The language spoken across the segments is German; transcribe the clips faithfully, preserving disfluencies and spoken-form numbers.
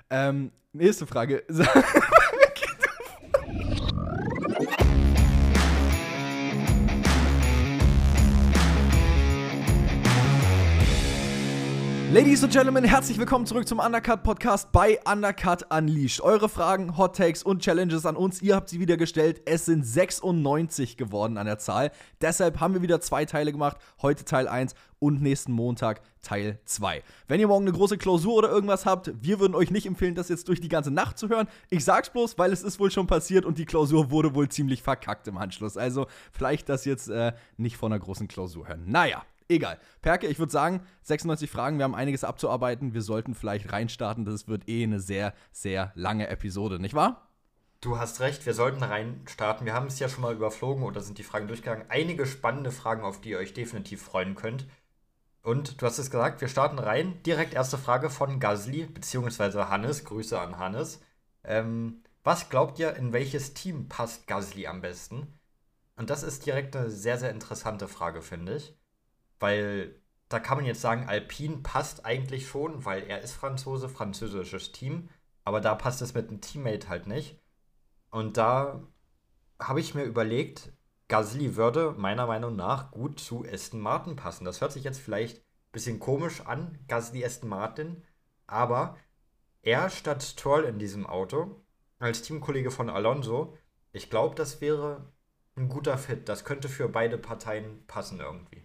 Ähm, nächste Frage. Ladies and Gentlemen, herzlich willkommen zurück zum Undercut Podcast bei Undercut Unleashed. Eure Fragen, Hot Takes und Challenges an uns, ihr habt sie wieder gestellt. Es sind sechsundneunzig geworden an der Zahl. Deshalb haben wir wieder zwei Teile gemacht. Heute Teil eins und nächsten Montag Teil zwei. Wenn ihr morgen eine große Klausur oder irgendwas habt, wir würden euch nicht empfehlen, das jetzt durch die ganze Nacht zu hören. Ich sag's bloß, weil es ist wohl schon passiert und die Klausur wurde wohl ziemlich verkackt im Anschluss. Also vielleicht das jetzt äh, nicht von einer großen Klausur hören. Naja. Egal. Perke, ich würde sagen, sechsundneunzig Fragen, wir haben einiges abzuarbeiten. Wir sollten vielleicht reinstarten. Das wird eh eine sehr, sehr lange Episode, nicht wahr? Du hast recht, wir sollten reinstarten. Wir haben es ja schon mal überflogen oder sind die Fragen durchgegangen. Einige spannende Fragen, auf die ihr euch definitiv freuen könnt. Und du hast es gesagt, wir starten rein. Direkt erste Frage von Gasly, beziehungsweise Hannes. Grüße an Hannes. Ähm, was glaubt ihr, in welches Team passt Gasly am besten? Und das ist direkt eine sehr, sehr interessante Frage, finde ich. Weil da kann man jetzt sagen, Alpine passt eigentlich schon, weil er ist Franzose, französisches Team. Aber da passt es mit einem Teammate halt nicht. Und da habe ich mir überlegt, Gasly würde meiner Meinung nach gut zu Aston Martin passen. Das hört sich jetzt vielleicht ein bisschen komisch an, Gasly Aston Martin. Aber er statt Stroll in diesem Auto, als Teamkollege von Alonso, ich glaube, das wäre ein guter Fit. Das könnte für beide Parteien passen irgendwie.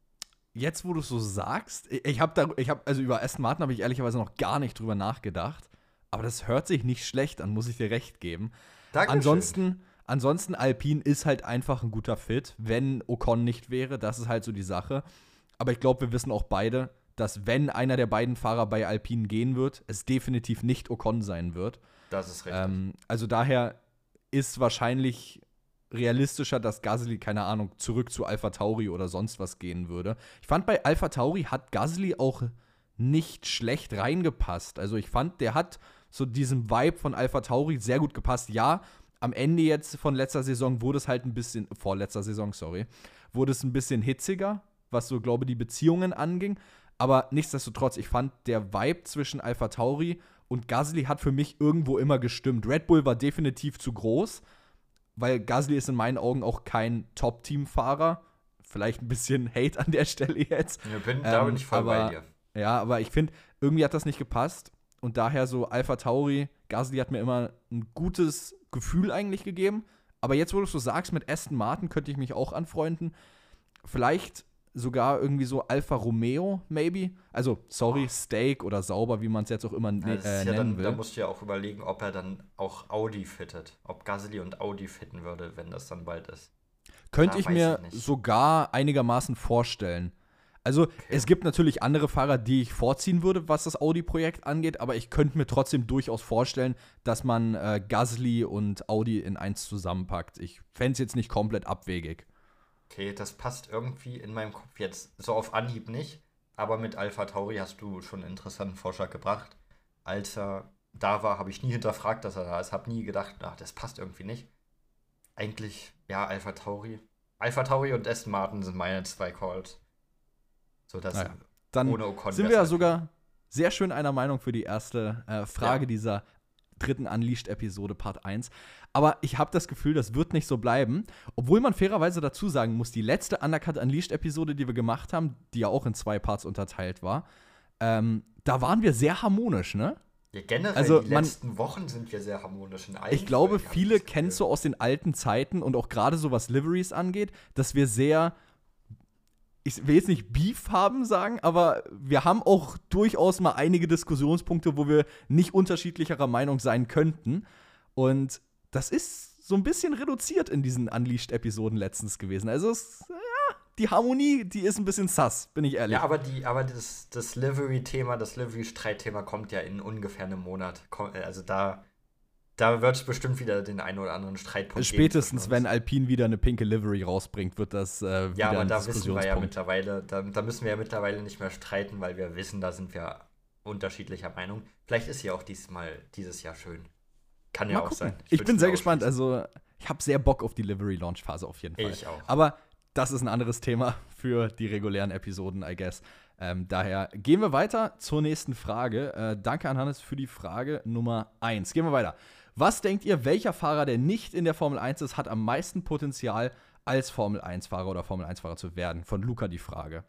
Jetzt, wo du es so sagst, ich habe da, ich habe, also über Aston Martin habe ich ehrlicherweise noch gar nicht drüber nachgedacht, aber das hört sich nicht schlecht an, muss ich dir recht geben. Dankeschön. Ansonsten, ansonsten Alpine ist halt einfach ein guter Fit, wenn Ocon nicht wäre, das ist halt so die Sache. Aber ich glaube, wir wissen auch beide, dass wenn einer der beiden Fahrer bei Alpine gehen wird, es definitiv nicht Ocon sein wird. Das ist richtig. Ähm, also daher ist wahrscheinlich realistischer, dass Gasly, keine Ahnung, zurück zu AlphaTauri oder sonst was gehen würde. Ich fand, bei AlphaTauri hat Gasly auch nicht schlecht reingepasst. Also ich fand, der hat so diesem Vibe von AlphaTauri sehr gut gepasst. Ja, am Ende jetzt von letzter Saison wurde es halt ein bisschen, vorletzter Saison, sorry, wurde es ein bisschen hitziger, was so, glaube ich, die Beziehungen anging. Aber nichtsdestotrotz, ich fand, der Vibe zwischen AlphaTauri und Gasly hat für mich irgendwo immer gestimmt. Red Bull war definitiv zu groß, weil Gasly ist in meinen Augen auch kein Top-Team-Fahrer. Vielleicht ein bisschen Hate an der Stelle jetzt. Ja, bin, da bin ich voll aber, bei dir. Ja, aber ich finde, irgendwie hat das nicht gepasst. Und daher so AlphaTauri, Gasly hat mir immer ein gutes Gefühl eigentlich gegeben. Aber jetzt, wo du es so sagst, mit Aston Martin könnte ich mich auch anfreunden. Vielleicht sogar irgendwie so Alfa Romeo, maybe. Also, sorry, Steak oder Sauber, wie man es jetzt auch immer ne- Ja, äh, ja nennen dann, will. da musst du ja auch überlegen, ob er dann auch Audi fittet. Ob Gasly und Audi fitten würde, wenn das dann bald ist. Könnte Ja, ich weiß mir ich nicht. sogar einigermaßen vorstellen. Also, es gibt natürlich andere Fahrer, die ich vorziehen würde, was das Audi-Projekt angeht, aber ich könnte mir trotzdem durchaus vorstellen, dass man äh, Gasly und Audi in eins zusammenpackt. Ich fände es jetzt nicht komplett abwegig. Okay, das passt irgendwie in meinem Kopf jetzt so auf Anhieb nicht. Aber mit AlphaTauri hast du schon einen interessanten Vorschlag gebracht. Als er da war, habe ich nie hinterfragt, dass er da ist. Habe nie gedacht, ach, das passt irgendwie nicht. Eigentlich, ja, AlphaTauri. AlphaTauri und Aston Martin sind meine zwei Calls. So, dass Naja, dann ohne Ocon sind wir ja besser sogar sehr schön einer Meinung für die erste äh, Frage Ja. dieser dritten Unleashed-Episode, Part eins. Aber ich habe das Gefühl, das wird nicht so bleiben. Obwohl man fairerweise dazu sagen muss, die letzte Undercut Unleashed-Episode, die wir gemacht haben, die ja auch in zwei Parts unterteilt war, ähm, da waren wir sehr harmonisch, ne? Ja, generell, Also, die man- letzten Wochen sind wir sehr harmonisch in allen Ich glaube, Folgen, hab viele das kennen Gefühl. so aus den alten Zeiten und auch gerade so was Liveries angeht, dass wir sehr, ich will jetzt nicht Beef haben sagen, aber wir haben auch durchaus mal einige Diskussionspunkte, wo wir nicht unterschiedlicherer Meinung sein könnten. Und das ist so ein bisschen reduziert in diesen Unleashed-Episoden letztens gewesen. Also es, ja, die Harmonie, die ist ein bisschen sass, bin ich ehrlich. Ja, aber, die, aber das, das Livery-Thema, das Livery-Streitthema kommt ja in ungefähr einem Monat. Komm- Also da, da wird es bestimmt wieder den einen oder anderen Streitpunkt geben Spätestens, zwischen wenn uns. Alpine wieder eine pinke Livery rausbringt, wird das äh, wieder Ja, aber ein da wissen wir ja Diskussionspunkt. mittlerweile, da, da müssen wir ja mittlerweile nicht mehr streiten, weil wir wissen, da sind wir unterschiedlicher Meinung. Vielleicht ist ja auch diesmal, dieses Jahr schön. Kann ja Mal auch gucken. sein. Ich will's bin nicht sehr gespannt. ausschließen. Also, ich habe sehr Bock auf die Livery-Launch-Phase auf jeden Fall. Ich auch. Aber das ist ein anderes Thema für die regulären Episoden, I guess. Ähm, daher gehen wir weiter zur nächsten Frage. Äh, danke an Hannes für die Frage Nummer eins. Gehen wir weiter. Was denkt ihr, welcher Fahrer, der nicht in der Formel eins ist, hat am meisten Potenzial, als Formel eins Fahrer oder Formel eins Fahrer zu werden? Von Luca die Frage.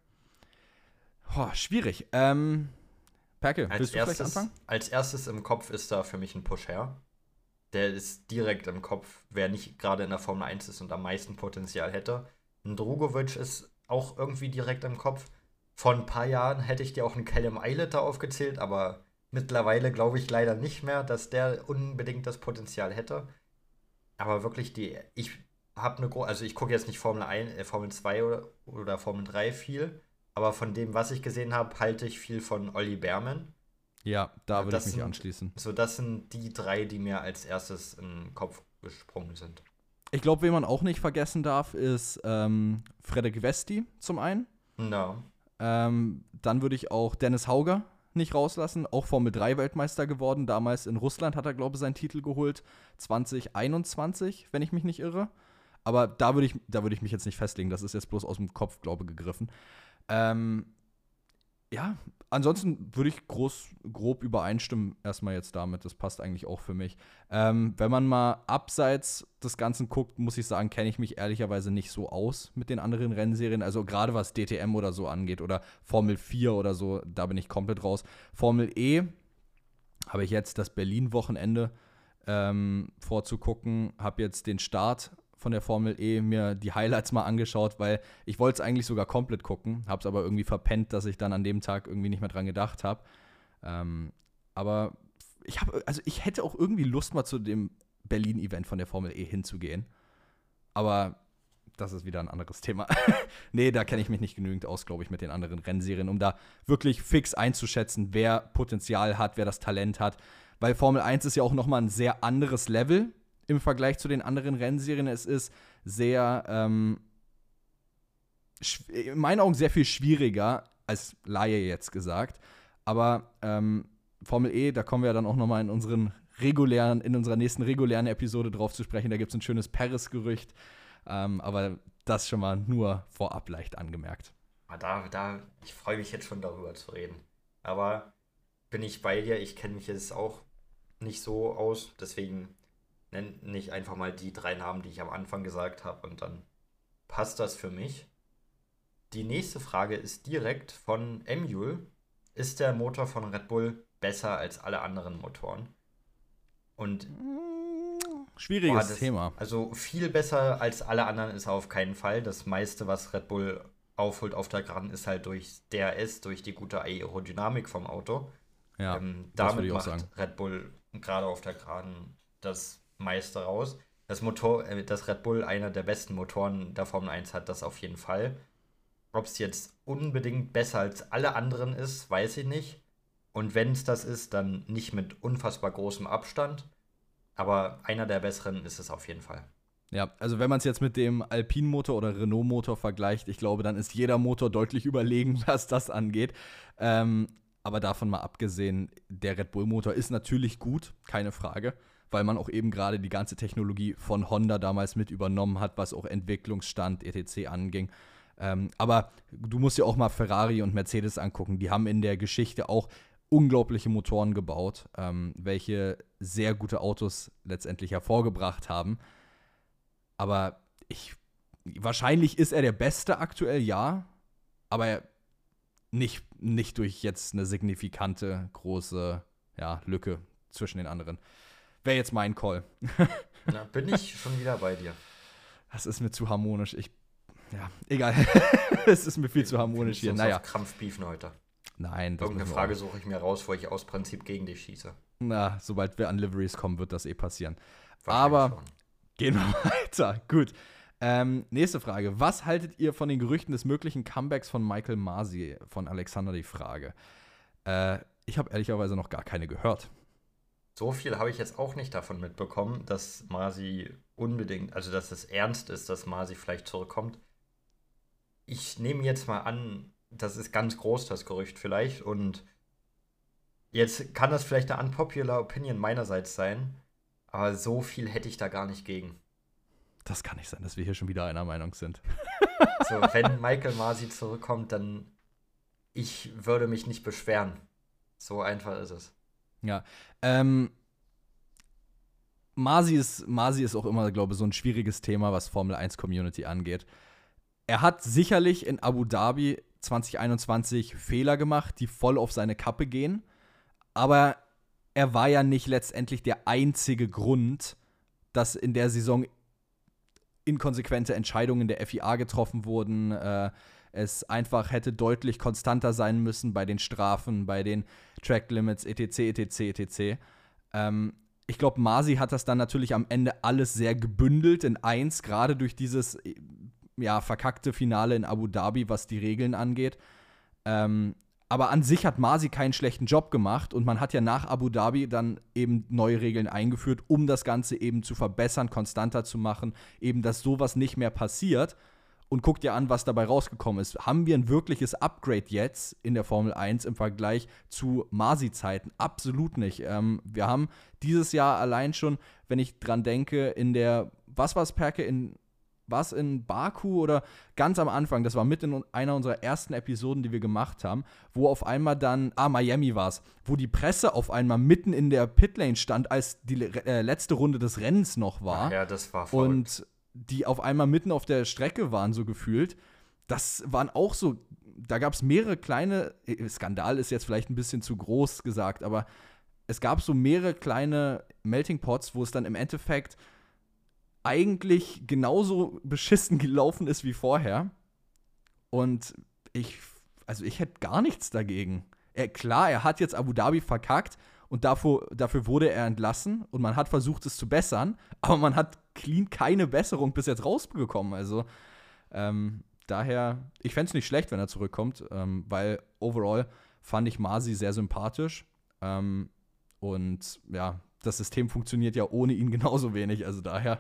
Boah, schwierig. Ähm, Perke, als willst du erstes, vielleicht anfangen? Als erstes im Kopf ist da für mich ein Pusher. Der ist direkt im Kopf, wer nicht gerade in der Formel eins ist und am meisten Potenzial hätte. Ein Drugovic ist auch irgendwie direkt im Kopf. Vor ein paar Jahren hätte ich dir auch einen Callum Eilert da aufgezählt, aber mittlerweile glaube ich leider nicht mehr, dass der unbedingt das Potenzial hätte. Aber wirklich, die, ich habe eine große, also ich gucke jetzt nicht Formel eins, äh, Formel zwei oder, oder Formel drei viel, aber von dem, was ich gesehen habe, halte ich viel von Olli Behrmann. Ja, da würde Das ich mich sind- anschließen. So, das sind die drei, die mir als erstes in den Kopf gesprungen sind. Ich glaube, wen man auch nicht vergessen darf, ist ähm, Frederik Westi zum einen. Na, Ähm, dann würde ich auch Dennis Hauger nicht rauslassen, auch Formel drei Weltmeister geworden. Damals in Russland hat er, glaube ich, seinen Titel geholt. zwanzig einundzwanzig, wenn ich mich nicht irre. Aber da würde ich, da würde ich mich jetzt nicht festlegen. Das ist jetzt bloß aus dem Kopf, glaube ich, gegriffen. Ähm, ja, ansonsten würde ich groß, grob übereinstimmen erstmal jetzt damit. Das passt eigentlich auch für mich. Ähm, wenn man mal abseits des Ganzen guckt, muss ich sagen, kenne ich mich ehrlicherweise nicht so aus mit den anderen Rennserien. Also gerade was D T M oder so angeht oder Formel vier oder so, da bin ich komplett raus. Formel E habe ich jetzt das Berlin-Wochenende ähm, vorzugucken, habe jetzt den Start von der Formel E mir die Highlights mal angeschaut, weil ich wollte es eigentlich sogar komplett gucken, habe es aber irgendwie verpennt, dass ich dann an dem Tag irgendwie nicht mehr dran gedacht habe. Ähm, aber ich habe, also ich hätte auch irgendwie Lust mal zu dem Berlin-Event von der Formel E hinzugehen. Aber das ist wieder ein anderes Thema. Nee, da kenne ich mich nicht genügend aus, glaube ich, mit den anderen Rennserien, um da wirklich fix einzuschätzen, wer Potenzial hat, wer das Talent hat. Weil Formel eins ist ja auch nochmal ein sehr anderes Level im Vergleich zu den anderen Rennserien. Es ist sehr, ähm, in meinen Augen sehr viel schwieriger, als Laie jetzt gesagt. Aber ähm, Formel E, da kommen wir dann auch nochmal in unseren regulären, in unserer nächsten regulären Episode drauf zu sprechen. Da gibt es ein schönes Paris-Gerücht. Ähm, aber das schon mal nur vorab leicht angemerkt. da, da, ich freue mich jetzt schon darüber zu reden. Aber bin ich bei dir, ich kenne mich jetzt auch nicht so aus, deswegen nenne ich einfach mal die drei Namen, die ich am Anfang gesagt habe und dann passt das für mich. Die nächste Frage ist direkt von Emule. Ist der Motor von Red Bull besser als alle anderen Motoren? Und Schwieriges boah, das, Thema. Also viel besser als alle anderen ist er auf keinen Fall. Das meiste, was Red Bull aufholt auf der Geraden, ist halt durch D R S, durch die gute Aerodynamik vom Auto. Ja, ähm, das würde damit ich auch macht sagen. Red Bull gerade auf der Geraden das meiste raus. Das Motor, äh, dass Red Bull einer der besten Motoren der Formel eins hat, das auf jeden Fall. Ob es jetzt unbedingt besser als alle anderen ist, weiß ich nicht. Und wenn es das ist, dann nicht mit unfassbar großem Abstand. Aber einer der besseren ist es auf jeden Fall. Ja, also wenn man es jetzt mit dem Alpine-Motor oder Renault-Motor vergleicht, ich glaube, dann ist jeder Motor deutlich überlegen, was das angeht. Ähm, aber davon mal abgesehen, der Red Bull-Motor ist natürlich gut, keine Frage, weil man auch eben gerade die ganze Technologie von Honda damals mit übernommen hat, was auch Entwicklungsstand et cetera anging. Ähm, aber du musst ja auch mal Ferrari und Mercedes angucken. Die haben in der Geschichte auch unglaubliche Motoren gebaut, ähm, welche sehr gute Autos letztendlich hervorgebracht haben. Aber ich, wahrscheinlich ist er der Beste aktuell, ja, aber nicht, nicht durch jetzt eine signifikante große ja, Lücke zwischen den anderen. Wäre jetzt mein Call. Na, bin ich schon wieder bei dir. Das ist mir zu harmonisch. Ich, ja, egal. Es ist mir viel zu harmonisch hier. Naja. Krampfbeefen heute. Nein, das Irgendeine müssen wir Frage auch. suche ich mir raus, wo ich aus Prinzip gegen dich schieße. Na, sobald wir an Liveries kommen, wird das eh passieren. Wahrscheinlich Aber schon. gehen wir weiter. Gut. Ähm, nächste Frage. Was haltet ihr von den Gerüchten des möglichen Comebacks von Michael Masi? Von Alexander die Frage. Äh, ich habe ehrlicherweise noch gar keine gehört. So viel habe ich jetzt auch nicht davon mitbekommen, dass Masi unbedingt, also dass es ernst ist, dass Masi vielleicht zurückkommt. Ich nehme jetzt mal an, das ist ganz groß, das Gerücht vielleicht. Und jetzt kann das vielleicht eine unpopular Opinion meinerseits sein, aber so viel hätte ich da gar nicht gegen. Das kann nicht sein, dass wir hier schon wieder einer Meinung sind. So, wenn Michael Masi zurückkommt, dann ich würde mich nicht beschweren. So einfach ist es. Ja, ähm, Masi ist, Masi ist auch immer, glaube ich, so ein schwieriges Thema, was Formel eins Community angeht. Er hat sicherlich in Abu Dhabi zwanzig einundzwanzig Fehler gemacht, die voll auf seine Kappe gehen. Aber er war ja nicht letztendlich der einzige Grund, dass in der Saison inkonsequente Entscheidungen der F I A getroffen wurden. Äh, es einfach hätte deutlich konstanter sein müssen bei den Strafen, bei den Track Limits, et cetera, et cetera, et cetera. Ähm, ich glaube, Masi hat das dann natürlich am Ende alles sehr gebündelt in eins, gerade durch dieses ja, verkackte Finale in Abu Dhabi, was die Regeln angeht. Ähm, aber an sich hat Masi keinen schlechten Job gemacht und man hat ja nach Abu Dhabi dann eben neue Regeln eingeführt, um das Ganze eben zu verbessern, konstanter zu machen, eben, dass sowas nicht mehr passiert. Und guckt ja an, was dabei rausgekommen ist. Haben wir ein wirkliches Upgrade jetzt in der Formel eins im Vergleich zu Masi-Zeiten? Absolut nicht. Ähm, wir haben dieses Jahr allein schon, wenn ich dran denke, in der, was war es, Perke, in was in Baku oder ganz am Anfang, das war mit in einer unserer ersten Episoden, die wir gemacht haben, wo auf einmal dann, ah, Miami war es, wo die Presse auf einmal mitten in der Pitlane stand, als die äh, letzte Runde des Rennens noch war. Ach ja, das war verrückt. Und die auf einmal mitten auf der Strecke waren, so gefühlt. Das waren auch so, da gab es mehrere kleine, Skandal ist jetzt vielleicht ein bisschen zu groß gesagt, aber es gab so mehrere kleine Melting Pots, wo es dann im Endeffekt eigentlich genauso beschissen gelaufen ist wie vorher. Und ich, also ich hätte gar nichts dagegen. Er, klar, er hat jetzt Abu Dhabi verkackt und dafür, dafür wurde er entlassen und man hat versucht, es zu bessern, aber man hat clean keine Besserung bis jetzt rausbekommen. Also ähm, daher, ich fände es nicht schlecht, wenn er zurückkommt, ähm, weil overall fand ich Masi sehr sympathisch. Ähm, und ja, das System funktioniert ja ohne ihn genauso wenig, also daher.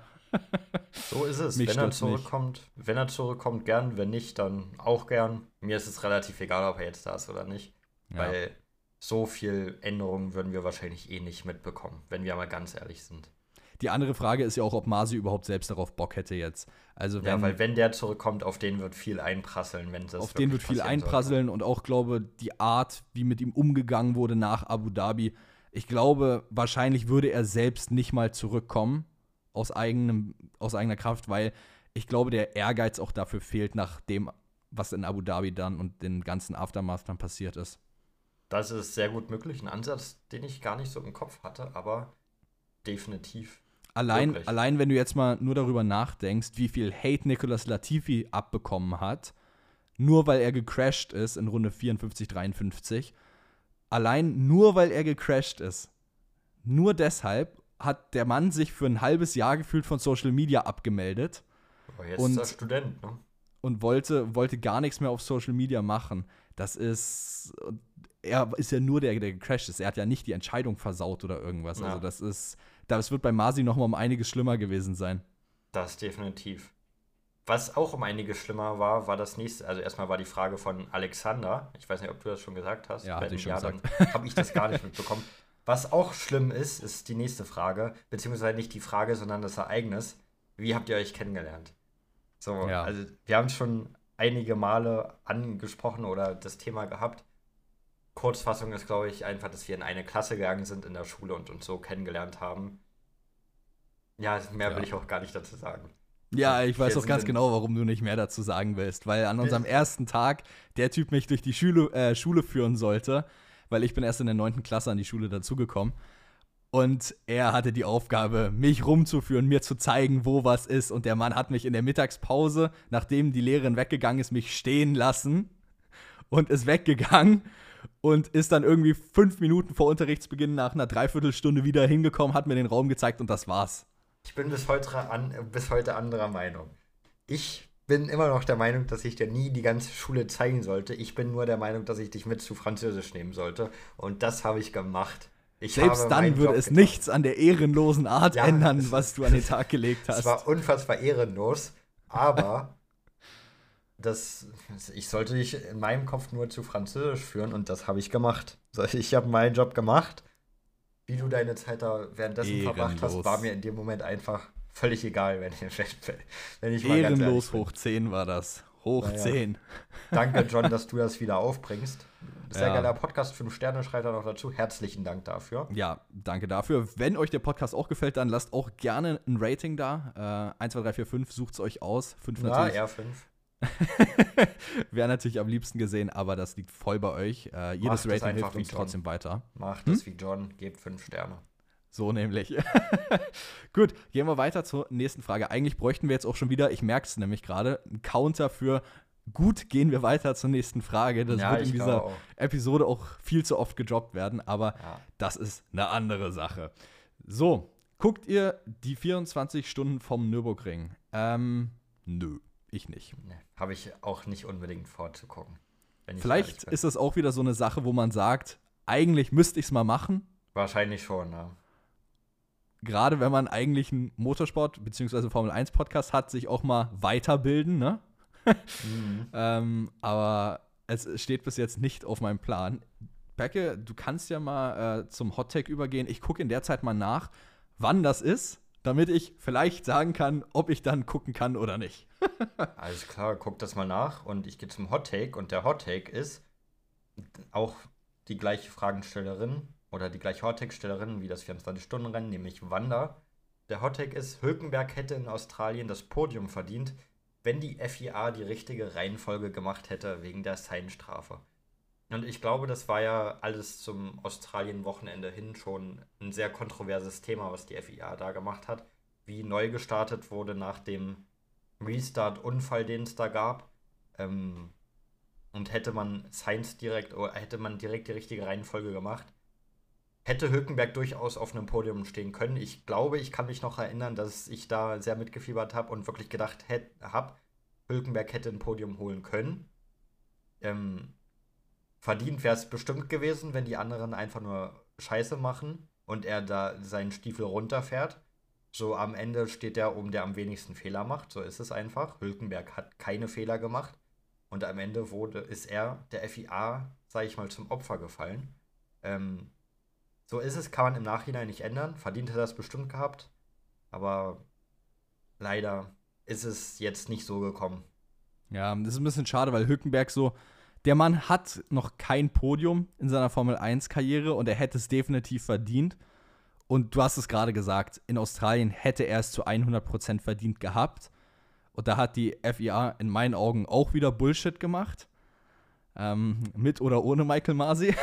So ist es. Wenn er zurückkommt, nicht. wenn er zurückkommt, gern. Wenn nicht, dann auch gern. Mir ist es relativ egal, ob er jetzt da ist oder nicht. Ja. Weil so viel Änderungen würden wir wahrscheinlich eh nicht mitbekommen, wenn wir mal ganz ehrlich sind. Die andere Frage ist ja auch, ob Masi überhaupt selbst darauf Bock hätte jetzt. Also wenn, ja, weil wenn der zurückkommt, auf den wird viel einprasseln. Wenn das auf den wird viel einprasseln sollte. Und auch, glaube die Art, wie mit ihm umgegangen wurde nach Abu Dhabi. Ich glaube, wahrscheinlich würde er selbst nicht mal zurückkommen aus, eigenem, aus eigener Kraft, weil ich glaube, der Ehrgeiz auch dafür fehlt, nach dem, was in Abu Dhabi dann und den ganzen Aftermath dann passiert ist. Das ist sehr gut möglich. Ein Ansatz, den ich gar nicht so im Kopf hatte, aber definitiv. Allein, allein, wenn du jetzt mal nur darüber nachdenkst, wie viel Hate Nicolas Latifi abbekommen hat, nur weil er gecrashed ist in Runde vierundfünfzig, dreiundfünfzig, allein nur weil er gecrashed ist, nur deshalb hat der Mann sich für ein halbes Jahr gefühlt von Social Media abgemeldet. Aber jetzt und, ist er Student, ne? Und wollte, wollte gar nichts mehr auf Social Media machen. Das ist, er ist ja nur der, der gecrashed ist. Er hat ja nicht die Entscheidung versaut oder irgendwas. Ja. Also das ist, das wird bei Masi noch mal um einiges schlimmer gewesen sein. Das definitiv. Was auch um einiges schlimmer war, war das nächste, also erstmal war die Frage von Alexander. Ich weiß nicht, ob du das schon gesagt hast. Ja, hatte ich schon ja, gesagt. Dann habe ich das gar nicht mitbekommen. Was auch schlimm ist, ist die nächste Frage, beziehungsweise nicht die Frage, sondern das Ereignis. Wie habt ihr euch kennengelernt? So, ja. Also wir haben es schon einige Male angesprochen oder das Thema gehabt. Kurzfassung ist, glaube ich, einfach, dass wir in eine Klasse gegangen sind in der Schule und uns so kennengelernt haben. Ja, mehr ja. will ich auch gar nicht dazu sagen. Ja, ich weiß auch ganz genau, warum du nicht mehr dazu sagen willst. Weil an unserem ersten Tag der Typ mich durch die Schule, äh, Schule führen sollte, weil ich bin erst in der neunten Klasse an die Schule dazugekommen. Und er hatte die Aufgabe, mich rumzuführen, mir zu zeigen, wo was ist. Und der Mann hat mich in der Mittagspause, nachdem die Lehrerin weggegangen ist, mich stehen lassen und ist weggegangen und ist dann irgendwie fünf Minuten vor Unterrichtsbeginn nach einer Dreiviertelstunde wieder hingekommen, hat mir den Raum gezeigt und das war's. Ich bin bis heute, an, bis heute anderer Meinung. Ich bin immer noch der Meinung, dass ich dir nie die ganze Schule zeigen sollte. Ich bin nur der Meinung, dass ich dich mit zu Französisch nehmen sollte. Und das habe ich gemacht. Ich Selbst dann würde es getan. nichts an der ehrenlosen Art ja, ändern, es, was du an den Tag gelegt hast. Es war unfassbar ehrenlos, aber das, ich sollte dich in meinem Kopf nur zu Französisch führen und das habe ich gemacht. Ich habe meinen Job gemacht. Wie du deine Zeit da währenddessen ehrenlos. verbracht hast, war mir in dem Moment einfach völlig egal, wenn ich, wenn ich mal ehrenlos hoch zehn war das. Hoch Naja. zehn. Danke, John, dass du das wieder aufbringst. Sehr Ja. geiler Podcast, fünf Sterne schreibt er noch dazu. Herzlichen Dank dafür. Ja, danke dafür. Wenn euch der Podcast auch gefällt, dann lasst auch gerne ein Rating da. Äh, eins, zwei, drei, vier, fünf, sucht es euch aus. fünf Ja, natürlich. R fünf. Wäre natürlich am liebsten gesehen, aber das liegt voll bei euch. Äh, jedes Macht es Rating einfach hilft wie uns John. trotzdem weiter. Macht es wie John, gebt fünf Sterne. So nämlich. Gut, gehen wir weiter zur nächsten Frage. Eigentlich bräuchten wir jetzt auch schon wieder, ich merke es nämlich gerade, einen Counter für gut, gehen wir weiter zur nächsten Frage. Das Ja, wird in ich dieser glaube auch. Episode auch viel zu oft gedroppt werden, aber Ja. das ist eine andere Sache. So, guckt ihr die vierundzwanzig Stunden vom Nürburgring? Ähm, nö, ich nicht. Nee, habe ich auch nicht unbedingt vorzugucken. Wenn ich Vielleicht ehrlich bin. ist das auch wieder so eine Sache, wo man sagt, eigentlich müsste ich es mal machen. Wahrscheinlich schon, ja. Gerade wenn man eigentlich einen Motorsport- bzw. Formel eins Podcast hat, sich auch mal weiterbilden, ne? Mhm. ähm, aber es steht bis jetzt nicht auf meinem Plan. Becke, du kannst ja mal äh, zum Hot Take übergehen. Ich gucke in der Zeit mal nach, wann das ist, damit ich vielleicht sagen kann, ob ich dann gucken kann oder nicht. Alles klar, guck das mal nach und ich gehe zum Hot Take und der Hot Take ist auch die gleiche Fragenstellerin oder die gleiche Hot Take-Stellerin wie das vierundzwanzig-Stunden-Rennen, nämlich Wanda. Der Hot Take ist, Hülkenberg hätte in Australien das Podium verdient, wenn die F I A die richtige Reihenfolge gemacht hätte wegen der Sainz-Strafe. Und ich glaube, das war ja alles zum Australien-Wochenende hin schon ein sehr kontroverses Thema, was die F I A da gemacht hat. Wie neu gestartet wurde nach dem Restart-Unfall, den es da gab. Ähm, und hätte man Sainz direkt, oder hätte man direkt die richtige Reihenfolge gemacht, hätte Hülkenberg durchaus auf einem Podium stehen können. Ich glaube, ich kann mich noch erinnern, dass ich da sehr mitgefiebert habe und wirklich gedacht habe, Hülkenberg hätte ein Podium holen können. Ähm, verdient wäre es bestimmt gewesen, wenn die anderen einfach nur Scheiße machen und er da seinen Stiefel runterfährt. So am Ende steht der oben, der am wenigsten Fehler macht. So ist es einfach. Hülkenberg hat keine Fehler gemacht. Und am Ende wurde, ist er der F I A, sage ich mal, zum Opfer gefallen. Ähm, so ist es, kann man im Nachhinein nicht ändern. Verdient hat er das bestimmt gehabt. Aber leider ist es jetzt nicht so gekommen. Ja, das ist ein bisschen schade, weil Hülkenberg so, der Mann hat noch kein Podium in seiner Formel eins Karriere und er hätte es definitiv verdient. Und du hast es gerade gesagt, in Australien hätte er es zu hundert Prozent verdient gehabt. Und da hat die F I A in meinen Augen auch wieder Bullshit gemacht. Ähm, mit oder ohne Michael Masi.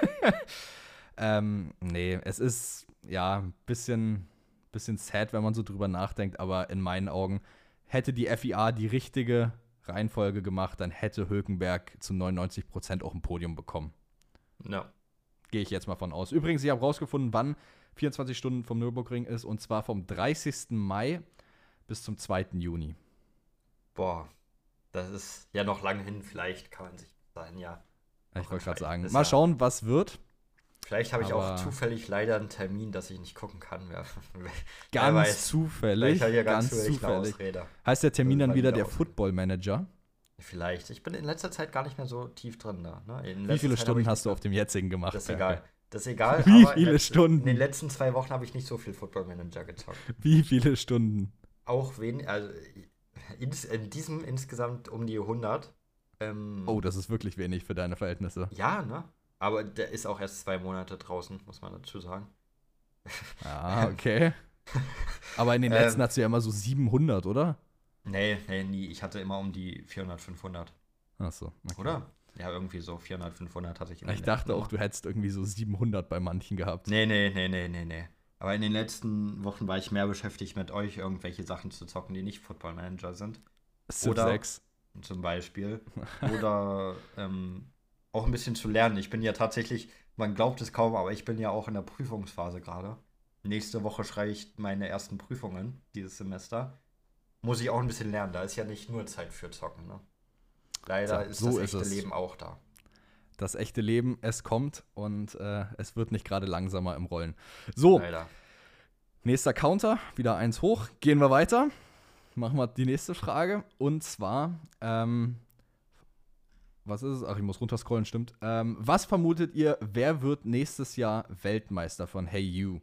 ähm, nee, es ist ja ein bisschen, bisschen sad, wenn man so drüber nachdenkt. Aber in meinen Augen hätte die F I A die richtige Reihenfolge gemacht, dann hätte Hülkenberg zu neunundneunzig Prozent auch ein Podium bekommen. Ja. Gehe ich jetzt mal von aus. Übrigens, ich habe rausgefunden, wann vierundzwanzig Stunden vom Nürburgring ist. Und zwar vom dreißigsten Mai bis zum zweiten Juni. Boah, das ist ja noch lange hin. Vielleicht kann man sich dahin ja. Ich wollte gerade sagen, Ist mal ja- schauen, was wird. Vielleicht habe ich Aber- auch zufällig leider einen Termin, dass ich nicht gucken kann. Wer, wer Ganz weiß. zufällig. Vielleicht habe ich ja Ganz ganz, zufällig eine zufällig. Ausrede. Heißt der Termin Das dann war wieder wieder der Ausrede. Football Manager? Vielleicht. Ich bin in letzter Zeit gar nicht mehr so tief drin da. Ne? In Wie letzter viele Zeit habe Stunden ich hast du nicht auf dem jetzigen mehr- gemacht? Das ist Berke? egal. Das ist egal. Wie aber in viele letzten- Stunden? In den letzten zwei Wochen habe ich nicht so viel Football Manager gezockt. Wie viele Stunden? Auch wenig, also ins, in diesem insgesamt um die hundert. Ähm, Oh, das ist wirklich wenig für deine Verhältnisse. Ja, ne? Aber der ist auch erst zwei Monate draußen, muss man dazu sagen. Ah, okay. Aber in den Ähm, letzten hast du ja immer so siebenhundert, oder? Nee, nee, nie. Ich hatte immer um die vierhundert, fünfhundert. Achso. Okay. Oder? Ja, irgendwie so vierhundert, fünfhundert hatte ich immer. Ich dachte auch, du hättest irgendwie so siebenhundert bei manchen gehabt. Nee, nee, nee, nee, nee, nee. Aber in den letzten Wochen war ich mehr beschäftigt mit euch, irgendwelche Sachen zu zocken, die nicht Football Manager sind. Civ Oder- sechs. Zum Beispiel. Oder ähm, auch ein bisschen zu lernen. Ich bin ja tatsächlich, man glaubt es kaum, aber ich bin ja auch in der Prüfungsphase gerade. Nächste Woche schreibe ich meine ersten Prüfungen dieses Semester. Muss ich auch ein bisschen lernen. Da ist ja nicht nur Zeit für Zocken, ne? Leider So, ist so das ist echte es. Leben auch da. Das echte Leben, es kommt und äh, es wird nicht gerade langsamer im Rollen. So, Leider. nächster Counter, wieder eins hoch. Gehen wir weiter. Machen wir die nächste Frage. Und zwar, ähm, was ist es? Ach, ich muss runterscrollen, stimmt. Ähm, was vermutet ihr, wer wird nächstes Jahr Weltmeister von Hey You?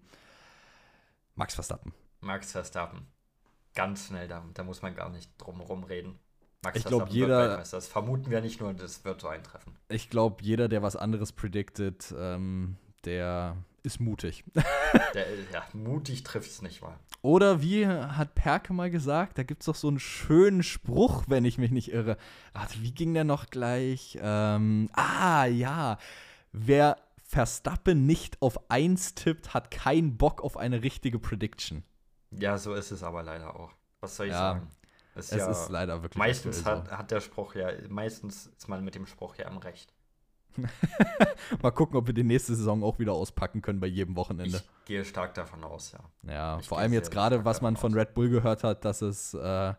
Max Verstappen. Max Verstappen. Ganz schnell, da, da muss man gar nicht drum rumreden. Max Ich glaube, Verstappen wird jeder, Weltmeister. Das vermuten wir nicht nur, das wird so eintreffen. ich glaube, jeder, der was anderes predicted, ähm, der ist mutig. Der, ja, mutig trifft es nicht mal. Oder wie hat Perke mal gesagt, da gibt es doch so einen schönen Spruch, wenn ich mich nicht irre. Warte, wie ging der noch gleich? Ähm, ah, ja. Wer Verstappen nicht auf eins tippt, hat keinen Bock auf eine richtige Prediction. Ja, so ist es aber leider auch. Was soll ich Ja, sagen? Ist es ja, ist leider wirklich meistens aktuell hat, hat der Spruch ja, meistens ist man mit dem Spruch ja im Recht. so. Mal gucken, ob wir die nächste Saison auch wieder auspacken können bei jedem Wochenende. Ich gehe stark davon aus, ja. Ja, Ich vor gehe allem sehr jetzt gerade, stark was man davon von aus. Red Bull gehört hat, dass es äh,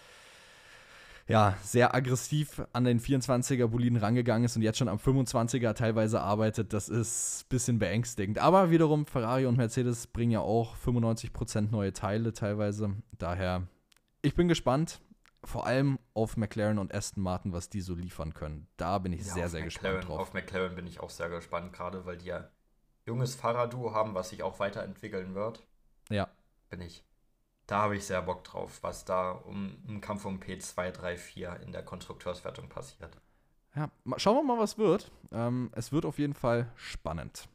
ja, sehr aggressiv an den vierundzwanziger Boliden rangegangen ist und jetzt schon am fünfundzwanziger teilweise arbeitet, das ist ein bisschen beängstigend. Aber wiederum, Ferrari und Mercedes bringen ja auch fünfundneunzig Prozent neue Teile teilweise. Daher, ich bin gespannt, vor allem auf McLaren und Aston Martin, was die so liefern können. Da bin ich Ja, sehr, auf sehr McLaren, gespannt drauf. Auf McLaren bin ich auch sehr gespannt, gerade weil die ja junges Fahrerduo haben, was sich auch weiterentwickeln wird. Ja, Bin ich. Da habe ich sehr Bock drauf, was da um, im Kampf um P zwei, drei, vier in der Konstrukteurswertung passiert. ja. Ma- Schauen wir mal, was wird. Ähm, es wird auf jeden Fall spannend.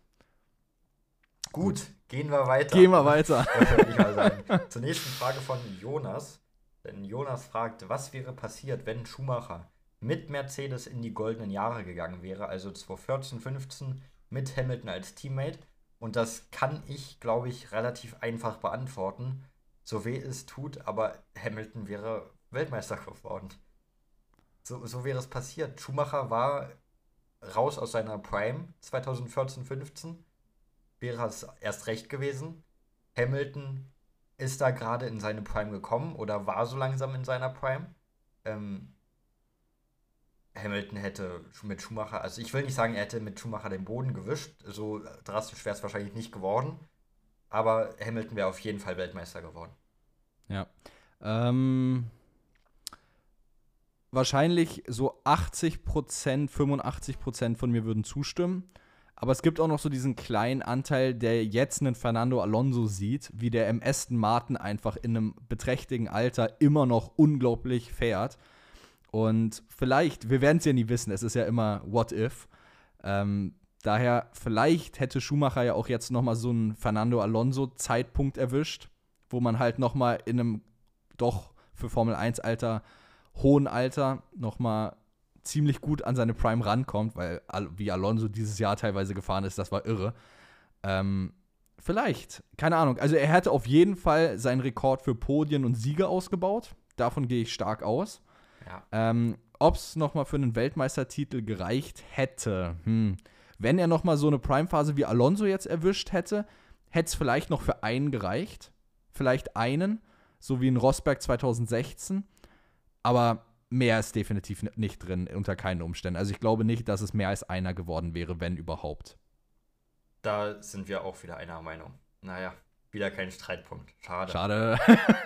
Gut, gehen wir weiter. Gehen wir weiter. Würde ich mal sagen. Zur nächsten Frage von Jonas. Denn Jonas fragt, was wäre passiert, wenn Schumacher mit Mercedes in die goldenen Jahre gegangen wäre, also zweitausendvierzehn, fünfzehn mit Hamilton als Teammate. Und das kann ich, glaube ich, relativ einfach beantworten. So weh es tut, aber Hamilton wäre Weltmeister geworden. So, so wäre es passiert. Schumacher war raus aus seiner Prime zweitausendvierzehn, fünfzehn. Wäre es erst recht gewesen. Hamilton ist da gerade in seine Prime gekommen oder war so langsam in seiner Prime. Ähm, Hamilton hätte mit Schumacher, also ich will nicht sagen, er hätte mit Schumacher den Boden gewischt. So drastisch wäre es wahrscheinlich nicht geworden. Aber Hamilton wäre auf jeden Fall Weltmeister geworden. Ja. Ähm, wahrscheinlich so achtzig Prozent, fünfundachtzig Prozent von mir würden zustimmen. Aber es gibt auch noch so diesen kleinen Anteil, der jetzt einen Fernando Alonso sieht, wie der im Aston Martin einfach in einem beträchtlichen Alter immer noch unglaublich fährt. Und vielleicht, wir werden es ja nie wissen, es ist ja immer what if. Ähm, daher, vielleicht hätte Schumacher ja auch jetzt nochmal so einen Fernando Alonso-Zeitpunkt erwischt, wo man halt nochmal in einem doch für Formel eins Alter, hohen Alter nochmal ziemlich gut an seine Prime rankommt, weil wie Alonso dieses Jahr teilweise gefahren ist, das war irre. Ähm, vielleicht, keine Ahnung. Also er hätte auf jeden Fall seinen Rekord für Podien und Siege ausgebaut. Davon gehe ich stark aus. Ja. Ähm, Ob es nochmal für einen Weltmeistertitel gereicht hätte, hm. Wenn er nochmal so eine Prime-Phase wie Alonso jetzt erwischt hätte, hätte es vielleicht noch für einen gereicht. Vielleicht einen, so wie in Rosberg zweitausendsechzehn. Aber mehr ist definitiv nicht drin, unter keinen Umständen. Also ich glaube nicht, dass es mehr als einer geworden wäre, wenn überhaupt. Da sind wir auch wieder einer Meinung. Naja, wieder kein Streitpunkt. Schade. Schade.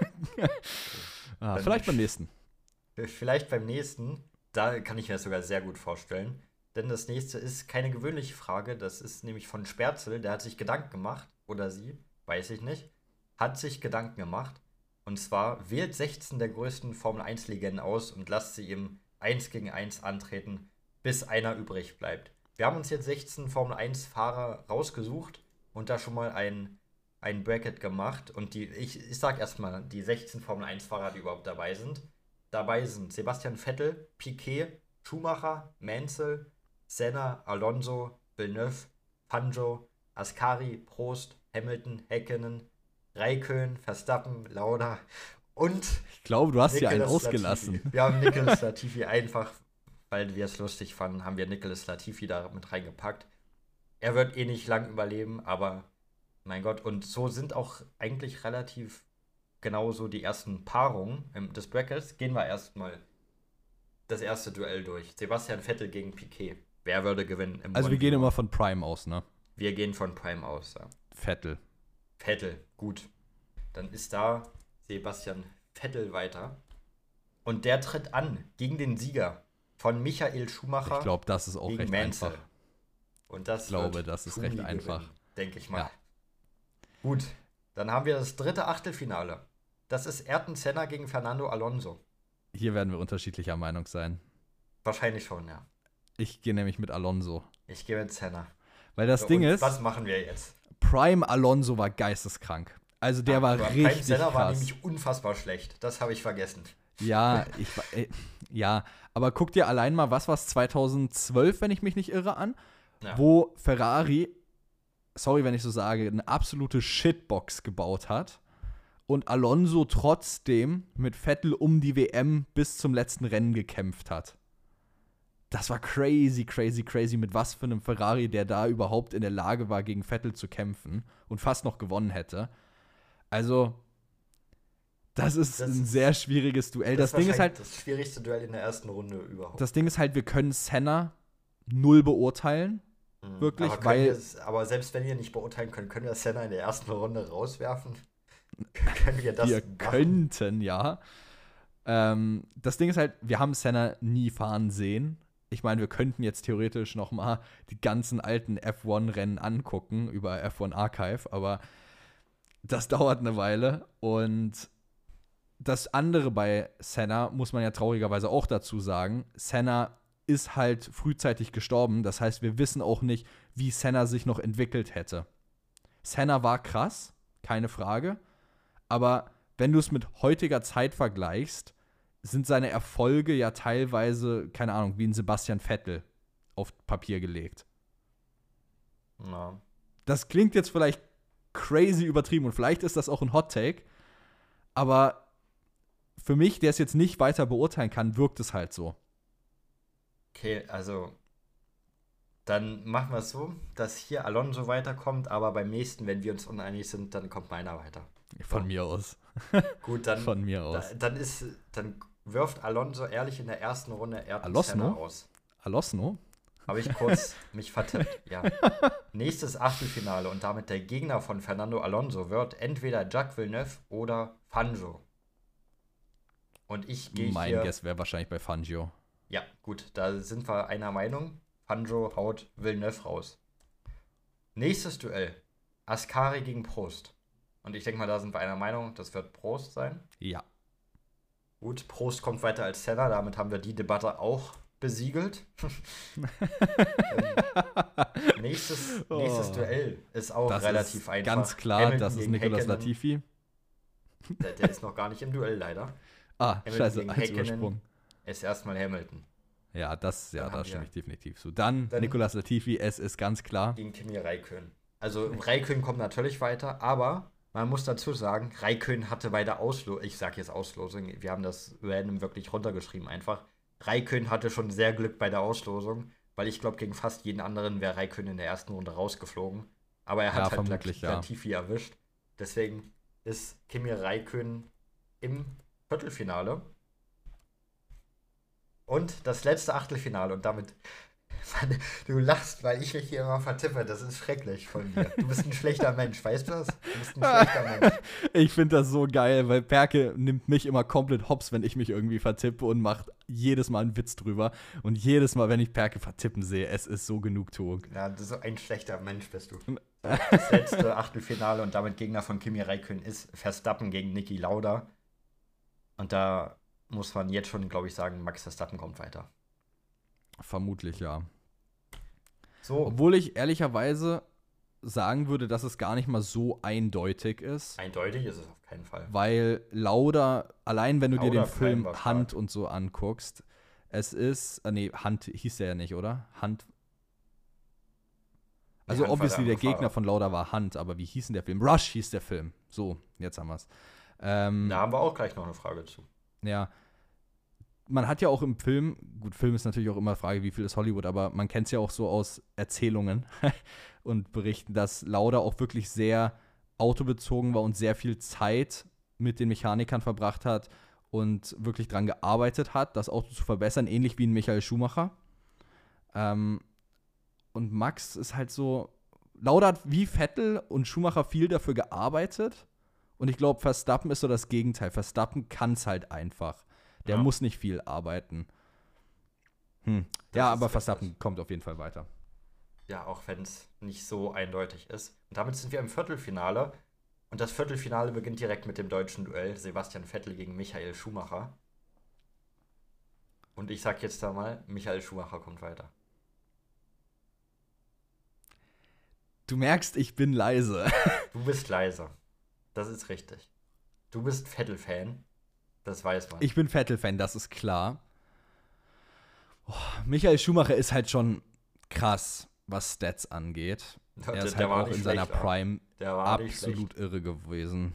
ah, vielleicht beim nächsten. Vielleicht beim nächsten, da kann ich mir das sogar sehr gut vorstellen. Denn das nächste ist keine gewöhnliche Frage, das ist nämlich von Sperzel, der hat sich Gedanken gemacht, oder sie, weiß ich nicht, hat sich Gedanken gemacht. Und zwar wählt sechzehn der größten Formel eins Legenden aus und lasst sie im eins gegen eins antreten, bis einer übrig bleibt. Wir haben uns jetzt sechzehn Formel eins Fahrer rausgesucht und da schon mal ein, ein Bracket gemacht. Und die, ich, ich sag erstmal die sechzehn Formel eins Fahrer, die überhaupt dabei sind. Dabei sind Sebastian Vettel, Piquet, Schumacher, Mansell, Senna, Alonso, Villeneuve, Fangio, Ascari, Prost, Hamilton, Häkkinen, Räikkönen, Verstappen, Lauda und Ich glaube, du hast ja einen Nicolas ausgelassen. Latifi. Wir haben Nicolas Latifi einfach, weil wir es lustig fanden, haben wir Nicolas Latifi da mit reingepackt. Er wird eh nicht lang überleben, aber mein Gott. Und so sind auch eigentlich relativ genauso die ersten Paarungen des Brackets. Gehen wir erstmal das erste Duell durch. Sebastian Vettel gegen Piquet. Wer würde gewinnen? Im Also wir One gehen View? immer von Prime aus, ne? Wir gehen von Prime aus, ja. Vettel. Vettel, gut. Dann ist da Sebastian Vettel weiter. Und der tritt an gegen den Sieger von Michael Schumacher Ich glaube, das ist auch gegen recht Mansell. einfach. Und das Ich glaube, wird das ist Schumi recht einfach. gewinnen, denke ich mal. Ja. Gut, dann haben wir das dritte Achtelfinale. Das ist Ayrton Senna gegen Fernando Alonso. Hier werden wir unterschiedlicher Meinung sein. Wahrscheinlich schon, ja. Ich gehe nämlich mit Alonso. Ich gehe mit Senna. Weil das So, Ding und ist, was machen wir jetzt? Prime Alonso war geisteskrank. Also der Ah, war aber richtig Prime Senna krass. war nämlich unfassbar schlecht. Das habe ich vergessen. Ja, ich wa- äh, ja, aber guck dir allein mal, was war es zweitausendzwölf, wenn ich mich nicht irre, an, Ja. wo Ferrari, sorry, wenn ich so sage, eine absolute Shitbox gebaut hat und Alonso trotzdem mit Vettel um die W M bis zum letzten Rennen gekämpft hat. Das war crazy, crazy, crazy, mit was für einem Ferrari, der da überhaupt in der Lage war, gegen Vettel zu kämpfen und fast noch gewonnen hätte. Also, das ist Das ein ist- sehr schwieriges Duell. Das, ist Ding ist halt, wahrscheinlich das schwierigste Duell in der ersten Runde überhaupt. das Ding ist halt, wir können Senna null beurteilen. Mhm. wirklich, aber, können weil- wir es- aber selbst wenn wir nicht beurteilen können, können wir Senna in der ersten Runde rauswerfen? Können wir das wir machen? könnten, ja. Ähm, das Ding ist halt, wir haben Senna nie fahren sehen. Ich meine, wir könnten jetzt theoretisch noch mal die ganzen alten F eins Rennen angucken über F eins Archive, aber das dauert eine Weile. Und das andere bei Senna muss man ja traurigerweise auch dazu sagen, Senna ist halt frühzeitig gestorben. Das heißt, wir wissen auch nicht, wie Senna sich noch entwickelt hätte. Senna war krass, keine Frage. Aber wenn du es mit heutiger Zeit vergleichst, sind seine Erfolge ja teilweise, keine Ahnung, wie ein Sebastian Vettel auf Papier gelegt. Ja. Das klingt jetzt vielleicht crazy übertrieben und vielleicht ist das auch ein Hot Take, aber für mich, der es jetzt nicht weiter beurteilen kann, wirkt es halt so. Okay, also dann machen wir es so, dass hier Alonso weiterkommt, aber beim nächsten, wenn wir uns uneinig sind, dann kommt meiner weiter. Von mir aus. Gut, dann, Von mir da, aus. dann ist, dann wirft Alonso ehrlich in der ersten Runde Ayrton Alonso? Senna aus. Alonso? Habe ich kurz mich vertippt, ja. Nächstes Achtelfinale und damit der Gegner von Fernando Alonso wird entweder Jacques Villeneuve oder Fangio. Und ich gehe Mein hier... Guess wäre wahrscheinlich bei Fangio. Ja, gut, da sind wir einer Meinung. Fangio haut Villeneuve raus. Nächstes Duell. Ascari gegen Prost. Und ich denke mal, da sind wir einer Meinung, das wird Prost sein. Ja. Gut, Prost kommt weiter als Senna, damit haben wir die Debatte auch besiegelt. ähm, nächstes, nächstes Oh. Duell ist auch Das relativ ist einfach. ganz klar, Hamilton das ist gegen Nicolas Häkkinen. Latifi. Der, der ist noch gar nicht im Duell leider. Ah, Hamilton scheiße, gegen als Häkkinen. Übersprung. Ist erstmal Hamilton. Ja, das, ja, Dann da haben stimme wir- ich definitiv zu. Dann, Dann- Nicolas Latifi, es ist ganz klar. Gegen Kimi Räikkönen. Also Räikkönen kommt natürlich weiter, aber man muss dazu sagen, Räikkönen hatte bei der Auslosung, ich sage jetzt Auslosung, wir haben das random wirklich runtergeschrieben einfach. Räikkönen hatte schon sehr Glück bei der Auslosung, weil ich glaube, gegen fast jeden anderen wäre Räikkönen in der ersten Runde rausgeflogen. Aber er hat Ja, halt vermutlich, Lat- ja. Latifi erwischt. Deswegen ist Kimi Räikkönen im Viertelfinale. Und das letzte Achtelfinale und damit... Mann, du lachst, weil ich mich hier immer vertippe. Das ist schrecklich von dir. Du bist ein schlechter Mensch, weißt du das? Du bist ein schlechter Mensch. Ich finde das so geil, weil Perke nimmt mich immer komplett hops, wenn ich mich irgendwie vertippe und macht jedes Mal einen Witz drüber. Und jedes Mal, wenn ich Perke vertippen sehe, es ist so Genugtuung. Ja, du so ein schlechter Mensch bist du. Das letzte Achtelfinale und damit Gegner von Kimi Räikkönen ist Verstappen gegen Niki Lauda. Und da muss man jetzt schon, glaube ich, sagen, Max Verstappen kommt weiter. Vermutlich, ja. So, Obwohl ich ehrlicherweise sagen würde, dass es gar nicht mal so eindeutig ist. eindeutig ist es auf keinen Fall. Weil Lauda, allein wenn du dir Lauda den Film Prime war Hunt stark. und so anguckst, es ist, äh, nee, Hunt hieß der ja nicht, oder? Hunt. Also Hunt war obviously der der Gegner Fahrer. von Lauda war Hunt, aber wie hieß denn der Film? Rush hieß der Film. So, jetzt haben wir's. Ähm, Da haben wir auch gleich noch eine Frage zu. Ja. Man hat ja auch im Film, gut, Film ist natürlich auch immer Frage, wie viel ist Hollywood, aber man kennt es ja auch so aus Erzählungen und Berichten, dass Lauda auch wirklich sehr autobezogen war und sehr viel Zeit mit den Mechanikern verbracht hat und wirklich dran gearbeitet hat, das Auto zu verbessern, ähnlich wie ein Michael Schumacher. Ähm, und Max ist halt so, Lauda hat wie Vettel und Schumacher viel dafür gearbeitet und ich glaube, Verstappen ist so das Gegenteil. Verstappen kann es halt einfach. Der Ja. muss nicht viel arbeiten. Hm. Das Ja, ist aber richtig. Verstappen kommt auf jeden Fall weiter. Ja, auch wenn es nicht so eindeutig ist. Und damit sind wir im Viertelfinale. Und das Viertelfinale beginnt direkt mit dem deutschen Duell. Sebastian Vettel gegen Michael Schumacher. Und ich sag jetzt da mal, Michael Schumacher kommt weiter. Du merkst, ich bin leise. Du bist leise. Das ist richtig. Du bist Vettel-Fan. Das weiß man. Ich bin Vettel-Fan, das ist klar. Oh, Michael Schumacher ist halt schon krass, was Stats angeht. Der, er ist der halt war auch nicht in seiner schlecht, Prime der war nicht absolut schlecht. irre gewesen.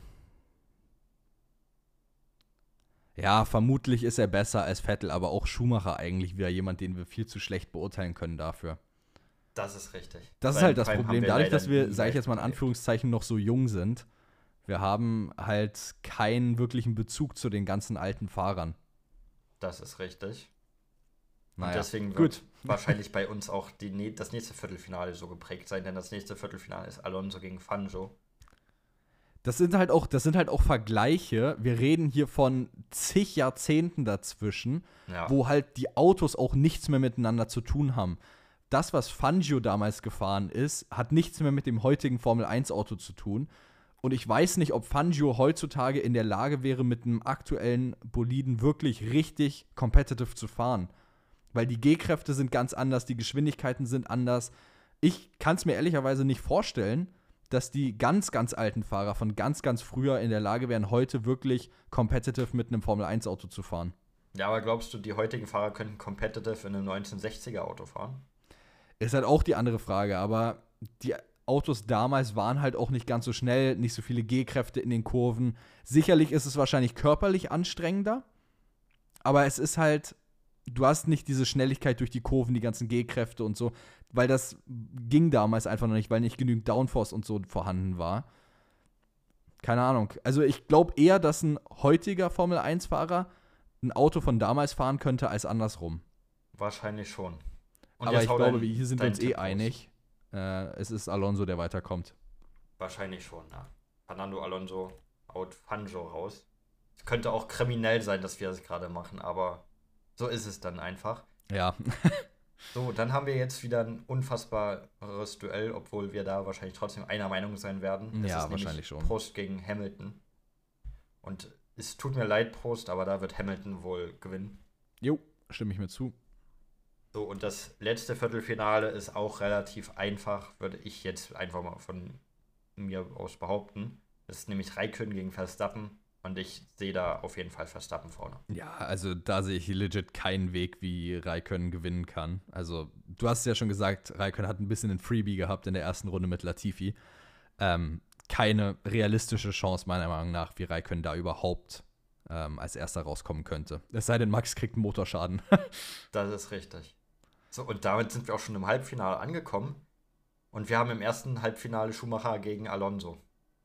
Ja, vermutlich ist er besser als Vettel, aber auch Schumacher eigentlich wieder jemand, den wir viel zu schlecht beurteilen können dafür. Das ist richtig. Das ist Seinen halt das Prime haben Problem. wir Dadurch, leider dass wir, nie sage ich live jetzt mal in erlebt. Anführungszeichen, noch so jung sind, wir haben halt keinen wirklichen Bezug zu den ganzen alten Fahrern. Das ist richtig. Naja, Und deswegen wird gut. wahrscheinlich bei uns auch die, das nächste Viertelfinale so geprägt sein, denn das nächste Viertelfinale ist Alonso gegen Fangio. Das sind halt auch, das sind halt auch Vergleiche. Wir reden hier von zig Jahrzehnten dazwischen, Ja. wo halt die Autos auch nichts mehr miteinander zu tun haben. Das, was Fangio damals gefahren ist, hat nichts mehr mit dem heutigen Formel eins Auto zu tun. Und ich weiß nicht, ob Fangio heutzutage in der Lage wäre, mit einem aktuellen Boliden wirklich richtig competitive zu fahren. Weil die G-Kräfte sind ganz anders, die Geschwindigkeiten sind anders. Ich kann es mir ehrlicherweise nicht vorstellen, dass die ganz, ganz alten Fahrer von ganz, ganz früher in der Lage wären, heute wirklich competitive mit einem Formel eins Auto zu fahren. Ja, aber glaubst du, die heutigen Fahrer könnten competitive in einem neunzehnhundertsechziger Auto fahren? Ist halt auch die andere Frage, aber die Autos damals waren halt auch nicht ganz so schnell, nicht so viele G-Kräfte in den Kurven. Sicherlich ist es wahrscheinlich körperlich anstrengender, aber es ist halt, du hast nicht diese Schnelligkeit durch die Kurven, die ganzen G-Kräfte und so, weil das ging damals einfach noch nicht, weil nicht genügend Downforce und so vorhanden war. Keine Ahnung. Also ich glaube eher, dass ein heutiger Formel eins Fahrer ein Auto von damals fahren könnte, als andersrum. Wahrscheinlich schon. Und Aber jetzt ich hau glaube, dein- wir hier sind wir deinen uns eh Tipp raus. einig. Äh, es ist Alonso, der weiterkommt. Wahrscheinlich schon, ja. Fernando Alonso haut Fangio raus. Es könnte auch kriminell sein, dass wir das gerade machen, aber so ist es dann einfach. Ja. So, dann haben wir jetzt wieder ein unfassbares Duell, obwohl wir da wahrscheinlich trotzdem einer Meinung sein werden. Es Ja, ist nämlich wahrscheinlich schon. Prost gegen Hamilton. Und es tut mir leid, Prost, aber da wird Hamilton wohl gewinnen. Jo, stimme ich mir zu. So, und das letzte Viertelfinale ist auch relativ einfach, würde ich jetzt einfach mal von mir aus behaupten. Das ist nämlich Räikkönen gegen Verstappen. Und ich sehe da auf jeden Fall Verstappen vorne. Ja, also da sehe ich legit keinen Weg, wie Räikkönen gewinnen kann. Also, du hast es ja schon gesagt, Räikkönen hat ein bisschen einen Freebie gehabt in der ersten Runde mit Latifi. Ähm, keine realistische Chance, meiner Meinung nach, wie Räikkönen da überhaupt ähm, als erster rauskommen könnte. Es sei denn, Max kriegt einen Motorschaden. Das ist richtig. So, und damit sind wir auch schon im Halbfinale angekommen. Und wir haben im ersten Halbfinale Schumacher gegen Alonso.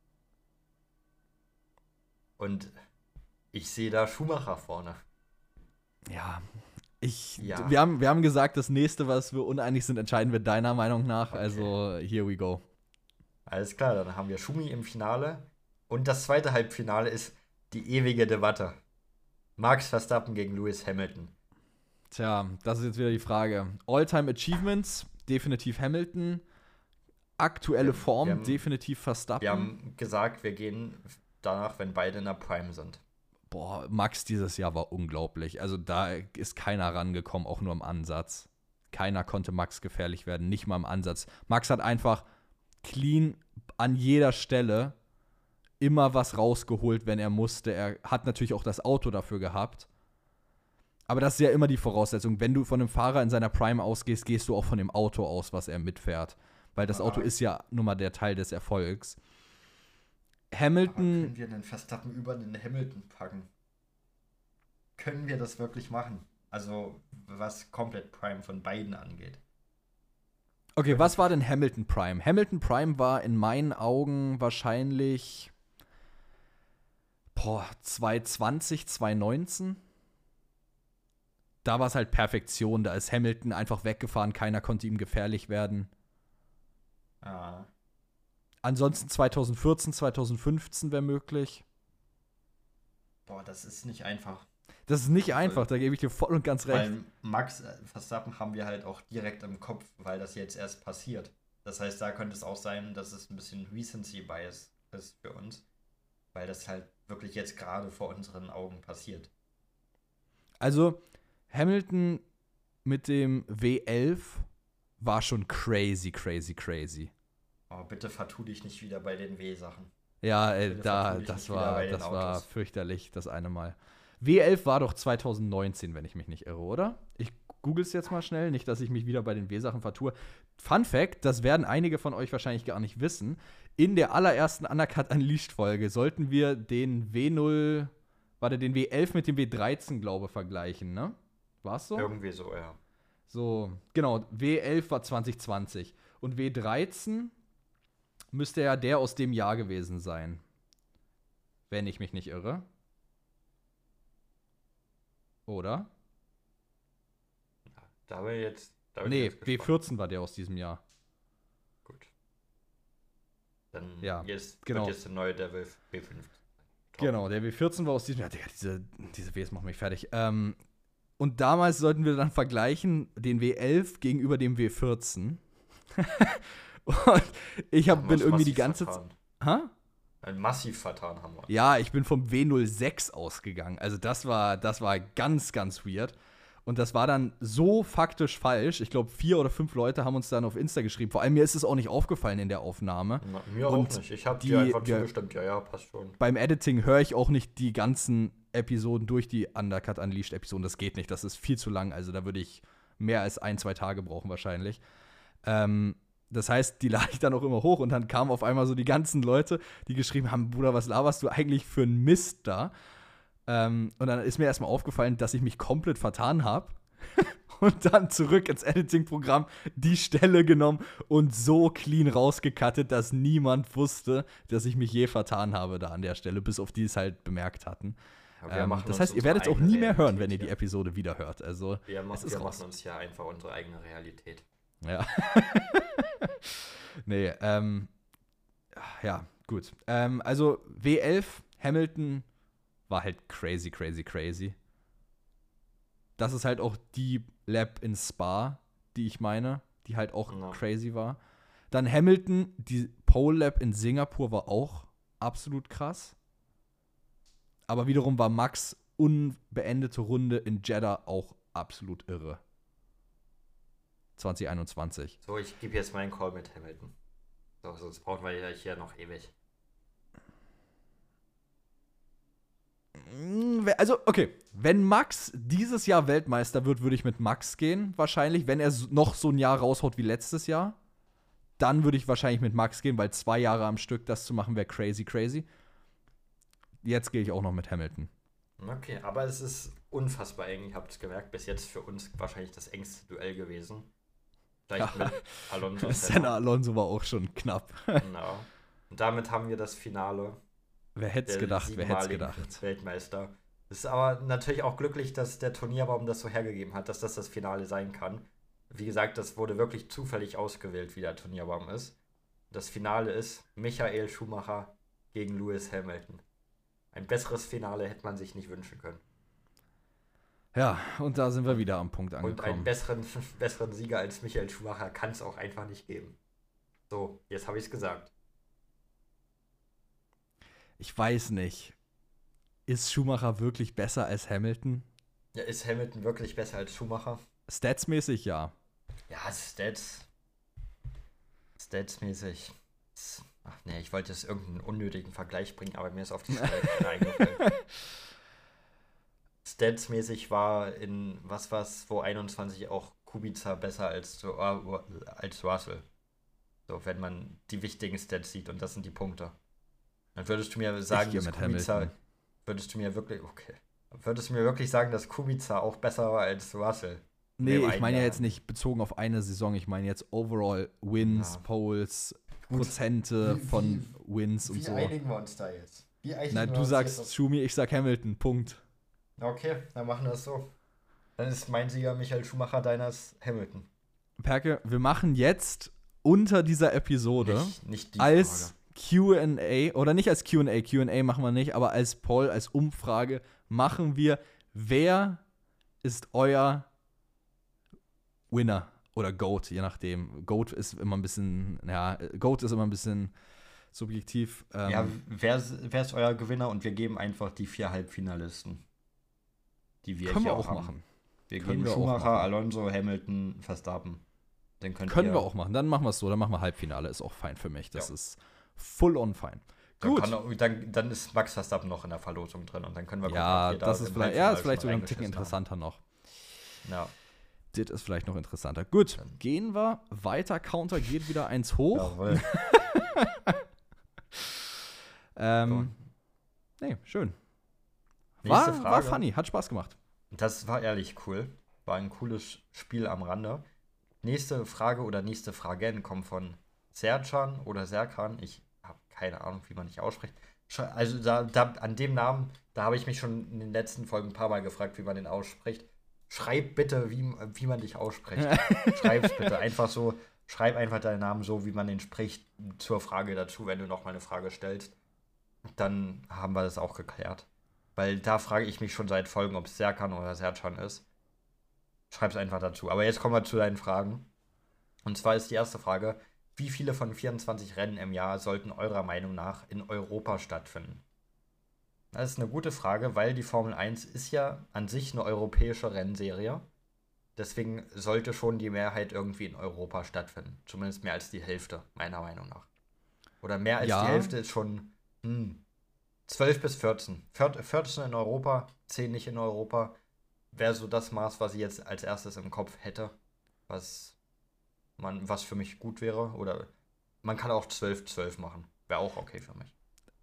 Und ich sehe da Schumacher vorne. Ja, ich, Ja. Wir, haben, wir haben gesagt, das nächste, was wir uneinig sind, entscheiden wir deiner Meinung nach. Okay. Also, here we go. Alles klar, dann haben wir Schumi im Finale. Und das zweite Halbfinale ist die ewige Debatte. Max Verstappen gegen Lewis Hamilton. Tja, das ist jetzt wieder die Frage. All-Time Achievements, definitiv Hamilton. Aktuelle Wir- Form, wir haben- definitiv Verstappen. Wir haben gesagt, wir gehen danach, wenn beide in der Prime sind. Boah, Max dieses Jahr war unglaublich. Also da ist keiner rangekommen, auch nur im Ansatz. Keiner konnte Max gefährlich werden, nicht mal im Ansatz. Max hat einfach clean an jeder Stelle immer was rausgeholt, wenn er musste. Er hat natürlich auch das Auto dafür gehabt. Aber das ist ja immer die Voraussetzung. Wenn du von einem Fahrer in seiner Prime ausgehst, gehst du auch von dem Auto aus, was er mitfährt. Weil das Ah. Auto ist ja nun mal der Teil des Erfolgs. Hamilton, wir den Verstappen über den Hamilton packen? Können wir das wirklich machen? Also, was komplett Prime von beiden angeht. okay, was war denn Hamilton Prime? Hamilton Prime war in meinen Augen wahrscheinlich boah, zwanzig zwanzig, zwanzig neunzehn. Da war es halt Perfektion. Da ist Hamilton einfach weggefahren, keiner konnte ihm gefährlich werden. Ah. Ansonsten zwanzig vierzehn, zwanzig fünfzehn wäre möglich. Boah, das ist nicht einfach. Das ist nicht einfach, da gebe ich dir voll und ganz recht. Weil Max äh, Verstappen haben wir halt auch direkt im Kopf, weil das jetzt erst passiert. Das heißt, da könnte es auch sein, dass es ein bisschen Recency Bias ist für uns. Weil das halt wirklich jetzt gerade vor unseren Augen passiert. Also, Hamilton mit dem W elf war schon crazy, crazy, crazy. Oh, bitte vertu dich nicht wieder bei den W-Sachen. Ja, äh, da, das war, das war fürchterlich, das eine Mal. W elf war doch zwanzig neunzehn, wenn ich mich nicht irre, oder? Ich google es jetzt mal schnell, nicht, dass ich mich wieder bei den W-Sachen vertue. Fun Fact, das werden einige von euch wahrscheinlich gar nicht wissen. In der allerersten Undercut Unleashed-Folge sollten wir den W null, warte, den W elf mit dem W dreizehn, glaube ich, vergleichen, ne? War's so? Irgendwie so, ja. So, genau, W elf war zwanzig zwanzig. Und W dreizehn müsste ja der aus dem Jahr gewesen sein. Wenn ich mich nicht irre. Oder? Da haben wir jetzt. Da nee, jetzt W vierzehn war der aus diesem Jahr. Gut. Dann ja, jetzt genau. wird jetzt der neue der W fünf. Genau, der W vierzehn war aus diesem Jahr. Digga, diese, diese Ws machen mich fertig. Ähm, und damals sollten wir dann vergleichen den W elf gegenüber dem W vierzehn. Und ich hab, bin irgendwie die ganze Zeit. Ha? Ein massiv vertan haben wir. Ja, ich bin vom W null sechs ausgegangen. Also das war, das war ganz, ganz weird. Und das war dann so faktisch falsch. Ich glaube, vier oder fünf Leute haben uns dann auf Insta geschrieben. Vor allem mir ist es auch nicht aufgefallen in der Aufnahme. Na, mir und auch nicht. Ich habe dir einfach zugestimmt. Ja, ja, passt schon. Beim Editing höre ich auch nicht die ganzen Episoden durch, die Undercut Unleashed Episoden. Das geht nicht. Das ist viel zu lang. Also da würde ich mehr als ein, zwei Tage brauchen wahrscheinlich. Ähm, Das heißt, die lade ich dann auch immer hoch und dann kamen auf einmal so die ganzen Leute, die geschrieben haben, Bruder, was laberst du eigentlich für einen Mist da? Ähm, und dann ist mir erstmal aufgefallen, dass ich mich komplett vertan habe und dann zurück ins Editing-Programm die Stelle genommen und so clean rausgecuttet, dass niemand wusste, dass ich mich je vertan habe da an der Stelle, bis auf die es halt bemerkt hatten. Ähm, das heißt, ihr werdet es auch nie mehr hören, wenn ihr die Episode wieder hört. Also, wir machen, es ist wir raus. machen uns ja einfach unsere eigene Realität. Ja. nee, ähm, ja, gut. Ähm, also W elf, Hamilton war halt crazy, crazy, crazy. Das ist halt auch die Lap in Spa, die ich meine, die halt auch no. crazy war. Dann Hamilton, die Pole Lap in Singapur war auch absolut krass. Aber wiederum war Max' unbeendete Runde in Jeddah auch absolut irre. zwanzig einundzwanzig. So, ich gebe jetzt meinen Call mit Hamilton. So, sonst brauchen wir ja hier noch ewig. Also, okay, wenn Max dieses Jahr Weltmeister wird, würde ich mit Max gehen, wahrscheinlich. Wenn er noch so ein Jahr raushaut wie letztes Jahr, dann würde ich wahrscheinlich mit Max gehen, weil zwei Jahre am Stück das zu machen wäre crazy, crazy. Jetzt gehe ich auch noch mit Hamilton. Okay, aber es ist unfassbar eng. Ihr habt es gemerkt, bis jetzt für uns wahrscheinlich das engste Duell gewesen. Vielleicht mit Alonso. Senna Alonso war auch schon knapp. Genau. Und damit haben wir das Finale. Wer hätte es gedacht, wer hätte es gedacht. Weltmeister. Es ist aber natürlich auch glücklich, dass der Turnierbaum das so hergegeben hat, dass das das Finale sein kann. Wie gesagt, das wurde wirklich zufällig ausgewählt, wie der Turnierbaum ist. Das Finale ist Michael Schumacher gegen Lewis Hamilton. Ein besseres Finale hätte man sich nicht wünschen können. Ja, und da sind wir wieder am Punkt angekommen. Und einen besseren, besseren Sieger als Michael Schumacher kann es auch einfach nicht geben. So, jetzt habe ich es gesagt. Ich weiß nicht. Ist Schumacher wirklich besser als Hamilton? Ja, ist Hamilton wirklich besser als Schumacher? Statsmäßig ja. Ja, Stats. Statsmäßig. Ach nee, ich wollte jetzt irgendeinen unnötigen Vergleich bringen, aber mir ist auf die Stelle eingefallen. Statsmäßig war in was was wo einundzwanzig auch Kubica besser als, als Russell. So, wenn man die wichtigen Stats sieht und das sind die Punkte. Dann würdest du mir sagen, dass Kubica, würdest du mir wirklich, okay, würdest du mir wirklich sagen, dass Kubica auch besser war als Russell? Nee, ich meine ja jetzt nicht bezogen auf eine Saison, ich meine jetzt overall Wins, ja. Poles, Prozente wie, von wie, Wins und wie so. Wie einigen wir uns da jetzt? Wie Na, du sagst Schumi, ich sag Hamilton, Punkt. Okay, dann machen wir es so. Dann ist mein Sieger Michael Schumacher, deiner ist Hamilton. Perke, wir machen jetzt unter dieser Episode nicht, nicht die als Q and A, oder nicht als Q and A, Q and A machen wir nicht, aber als Poll, als Umfrage machen wir, wer ist euer Winner oder GOAT, je nachdem. GOAT ist immer ein bisschen, ja, GOAT ist immer ein bisschen subjektiv. Ähm, ja, wer, wer ist euer Gewinner und wir geben einfach die vier Halbfinalisten, die wir können hier wir auch haben. machen. Wir Können gehen wir auch Schumacher, machen. Alonso, Hamilton, Verstappen. Den könnt Können ihr, wir auch machen. Dann machen wir es so. Dann machen wir Halbfinale. Ist auch fein für mich. Das Ja. ist full on fein. Dann, Gut. kann, auch- dann, dann ist Max Verstappen noch in der Verlosung drin und dann können wir Ja, ob wir das ist im vielleicht, ja, Halbfinale ist vielleicht schon sogar ein Ticken reingeschissen interessanter noch. haben. Ja. Das ist vielleicht noch interessanter. Gut, Dann- gehen wir weiter. Counter geht wieder eins hoch. Jawohl. Ähm, nee, schön. Nächste War, war Frage. funny, hat Spaß gemacht. Das war ehrlich cool. War ein cooles Spiel am Rande. Nächste Frage oder nächste Fragen kommen von Sercan oder Serkan. Ich habe keine Ahnung, wie man dich ausspricht. Sch- Also da, da, an dem Namen, da habe ich mich schon in den letzten Folgen ein paar Mal gefragt, wie man den ausspricht. Schreib bitte, wie, wie man dich ausspricht. Schreib's bitte. Einfach so, schreib einfach deinen Namen so, wie man den spricht, zur Frage dazu, wenn du noch mal eine Frage stellst. Dann haben wir das auch geklärt. Weil da frage ich mich schon seit Folgen, ob es Serkan oder Sercan ist. Schreib's einfach dazu. Aber jetzt kommen wir zu deinen Fragen. Und zwar ist die erste Frage: Wie viele von vierundzwanzig Rennen im Jahr sollten eurer Meinung nach in Europa stattfinden? Das ist eine gute Frage, weil die Formel eins ist ja an sich eine europäische Rennserie. Deswegen sollte schon die Mehrheit irgendwie in Europa stattfinden. Zumindest mehr als die Hälfte, meiner Meinung nach. Oder mehr als Ja. die Hälfte ist schon hm, zwölf bis vierzehn. Vier- vierzehn in Europa, zehn nicht in Europa. Wäre so das Maß, was ich jetzt als erstes im Kopf hätte. Was, man, was für mich gut wäre. Oder man kann auch zwölf zwölf machen. Wäre auch okay für mich.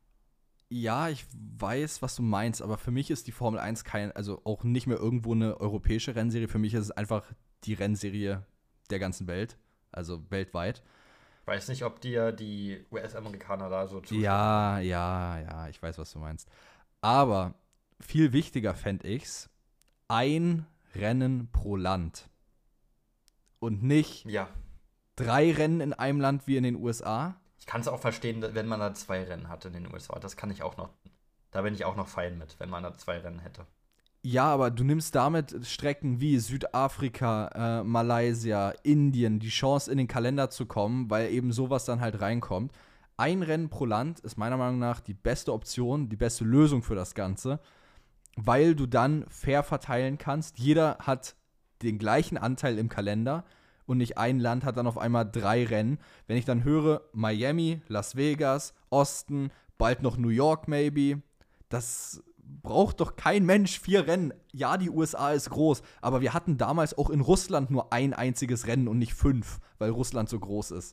Ja, ich weiß, was du meinst, aber für mich ist die Formel eins kein, also auch nicht mehr irgendwo eine europäische Rennserie. Für mich ist es einfach die Rennserie der ganzen Welt, also weltweit. Weiß nicht, ob dir die U S-Amerikaner da so zustimmen. Ja, ja, ja, ich weiß, was du meinst. Aber viel wichtiger fände ich's, ein Rennen pro Land. Und nicht Ja. drei Rennen in einem Land wie in den U S A. Ich kann es auch verstehen, wenn man da zwei Rennen hat in den U S A. Das kann ich auch noch. Da bin ich auch noch fein mit, wenn man da zwei Rennen hätte. Ja, aber du nimmst damit Strecken wie Südafrika, äh, Malaysia, Indien die Chance, in den Kalender zu kommen, weil eben sowas dann halt reinkommt. Ein Rennen pro Land ist meiner Meinung nach die beste Option, die beste Lösung für das Ganze, weil du dann fair verteilen kannst. Jeder hat den gleichen Anteil im Kalender und nicht ein Land hat dann auf einmal drei Rennen. Wenn ich dann höre, Miami, Las Vegas, Austin, bald noch New York maybe, das braucht doch kein Mensch vier Rennen. Ja, die U S A ist groß, aber wir hatten damals auch in Russland nur ein einziges Rennen und nicht fünf, weil Russland so groß ist.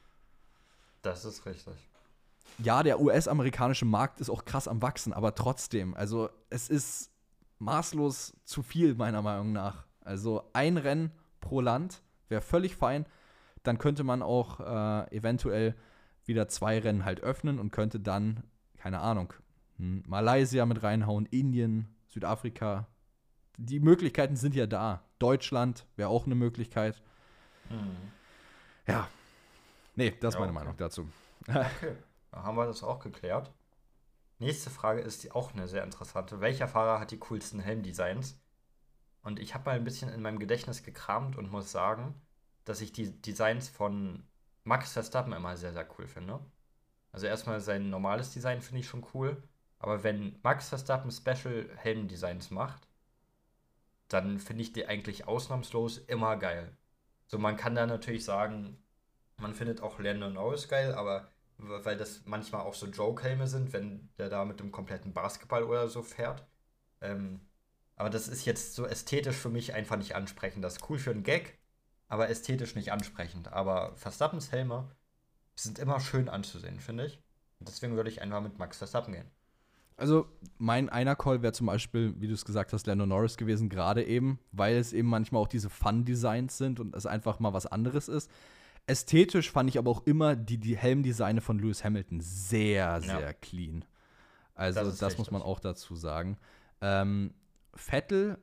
Das ist richtig. Ja, der U S-amerikanische Markt ist auch krass am Wachsen, aber trotzdem, also es ist maßlos zu viel, meiner Meinung nach. Also ein Rennen pro Land wäre völlig fein. Dann könnte man auch äh, eventuell wieder zwei Rennen halt öffnen und könnte dann, keine Ahnung, hm, Malaysia mit reinhauen, Indien, Südafrika. Die Möglichkeiten sind ja da. Deutschland wäre auch eine Möglichkeit. Mhm. Ja. Nee, das ist Ja, meine okay. Meinung dazu. Okay, da haben wir das auch geklärt. Nächste Frage ist die- auch eine sehr interessante. Welcher Fahrer hat die coolsten Helmdesigns? Und ich habe mal ein bisschen in meinem Gedächtnis gekramt und muss sagen, dass ich die Designs von Max Verstappen immer sehr, sehr cool finde. Also erstmal sein normales Design finde ich schon cool. Aber wenn Max Verstappen Special Helmdesigns macht, dann finde ich die eigentlich ausnahmslos immer geil. So, man kann da natürlich sagen, man findet auch Lando Norris geil, aber w- weil das manchmal auch so Joke-Helme sind, wenn der da mit dem kompletten Basketball oder so fährt. Ähm, aber das ist jetzt so ästhetisch für mich einfach nicht ansprechend. Das ist cool für einen Gag, aber ästhetisch nicht ansprechend. Aber Verstappens Helme sind immer schön anzusehen, finde ich. Und deswegen würde ich einfach mit Max Verstappen gehen. Also, mein einer Call wäre zum Beispiel, wie du es gesagt hast, Lando Norris gewesen, gerade eben, weil es eben manchmal auch diese Fun-Designs sind und es einfach mal was anderes ist. Ästhetisch fand ich aber auch immer die, die Helmdesigne von Lewis Hamilton sehr, sehr Ja. clean. Also, Das das, ist muss man richtig. auch dazu sagen. Ähm, Vettel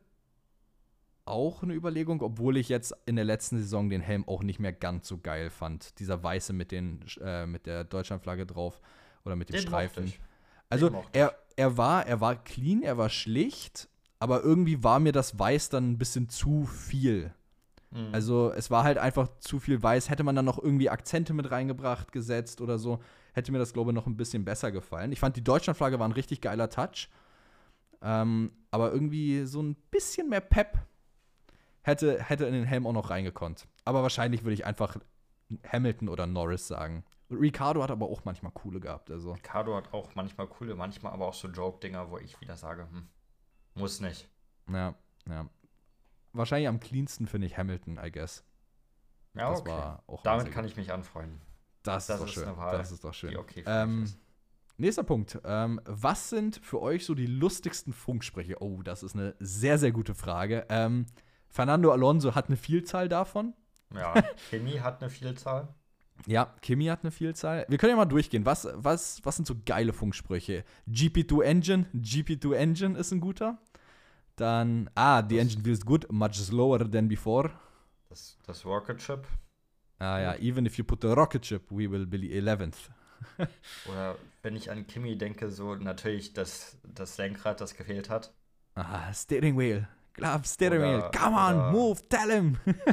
auch eine Überlegung, obwohl ich jetzt in der letzten Saison den Helm auch nicht mehr ganz so geil fand. Dieser weiße mit, den, äh, mit der Deutschlandflagge drauf oder mit dem Den Streifen. mochte ich. Also Den mochte er, er, war, er war clean, er war schlicht, aber irgendwie war mir das Weiß dann ein bisschen zu viel. Mhm. Also es war halt einfach zu viel Weiß. Hätte man dann noch irgendwie Akzente mit reingebracht, gesetzt oder so, hätte mir das, glaube ich, noch ein bisschen besser gefallen. Ich fand, die Deutschlandflagge war ein richtig geiler Touch. Ähm, aber irgendwie so ein bisschen mehr Pep hätte, hätte in den Helm auch noch reingekonnt. Aber wahrscheinlich würde ich einfach Hamilton oder Norris sagen. Ricciardo hat aber auch manchmal coole gehabt. Also. Ricciardo hat auch manchmal coole, manchmal aber auch so Joke-Dinger, wo ich wieder sage, hm, muss nicht. Ja, ja. Wahrscheinlich am cleansten finde ich Hamilton, I guess. Ja, das okay. War auch Damit kann ich mich anfreunden. Das, das ist doch ist schön. eine Wahl, das ist doch schön. die okay für ähm, mich ist. Nächster Punkt. Ähm, was sind für euch so die lustigsten Funksprüche? Oh, das ist eine sehr, sehr gute Frage. Ähm, Fernando Alonso hat eine Vielzahl davon. Ja, Kimi hat eine Vielzahl. Ja, Kimi hat eine Vielzahl. Wir können ja mal durchgehen. Was, was, was sind so geile Funksprüche? G P zwei Engine. G P zwei Engine ist ein guter. Dann, ah, the das, engine feels good, much slower than before. Das, das Rocket Ship. Ah ja, even if you put a rocket ship, we will be eleventh. Oder wenn ich an Kimi denke, so natürlich das, das Lenkrad, das gefehlt hat. Ah, Steering Wheel. Glove, Steering Oder- Wheel. Come on, oder- move, tell him.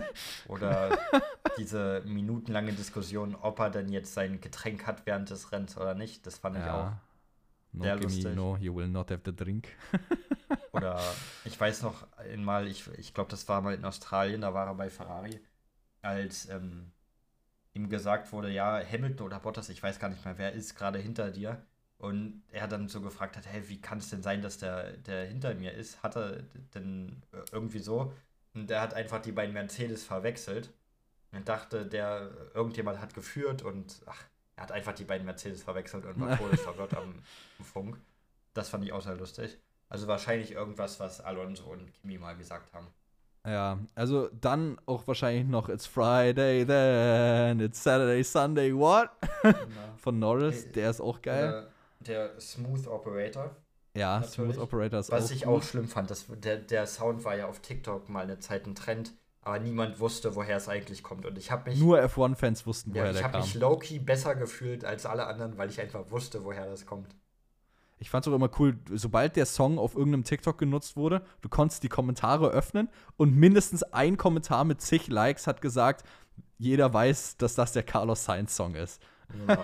Oder diese minutenlange Diskussion, ob er denn jetzt sein Getränk hat während des Rennens oder nicht. Das fand ich auch. No, Sehr Kimi, lustig. no, you will not have the drink. Oder ich weiß noch einmal, ich, ich glaube, das war mal in Australien, da war er bei Ferrari, als ähm, ihm gesagt wurde, ja, Hamilton oder Bottas, ich weiß gar nicht mehr, wer ist gerade hinter dir. Und er dann so gefragt hat, hey, wie kann es denn sein, dass der, der hinter mir ist? Hat er denn irgendwie so? Und er hat einfach die beiden Mercedes verwechselt. Und dachte, der irgendjemand hat geführt und ach, er hat einfach die beiden Mercedes verwechselt und war todesverwirrt am, am Funk. Das fand ich auch sehr lustig. Also wahrscheinlich irgendwas, was Alonso und Kimi mal gesagt haben. Ja, also dann auch wahrscheinlich noch It's Friday then, it's Saturday, Sunday, what? Von Norris, der ist auch geil. Oder der Smooth Operator. Ja, natürlich. Smooth Operator ist Was auch ich gut. auch schlimm fand, das, der, der Sound war ja auf TikTok mal eine Zeit ein Trend, aber niemand wusste, woher es eigentlich kommt. Und ich habe mich, Nur F eins Fans wussten, ja, woher ich der habe kam. mich low-key besser gefühlt als alle anderen, weil ich einfach wusste, woher das kommt. Ich fand's auch immer cool, sobald der Song auf irgendeinem TikTok genutzt wurde, du konntest die Kommentare öffnen und mindestens ein Kommentar mit zig Likes hat gesagt, jeder weiß, dass das der Carlos Sainz Song ist. Ja.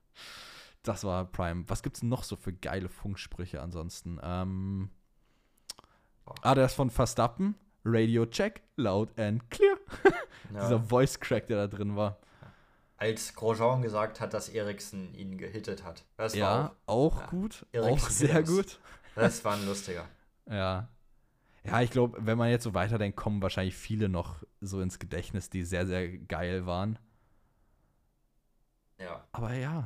Das war Prime. Was gibt's noch so für geile Funksprüche ansonsten? Ähm, ah, der ist von Verstappen. Radio check, loud and clear. Ja. Dieser Voice Crack, der da drin war. Als Grosjean gesagt hat, dass Eriksen ihn gehittet hat. Das war Ja, auch, ja. gut. Eriksen auch sehr Williams. gut. auch, das war ein lustiger. Ja. Ja, ich glaube, wenn man jetzt so weiterdenkt, kommen wahrscheinlich viele noch so ins Gedächtnis, die sehr, sehr geil waren. Ja. Aber ja.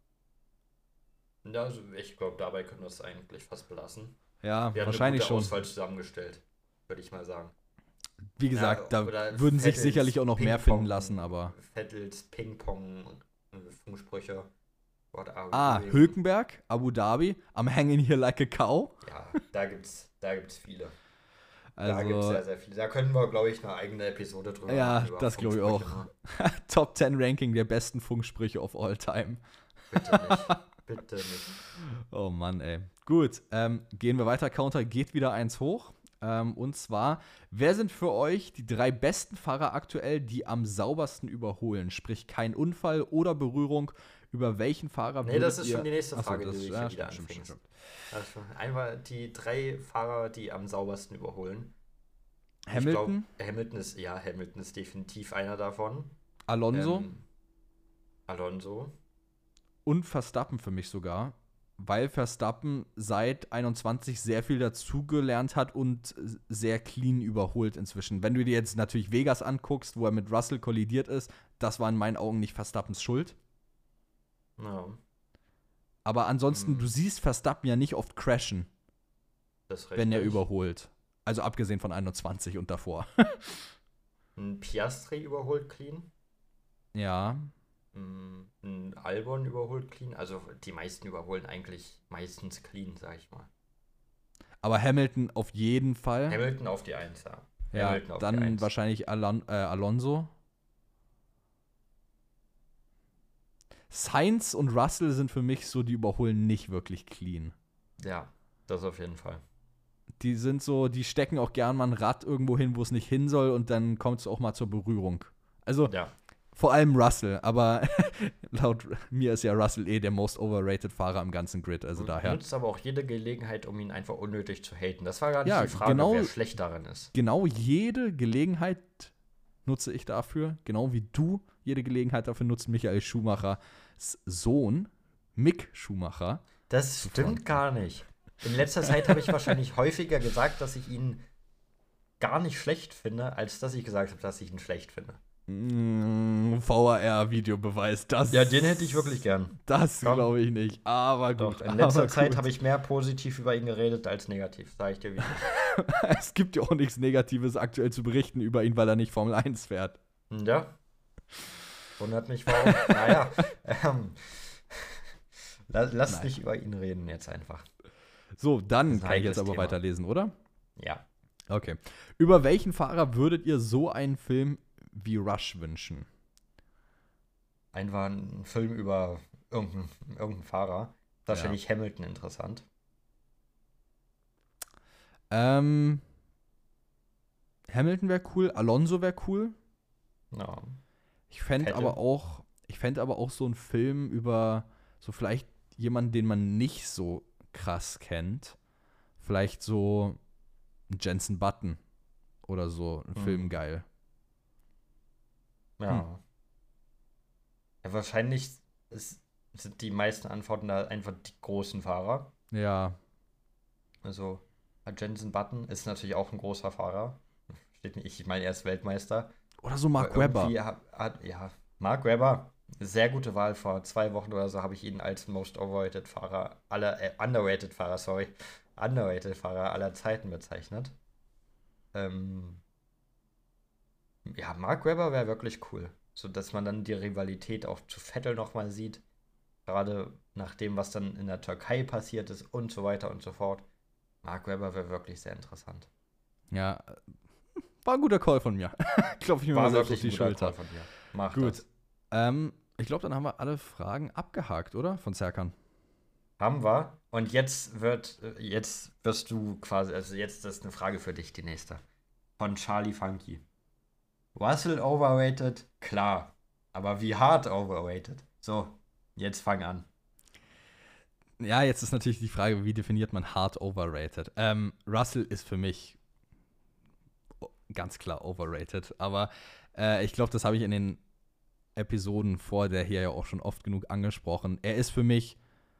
Also ich glaube, dabei können wir es eigentlich fast belassen. Ja, Wir haben wahrscheinlich eine gute schon. Auswahl zusammengestellt, würde ich mal sagen. Wie gesagt, Ja, da oder würden sich Vettels sicherlich auch noch mehr Ping-Pong- finden lassen, aber. Vettels Ping-Pong, äh, Funksprüche. What are we Ah, doing? Hülkenberg, Abu Dhabi, I'm hanging here like a cow. Ja, da gibt's, da gibt's viele. Da gibt's Also, sehr, sehr viele. Da können wir, glaube ich, eine eigene Episode drüber Ja, machen. über das glaub ich Funksprüche, auch. ne? Top zehn Ranking der besten Funksprüche of all time. Bitte nicht. Bitte nicht. Oh Mann, ey. Gut, ähm, gehen wir weiter. Counter geht wieder eins hoch. Ähm, und zwar, wer sind für euch die drei besten Fahrer aktuell, die am saubersten überholen? Sprich, kein Unfall oder Berührung. Über welchen Fahrer Nee, würdet das ist ihr schon die nächste Achso, Frage, das- die du ja, hier wieder stimmt, stimmt, anfängst. stimmt. Also einmal die drei Fahrer, die am saubersten überholen. Hamilton, Ich glaub, Hamilton ist, ja, Hamilton ist definitiv einer davon. Alonso Ähm, Alonso. und Verstappen für mich sogar. Weil Verstappen seit einundzwanzig sehr viel dazugelernt hat und sehr clean überholt inzwischen. Wenn du dir jetzt natürlich Vegas anguckst, wo er mit Russell kollidiert ist, das war in meinen Augen nicht Verstappens Schuld. Ja, Aber ansonsten, Hm. du siehst Verstappen ja nicht oft crashen, das ist wenn er richtig. überholt. Also abgesehen von einundzwanzig und davor. Ein Piastri überholt clean. Ja, Ein ein Albon überholt clean. Also die meisten überholen eigentlich meistens clean, sag ich mal. aber Hamilton auf jeden Fall. Hamilton auf die Eins, ja. ja, Hamilton auf die dann Eins. wahrscheinlich Alon äh, Alonso. Sainz und Russell sind für mich so, die überholen nicht wirklich clean. Ja, das auf jeden Fall. Die sind so, die stecken auch gern mal ein Rad irgendwo hin, wo es nicht hin soll und dann kommt es auch mal zur Berührung. Also Ja, Vor allem Russell, aber laut mir ist ja Russell eh der most overrated Fahrer im ganzen Grid, also Du daher. nutzt aber auch jede Gelegenheit, um ihn einfach unnötig zu haten. Das war gar nicht Ja, die Frage, genau- wer schlecht darin ist. Genau jede Gelegenheit nutze ich dafür, genau wie du jede Gelegenheit dafür nutzt, Michael Schumachers Sohn, Mick Schumacher. Das Zu stimmt fronten. gar nicht. In letzter Zeit habe ich wahrscheinlich häufiger gesagt, dass ich ihn gar nicht schlecht finde, als dass ich gesagt habe, dass ich ihn schlecht finde. Mm, V R R-Videobeweis, das. Ja, den hätte ich wirklich gern. Das Komm. glaube ich nicht, aber gut. Doch, in letzter aber Zeit gut. habe ich mehr positiv über ihn geredet als negativ, sage ich dir wieder. Es gibt ja auch nichts Negatives aktuell zu berichten über ihn, weil er nicht Formel eins fährt. Ja. Wundert mich, warum. Naja, ähm, lass, lass Nein. nicht über ihn reden jetzt einfach. So, dann Das ist ein kann ich heikles jetzt aber Thema. weiterlesen, oder? Ja. Okay. Über welchen Fahrer würdet ihr so einen Film wie Rush wünschen? Einfach ein Film über irgendeinen irgendein Fahrer. Wahrscheinlich Hamilton interessant. Ähm, Hamilton wäre cool, Alonso wäre cool. Ja. Ich fände Vettel. aber auch, ich fände aber auch so einen Film über so vielleicht jemanden, den man nicht so krass kennt. Vielleicht so einen Jensen Button oder so, ein Mhm. Film geil. Ja. Hm. Ja, wahrscheinlich ist, sind die meisten Antworten da einfach die großen Fahrer. Ja, Also Jensen Button ist natürlich auch ein großer Fahrer. Steht nicht, ich meine, er ist Weltmeister. oder so Mark Aber Webber. irgendwie Hat, hat, ja, Mark Webber, sehr gute Wahl. Vor zwei Wochen oder so habe ich ihn als most overrated Fahrer aller, äh, underrated Fahrer, sorry, underrated Fahrer aller Zeiten bezeichnet. Ähm, ja, Mark Webber wäre wirklich cool. So dass man dann die Rivalität auch zu Vettel nochmal sieht. Gerade nach dem, was dann in der Türkei passiert ist und so weiter und so fort. Mark Webber wäre wirklich sehr interessant. Ja, war ein guter Call von mir. Klopfe ich mir mal selbst auf die ein guter Schulter. Call von dir. Mach Gut. das. Ähm, ich glaube, dann haben wir alle Fragen abgehakt, oder? Von Serkan. Haben wir. Und jetzt wird, äh, jetzt wirst du quasi, also jetzt ist eine Frage für dich, die nächste. Von Charlie Funky. Russell overrated? Klar. Aber wie hart overrated? So, jetzt fang an. Ja, jetzt ist natürlich die Frage, wie definiert man hard overrated? Ähm, Russell ist für mich o- ganz klar overrated, aber äh, ich glaube, das habe ich in den Episoden vor der hier ja auch schon oft genug angesprochen. Er ist für mich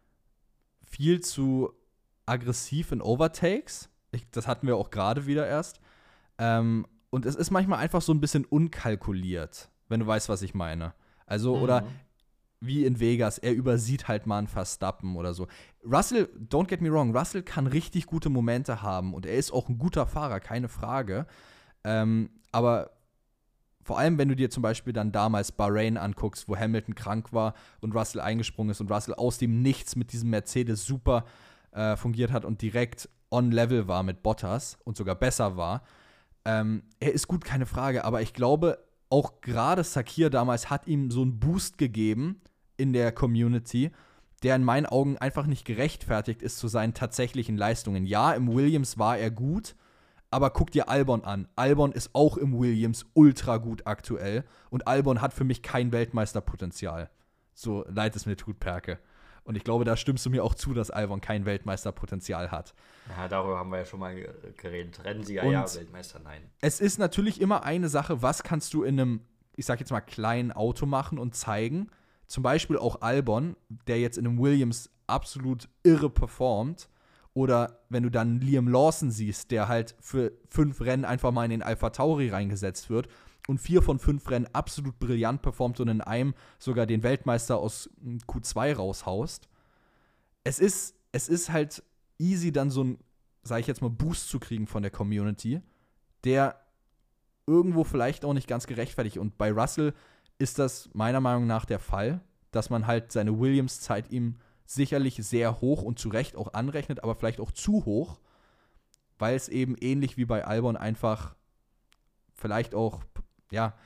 viel zu aggressiv in Overtakes. Ich, das hatten wir auch gerade wieder erst. Ähm, und es ist manchmal einfach so ein bisschen unkalkuliert, wenn du weißt, was ich meine. Also, oder Mhm. wie in Vegas, er übersieht halt mal einen Verstappen oder so. Russell, don't get me wrong, Russell kann richtig gute Momente haben und er ist auch ein guter Fahrer, keine Frage. Ähm, aber vor allem, wenn du dir zum Beispiel dann damals Bahrain anguckst, wo Hamilton krank war und Russell eingesprungen ist und Russell aus dem Nichts mit diesem Mercedes super äh, fungiert hat und direkt on level war mit Bottas und sogar besser war. Ähm, er ist gut, keine Frage, aber ich glaube, auch gerade Sakir damals hat ihm so einen Boost gegeben in der Community, der in meinen Augen einfach nicht gerechtfertigt ist zu seinen tatsächlichen Leistungen. Ja, im Williams war er gut, aber guck dir Albon an. Albon ist auch im Williams ultra gut aktuell und Albon hat für mich kein Weltmeisterpotenzial. So leid es mir tut, Perke. Und ich glaube, da stimmst du mir auch zu, dass Albon kein Weltmeisterpotenzial hat. Ja, darüber haben wir ja schon mal ge- geredet. Rennsieger, Und- ja, Weltmeister, nein. Es ist natürlich immer eine Sache, was kannst du in einem, ich sag jetzt mal, kleinen Auto machen und zeigen. Zum Beispiel auch Albon, der jetzt in einem Williams absolut irre performt. Oder wenn du dann Liam Lawson siehst, der halt für fünf Rennen einfach mal in den Alpha Tauri reingesetzt wird und vier von fünf Rennen absolut brillant performt und in einem sogar den Weltmeister aus Q zwei raushaust. Es ist, es ist halt easy, dann so ein, sag ich jetzt mal, Boost zu kriegen von der Community, der irgendwo vielleicht auch nicht ganz gerechtfertigt. Und bei Russell ist das meiner Meinung nach der Fall, dass man halt seine Williams-Zeit ihm sicherlich sehr hoch und zu Recht auch anrechnet, aber vielleicht auch zu hoch, weil es eben ähnlich wie bei Albon einfach vielleicht auch, ja,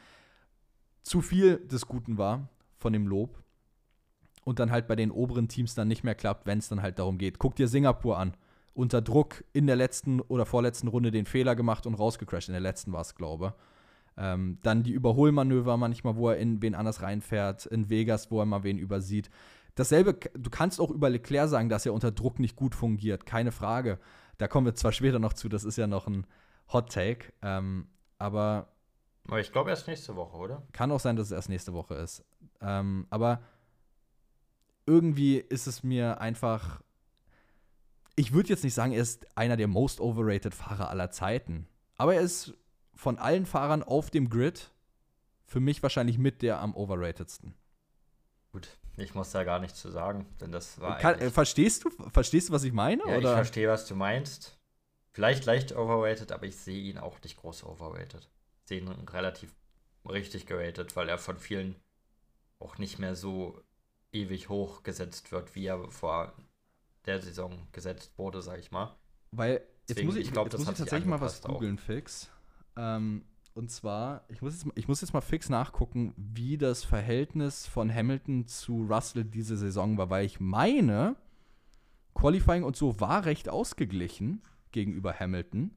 zu viel des Guten war von dem Lob und dann halt bei den oberen Teams dann nicht mehr klappt, wenn es dann halt darum geht. Guck dir Singapur an. Unter Druck in der letzten oder vorletzten Runde den Fehler gemacht und rausgecrashed. In der letzten war es, glaube ich. Ähm, dann die Überholmanöver manchmal, wo er in wen anders reinfährt. In Vegas, wo er mal wen übersieht. Dasselbe, du kannst auch über Leclerc sagen, dass er unter Druck nicht gut fungiert. Keine Frage. Da kommen wir zwar später noch zu, das ist ja noch ein Hot Take. Ähm, aber Aber ich glaube erst nächste Woche, oder? kann auch sein, dass es erst nächste Woche ist. Ähm, aber irgendwie ist es mir einfach. Ich würde jetzt nicht sagen, er ist einer der most overrated Fahrer aller Zeiten. Aber er ist von allen Fahrern auf dem Grid für mich wahrscheinlich mit der am overratedsten. Gut, ich muss da gar nichts zu sagen, denn das war Kann, eigentlich. äh, verstehst du, verstehst du, was ich meine? Ja, oder? ich verstehe, was du meinst. Vielleicht leicht overrated, aber ich sehe ihn auch nicht groß overrated. Ich sehe ihn relativ richtig geratet, weil er von vielen auch nicht mehr so ewig hoch gesetzt wird, wie er vor der Saison gesetzt wurde, sag ich mal. Weil, jetzt Deswegen, muss ich, ich glaub, jetzt das muss hat ich sich tatsächlich mal was angepasst auch. googeln, fix. Ähm, und zwar, ich muss, jetzt, mal- ich muss jetzt mal fix nachgucken, wie das Verhältnis von Hamilton zu Russell diese Saison war, weil ich meine, Qualifying und so war recht ausgeglichen gegenüber Hamilton.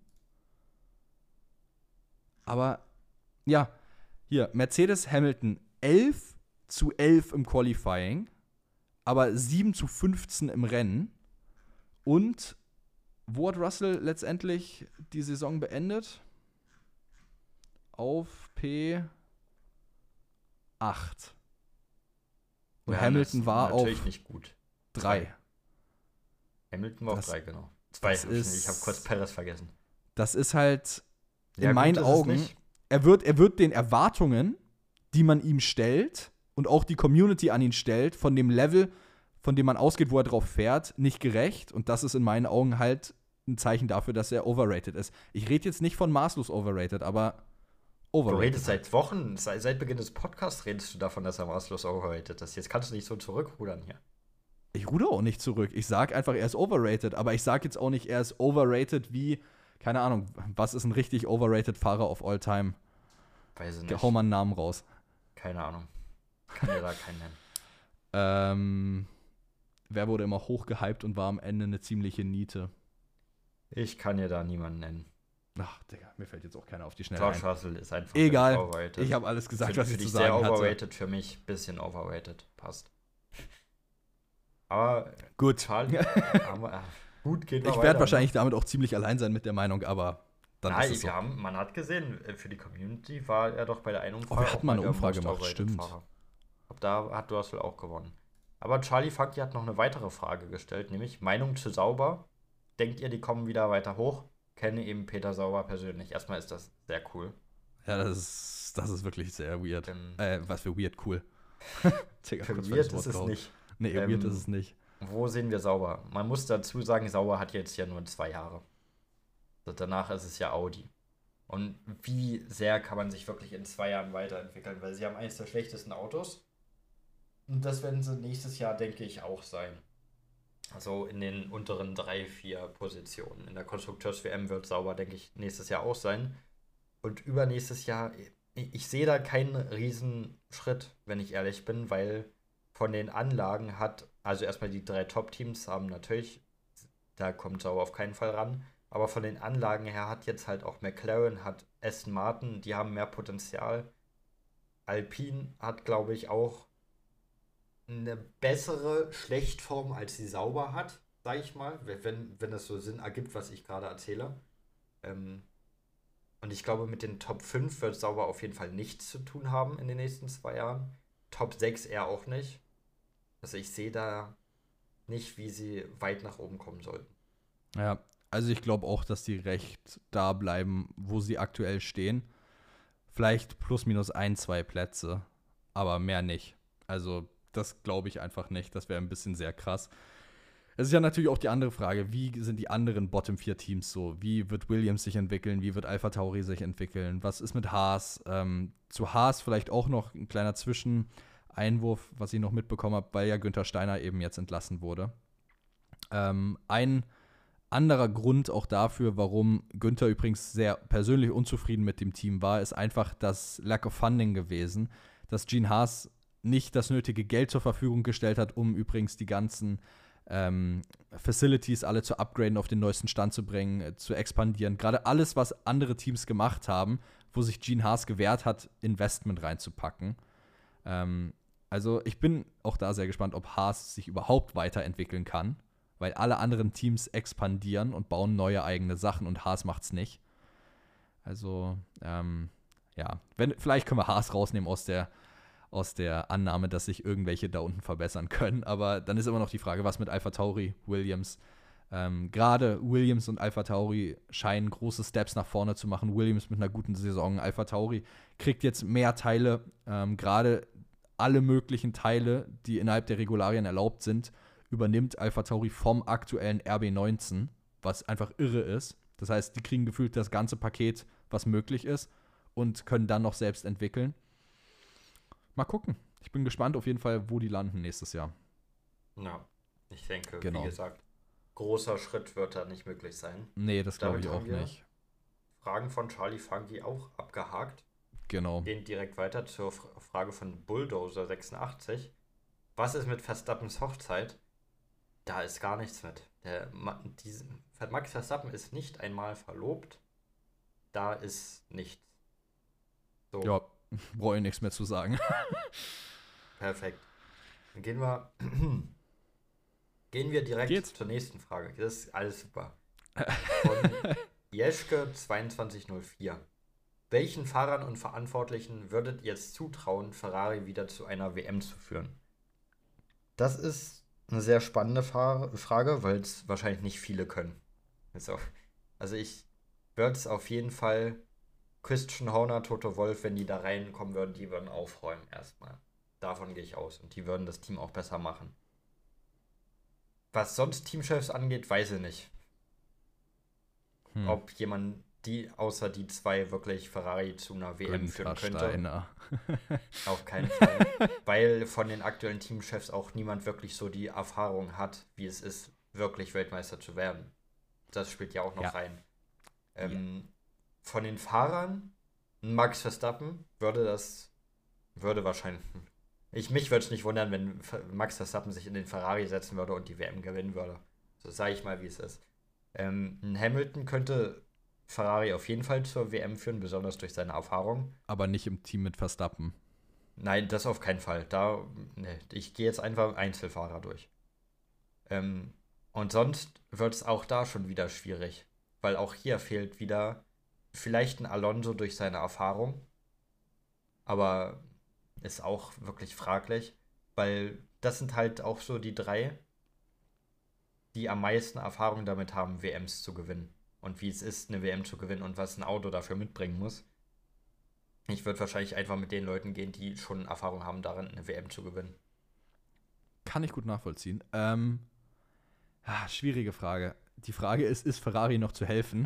Aber, ja, hier, Mercedes Hamilton elf zu elf im Qualifying, aber sieben zu fünfzehn im Rennen. Und wo hat Russell letztendlich die Saison beendet? Auf P acht. Und Ja, Hamilton das war natürlich auf nicht gut. drei. Hamilton war Das- auf drei, genau. Zwei, das hab ich, ist- ich habe kurz Perez vergessen. Das ist halt in Ja, gut, meinen ist es Augen, nicht. er wird, er wird den Erwartungen, die man ihm stellt und auch die Community an ihn stellt, von dem Level, von dem man ausgeht, wo er drauf fährt, nicht gerecht. Und das ist in meinen Augen halt ein Zeichen dafür, dass er overrated ist. Ich rede jetzt nicht von maßlos overrated, aber Du overrated. redest seit Wochen, seit, seit Beginn des Podcasts redest du davon, dass er maßlos overrated ist. Jetzt kannst du nicht so zurückrudern hier. Ich ruder auch nicht zurück. Ich sag einfach, er ist overrated. Aber ich sag jetzt auch nicht, er ist overrated wie, keine Ahnung, was ist ein richtig overrated Fahrer of all time? Weiß ich nicht. Hau mal einen Namen raus. Keine Ahnung. Kann dir da keinen nennen. Ähm, wer wurde immer hochgehypt und war am Ende eine ziemliche Niete? Ich kann dir da niemanden nennen. Ach, Digga, mir fällt jetzt auch keiner auf die Schnelle George ein. Russell ist einfach Egal, overrated. ich habe alles gesagt, für, was für ich zu dich sagen sehr hatte. overrated, für mich bisschen overrated. Passt. Aber Gut. Charlie, haben wir, ah, gut, geht Ich weiter, werde ne? wahrscheinlich damit auch ziemlich allein sein mit der Meinung, aber dann Nein, ist es so. wir haben, man hat gesehen, äh, für die Community war er doch bei der einen Umfrage. Oh, wir hatten auch mal eine der Umfrage most gemacht, overrated stimmt. Fahrer. Ab da hat Russell auch gewonnen. Aber Charlie Funky hat noch eine weitere Frage gestellt, nämlich Meinung zu Sauber. Denkt ihr, die kommen wieder weiter hoch? Kenne eben Peter Sauber persönlich. Erstmal ist das sehr cool. Ja, das ist, das ist wirklich sehr weird. Ähm, Äh, was für weird, cool. Digga, für kurz weird falsches Wort ist es gehauen. nicht. Nee, Ähm, weird ist es nicht. Wo sehen wir Sauber? Man muss dazu sagen, Sauber hat jetzt ja nur zwei Jahre. So, danach ist es ja Audi. Und wie sehr kann man sich wirklich in zwei Jahren weiterentwickeln? Weil sie haben eines der schlechtesten Autos. Und das werden sie nächstes Jahr, denke ich, auch sein. Also in den unteren drei, vier Positionen. In der Konstrukteurs-W M wird Sauber, denke ich, nächstes Jahr auch sein. Und übernächstes Jahr, ich, ich sehe da keinen riesen Schritt, wenn ich ehrlich bin, weil von den Anlagen hat, also erstmal die drei Top-Teams haben natürlich, da kommt Sauber auf keinen Fall ran, aber von den Anlagen her hat jetzt halt auch McLaren, hat Aston Martin, die haben mehr Potenzial. Alpine hat, glaube ich, auch eine bessere Schlechtform, als sie Sauber hat, sage ich mal, wenn, wenn das so Sinn ergibt, was ich gerade erzähle. Ähm, und ich glaube, mit den Top fünf wird Sauber auf jeden Fall nichts zu tun haben in den nächsten zwei Jahren. Top sechs eher auch nicht. Also ich sehe da nicht, wie sie weit nach oben kommen sollten. Ja, also ich glaube auch, dass die recht da bleiben, wo sie aktuell stehen. Vielleicht plus minus ein, zwei Plätze, aber mehr nicht. Also das glaube ich einfach nicht. Das wäre ein bisschen sehr krass. Es ist ja natürlich auch die andere Frage, wie sind die anderen Bottom vier Teams so? Wie wird Williams sich entwickeln? Wie wird AlphaTauri sich entwickeln? Was ist mit Haas? Ähm, zu Haas vielleicht auch noch ein kleiner Zwischeneinwurf, was ich noch mitbekommen habe, weil ja Günther Steiner eben jetzt entlassen wurde. Ähm, ein anderer Grund auch dafür, warum Günther übrigens sehr persönlich unzufrieden mit dem Team war, ist einfach das Lack of Funding gewesen, dass Gene Haas nicht das nötige Geld zur Verfügung gestellt hat, um übrigens die ganzen ähm, Facilities alle zu upgraden, auf den neuesten Stand zu bringen, äh, zu expandieren. Gerade alles, was andere Teams gemacht haben, wo sich Gene Haas gewehrt hat, Investment reinzupacken. Ähm, also ich bin auch da sehr gespannt, ob Haas sich überhaupt weiterentwickeln kann, weil alle anderen Teams expandieren und bauen neue eigene Sachen und Haas macht's nicht. Also, ähm, ja, wenn, vielleicht können wir Haas rausnehmen aus der, aus der Annahme, dass sich irgendwelche da unten verbessern können. Aber dann ist immer noch die Frage, was mit AlphaTauri, Williams. Ähm, Gerade Williams und AlphaTauri scheinen große Steps nach vorne zu machen. Williams mit einer guten Saison. AlphaTauri kriegt jetzt mehr Teile, ähm, gerade alle möglichen Teile, die innerhalb der Regularien erlaubt sind, übernimmt AlphaTauri vom aktuellen R B neunzehn, was einfach irre ist. Das heißt, die kriegen gefühlt das ganze Paket, was möglich ist, und können dann noch selbst entwickeln. Mal gucken. Ich bin gespannt auf jeden Fall, wo die landen nächstes Jahr. Ja, ich denke, Genau. wie gesagt, großer Schritt wird da nicht möglich sein. Nee, das glaube ich Damit auch haben wir nicht. Fragen von Charlie Funky auch abgehakt. Genau. Gehen direkt weiter zur F- Frage von Bulldozer sechsundachtzig. Was ist mit Verstappens Hochzeit? Da ist gar nichts mit. Der, Ma- diese, Max Verstappen ist nicht einmal verlobt. Da ist nichts. So, Ja, brauche ich nichts mehr zu sagen. perfekt. Dann gehen wir, gehen wir direkt Geht's? zur nächsten Frage. Das ist alles super. Von Jeschke zweiundzwanzig null vier. Welchen Fahrern und Verantwortlichen würdet ihr es zutrauen, Ferrari wieder zu einer W M zu führen? Das ist eine sehr spannende Fa- Frage, weil es wahrscheinlich nicht viele können. Ist auch, also ich würde es auf jeden Fall Christian Horner, Toto Wolff, wenn die da reinkommen würden, die würden aufräumen erstmal. Davon gehe ich aus. Und die würden das Team auch besser machen. Was sonst Teamchefs angeht, weiß ich nicht. Hm. Ob jemand, die außer die zwei wirklich Ferrari zu einer W M führen Günther könnte. Steiner. Auf keinen Fall. Weil von den aktuellen Teamchefs auch niemand wirklich so die Erfahrung hat, wie es ist, wirklich Weltmeister zu werden. Das spielt ja auch noch Ja. rein. Ähm, Von den Fahrern, Max Verstappen würde das, würde wahrscheinlich, ich, mich würde es nicht wundern, wenn F- Max Verstappen sich in den Ferrari setzen würde und die W M gewinnen würde. So sage ich mal, wie es ist. Ähm, ein Hamilton könnte Ferrari auf jeden Fall zur W M führen, besonders durch seine Erfahrung. Aber nicht im Team mit Verstappen. Nein, das auf keinen Fall. Da, ne, ich gehe jetzt einfach Einzelfahrer durch. Ähm, und sonst wird es auch da schon wieder schwierig, weil auch hier fehlt wieder vielleicht ein Alonso durch seine Erfahrung, aber ist auch wirklich fraglich, weil das sind halt auch so die drei, die am meisten Erfahrung damit haben, W Ms zu gewinnen. Und wie es ist, eine W M zu gewinnen und was ein Auto dafür mitbringen muss. Ich würde wahrscheinlich einfach mit den Leuten gehen, die schon Erfahrung haben darin, eine W M zu gewinnen. Kann ich gut nachvollziehen. Ähm, ah, schwierige Frage. Die Frage ist, ist Ferrari noch zu helfen?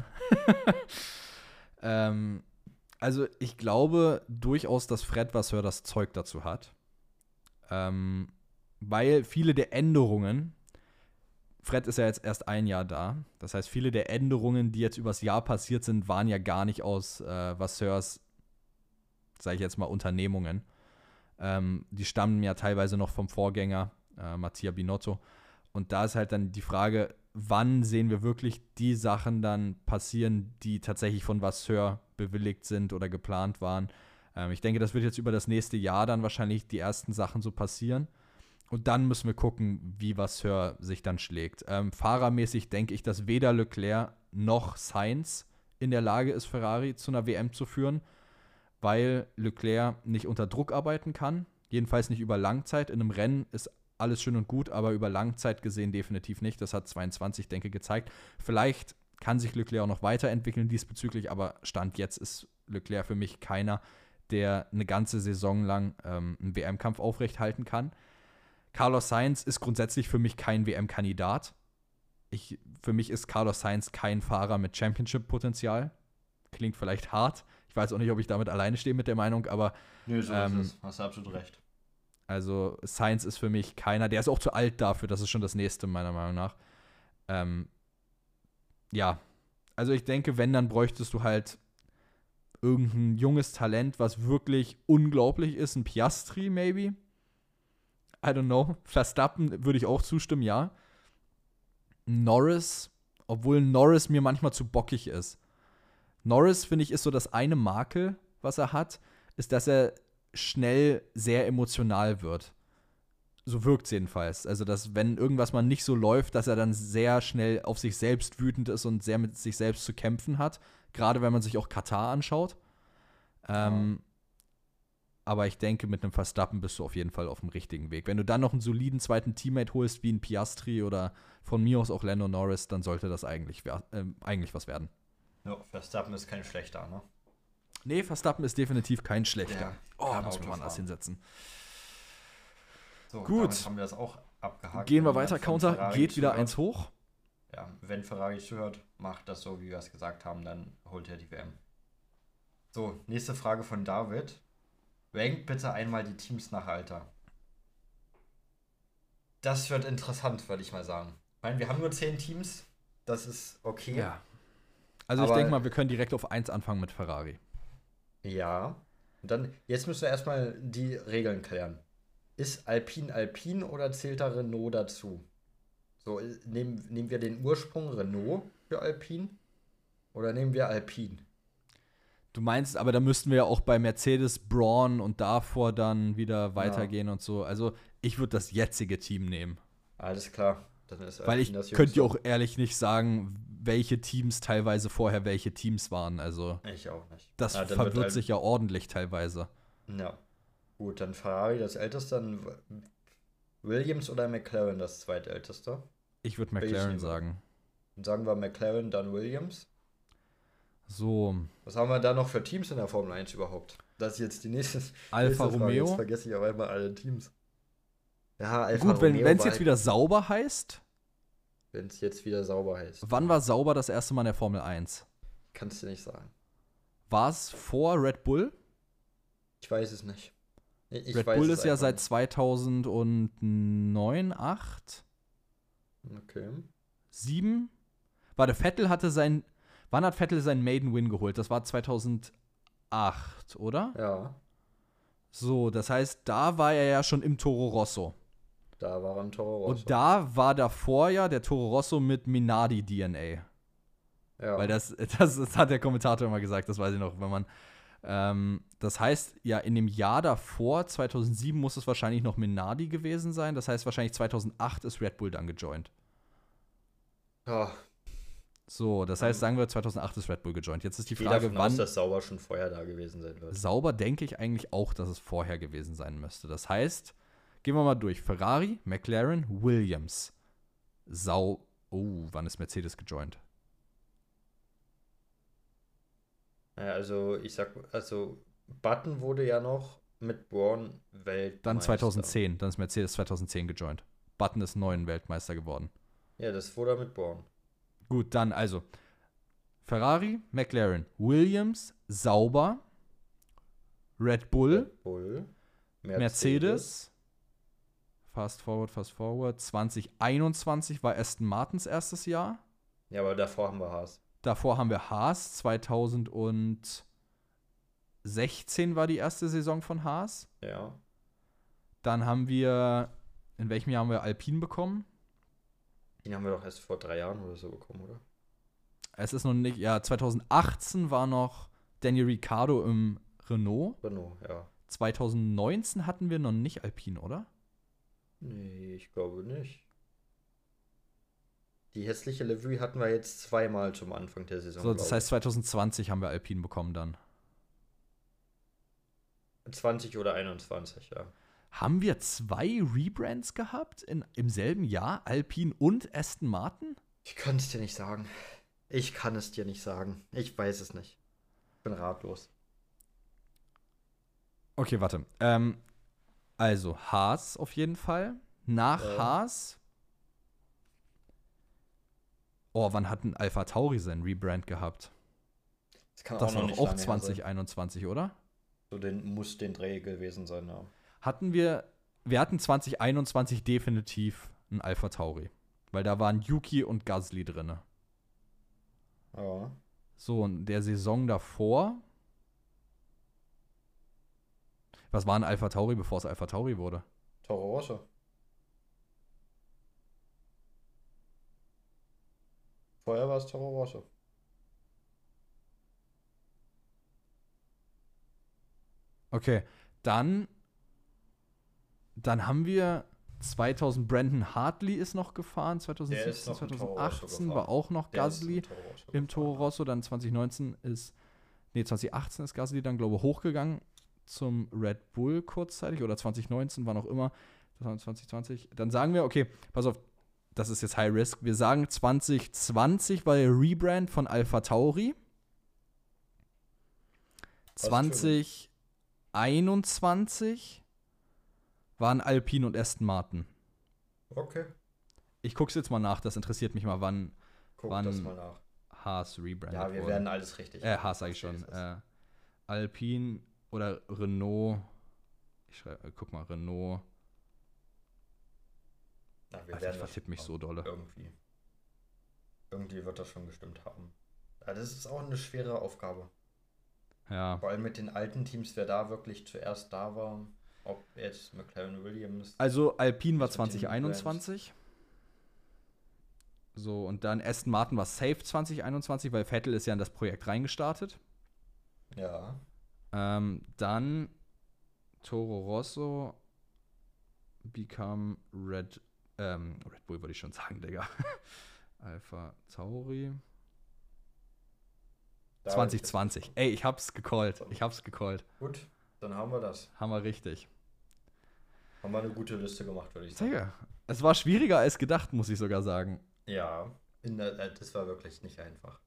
ähm, also ich glaube durchaus, dass Fred Vasseur das Zeug dazu hat. Ähm, weil viele der Änderungen, Fred ist ja jetzt erst ein Jahr da, das heißt, viele der Änderungen, die jetzt übers Jahr passiert sind, waren ja gar nicht aus äh, Vasseurs, sage ich jetzt mal, Unternehmungen. Ähm, die stammen ja teilweise noch vom Vorgänger, äh, Mattia Binotto. Und da ist halt dann die Frage, wann sehen wir wirklich die Sachen dann passieren, die tatsächlich von Vasseur bewilligt sind oder geplant waren. Ähm, ich denke, das wird jetzt über das nächste Jahr dann wahrscheinlich die ersten Sachen so passieren. Und dann müssen wir gucken, wie Vasseur sich dann schlägt. Ähm, fahrermäßig denke ich, dass weder Leclerc noch Sainz in der Lage ist, Ferrari zu einer W M zu führen, weil Leclerc nicht unter Druck arbeiten kann. Jedenfalls nicht über Langzeit. In einem Rennen ist alles schön und gut, aber über Langzeit gesehen definitiv nicht. Das hat zweiundzwanzig, denke ich, gezeigt. Vielleicht kann sich Leclerc auch noch weiterentwickeln diesbezüglich, aber Stand jetzt ist Leclerc für mich keiner, der eine ganze Saison lang ähm, einen W M-Kampf aufrechthalten kann. Carlos Sainz ist grundsätzlich für mich kein W M-Kandidat. Ich, für mich ist Carlos Sainz kein Fahrer mit Championship-Potenzial. Klingt vielleicht hart. Ich weiß auch nicht, ob ich damit alleine stehe mit der Meinung, aber Nö, so ähm, ist es. Hast du absolut recht. also Sainz ist für mich keiner, der ist auch zu alt dafür, das ist schon das Nächste, meiner Meinung nach. Ähm, ja, also ich denke, wenn, dann bräuchtest du halt irgendein junges Talent, was wirklich unglaublich ist, ein Piastri maybe. I don't know. Verstappen würde ich auch zustimmen, ja. Norris, obwohl Norris mir manchmal zu bockig ist. Norris, finde ich, ist so das eine Makel, was er hat, ist, dass er schnell sehr emotional wird. So wirkt es jedenfalls. Also, dass wenn irgendwas mal nicht so läuft, dass er dann sehr schnell auf sich selbst wütend ist und sehr mit sich selbst zu kämpfen hat. Gerade wenn man sich auch Katar anschaut. Ähm, ja. Aber ich denke, mit einem Verstappen bist du auf jeden Fall auf dem richtigen Weg. Wenn du dann noch einen soliden zweiten Teammate holst, wie ein Piastri oder von mir aus auch Lando Norris, dann sollte das eigentlich, äh, eigentlich was werden. Ja, Verstappen ist kein schlechter, ne? Nee, Verstappen ist definitiv kein schlechter. Ja, oh, muss man anders hinsetzen. So, gut. Damit haben wir das auch abgehakt. Gehen wir weiter. Counter Ferrari geht wieder zuhört. eins hoch. Ja, wenn Ferrari zuhört, macht das so, wie wir es gesagt haben, dann holt er die W M. So, nächste Frage von David. Rankt bitte einmal die Teams nach Alter. Das wird interessant, würde ich mal sagen. Ich meine, wir haben nur zehn Teams. Das ist okay. Ja. Also ich denke mal, wir können direkt auf eins anfangen mit Ferrari. Ja. Und dann, jetzt müssen wir erstmal die Regeln klären. Ist Alpine Alpine oder zählt da Renault dazu? So, nehmen, nehmen wir den Ursprung Renault für Alpine oder nehmen wir Alpine? Du meinst, aber da müssten wir ja auch bei Mercedes, Braun und davor dann wieder weitergehen ja. und so. Also ich würde das jetzige Team nehmen. Alles klar. Dann ist Weil ich könnte dir auch ehrlich nicht sagen, welche Teams teilweise vorher welche Teams waren. Also ich auch nicht. Das ja, verwirrt sich ja ordentlich teilweise. Ja. Gut, dann Ferrari das älteste, dann Williams oder McLaren das zweitälteste? Ich würde McLaren sagen. Dann sagen wir McLaren, dann Williams. So. Was haben wir da noch für Teams in der Formel eins überhaupt? Das ist jetzt die nächste, Alfa nächste Frage. Romeo. Jetzt vergesse ich auf einmal alle Teams. Ja, Alfa Gut, Romeo. wenn es jetzt wieder sauber heißt. Wenn es jetzt wieder sauber heißt. Wann war sauber das erste Mal in der Formel eins? Kannst du nicht sagen. War es vor Red Bull? Ich weiß es nicht. Ich Red weiß Bull es ist ja einfach seit nicht. zweitausendneun, acht Okay. sieben Warte, Vettel hatte sein. Wann hat Vettel seinen Maiden Win geholt? Das war zweitausendacht, oder? Ja, So, das heißt, da war er ja schon im Toro Rosso. da war ein Toro Rosso. Und da war davor ja der Toro Rosso mit Minardi D N A. Ja. Weil das, das, das hat der Kommentator immer gesagt, das weiß ich noch, wenn man. Ähm, das heißt, ja, in dem Jahr davor, zweitausendsieben, muss es wahrscheinlich noch Minardi gewesen sein. Das heißt, wahrscheinlich zweitausendacht ist Red Bull dann gejoint. Ja. So, das heißt, sagen wir, zweitausendacht ist Red Bull gejoint. Jetzt ist die Ich gehe Frage, davon wann. aus, dass Sauber schon vorher da gewesen sein wird. Sauber denke ich eigentlich auch, dass es vorher gewesen sein müsste. Das heißt, gehen wir mal durch. Ferrari, McLaren, Williams. Sau. Oh, wann ist Mercedes gejoint? Ja, also ich sag, also Button wurde ja noch mit Braun Weltmeister. Dann zweitausendzehn, dann ist Mercedes zweitausendzehn gejoint. Button ist neuen Weltmeister geworden. Ja, das wurde mit Braun. Gut, dann also Ferrari, McLaren, Williams, Sauber, Red Bull, Red Bull Mercedes, Mercedes, fast forward, fast forward, zwanzig einundzwanzig war Aston Martins erstes Jahr. Ja, aber davor haben wir Haas. Davor haben wir Haas, zweitausendsechzehn war die erste Saison von Haas. Ja. Dann haben wir, in welchem Jahr haben wir Alpine bekommen? Den haben wir doch erst vor drei Jahren oder so bekommen, oder? Es ist noch nicht, ja, zweitausendachtzehn war noch Daniel Ricciardo im Renault. Renault, ja. zweitausendneunzehn hatten wir noch nicht Alpine, oder? Nee, ich glaube nicht. Die hässliche Livery hatten wir jetzt zweimal zum Anfang der Saison. So, das heißt, zweitausendzwanzig haben wir Alpine bekommen dann. zwanzig oder einundzwanzig, ja. Haben wir zwei Rebrands gehabt in, im selben Jahr? Alpine und Aston Martin? Ich kann es dir nicht sagen. Ich kann es dir nicht sagen. Ich weiß es nicht. Ich bin ratlos. Okay, warte. Ähm, also, Haas auf jeden Fall. Nach Ja. Haas. Oh, wann hat ein Alpha Tauri seinen Rebrand gehabt? Das kann Das auch war noch doch nicht auch lange her zwanzig sein. einundzwanzig, oder? So den, muss den Dreh gewesen sein, ja. Hatten wir, wir hatten zwanzig einundzwanzig definitiv ein Alpha Tauri. Weil da waren Yuki und Gasly drin. Ja. So, und der Saison davor. Was war ein Alpha Tauri, bevor es Alpha Tauri wurde? Toro Rosso. Vorher war es Toro Rosso. Okay, dann, dann haben wir zweitausend, Brandon Hartley ist noch gefahren, zweitausendsiebzehn, zweitausendachtzehn war auch noch Gasly im Toro Rosso, dann zwanzig neunzehn ist, nee, zwanzig achtzehn ist Gasly dann, glaube ich, hochgegangen zum Red Bull kurzzeitig oder zwanzig neunzehn, wann auch immer, das war zwanzig zwanzig. Dann sagen wir, okay, pass auf, das ist jetzt High Risk, wir sagen zwanzig zwanzig war der Rebrand von AlphaTauri. zwanzig einundzwanzig waren Alpine und Aston Martin. Okay. Ich guck's jetzt mal nach, das interessiert mich mal, wann, Guck wann das mal nach. Haas rebrandet Ja, wir wurde. werden alles richtig. Äh, Haas sag ich schon. Äh, Alpine oder Renault. Ich schreibe, guck mal, Renault. Ja, wir Alter, werden ich vertipp mich so dolle. Irgendwie. Irgendwie wird das schon gestimmt haben. Ja, das ist auch eine schwere Aufgabe. Ja. Vor allem mit den alten Teams, wer da wirklich zuerst da war. Ob jetzt McLaren Williams. Also Alpine war mit den zwanzig einundzwanzig. So, und dann Aston Martin war safe zwanzig einundzwanzig, weil Vettel ist ja in das Projekt reingestartet. Ja. Ähm, dann Toro Rosso become Red, ähm, Red Bull würde ich schon sagen, Digga. Alpha Tauri. Da zwanzig zwanzig. Ey, ich hab's gecallt. Ich hab's gecallt. Gut, dann haben wir das. Haben wir richtig. Haben wir eine gute Liste gemacht, würde ich sagen. Digga, es war schwieriger als gedacht, muss ich sogar sagen. Ja, in der, äh, das war wirklich nicht einfach.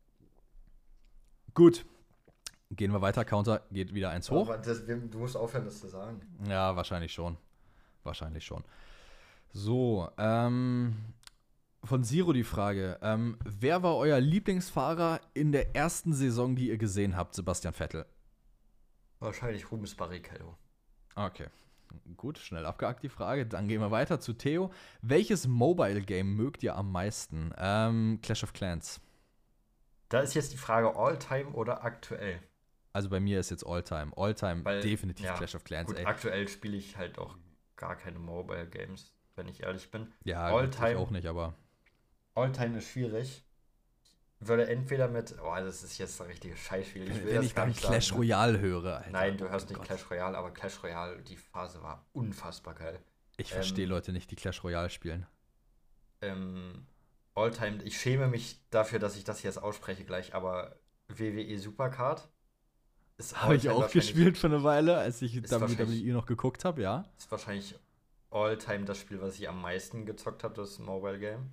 Gut. Gehen wir weiter. Counter geht wieder eins hoch. Aber das, du musst aufhören, das zu sagen. Ja, wahrscheinlich schon. Wahrscheinlich schon. So, ähm, von Siro die Frage. Ähm, wer war euer Lieblingsfahrer in der ersten Saison, die ihr gesehen habt, Sebastian Vettel? Wahrscheinlich Rubens Barrichello. Okay. Gut, schnell abgehakt die Frage. Dann gehen wir weiter zu Theo. Welches Mobile-Game mögt ihr am meisten? Ähm, Clash of Clans. Da ist jetzt die Frage All-Time oder aktuell? Also bei mir ist jetzt All-Time. All-Time Weil, definitiv ja, Clash of Clans, Gut, ey. aktuell spiele ich halt auch gar keine Mobile Games, wenn ich ehrlich bin. Ja, gut, ich All-Time auch nicht, aber All-Time ist schwierig. Würde entweder mit, oh, das ist jetzt ein richtiges Scheißspiel. Ich will wenn das ich gar dann nicht Clash sagen. Royale höre, Alter. Nein, du hörst Oh nicht Gott. Clash Royale, aber Clash Royale, die Phase war unfassbar geil. Ich verstehe ähm, Leute nicht, die Clash Royale spielen. Ähm, All-Time, ich schäme mich dafür, dass ich das jetzt ausspreche gleich, aber W W E Supercard ist Habe ich All-Time auch wahrscheinlich- gespielt für eine Weile, als ich ist W W wahrscheinlich- E noch geguckt habe, ja. Ist wahrscheinlich All-Time das Spiel, was ich am meisten gezockt habe, das Mobile Game.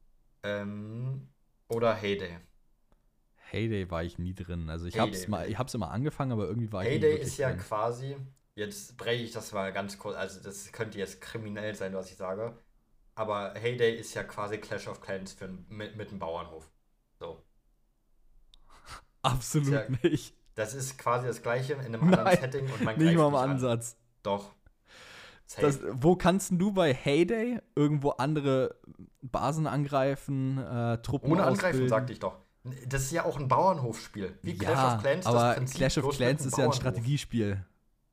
Ähm, oder Heyday. Heyday war ich nie drin. Also ich Heyday hab's mal, will ich. ich hab's immer angefangen, aber irgendwie war ich nie Heyday wirklich ist ja drin. quasi, jetzt breche ich das mal ganz kurz, also das könnte jetzt kriminell sein, was ich sage, aber Heyday ist ja quasi Clash of Clans für, ein- mit, mit einem Bauernhof. So. Absolut Ist ja- nicht. Das ist quasi das gleiche in einem anderen Nein, Setting und man Nicht greift mal im nicht an. Ansatz. Doch. Safe. Das, wo kannst denn du bei Heyday irgendwo andere Basen angreifen, äh, Truppen Ohne Angreifen, ausbilden? sagte ich doch. Das ist ja auch ein Bauernhofspiel. Wie Clash Ja, of Clans, aber das Prinzip Clash of bloß mit Clans einem ist ja ein Bauernhof. Strategiespiel.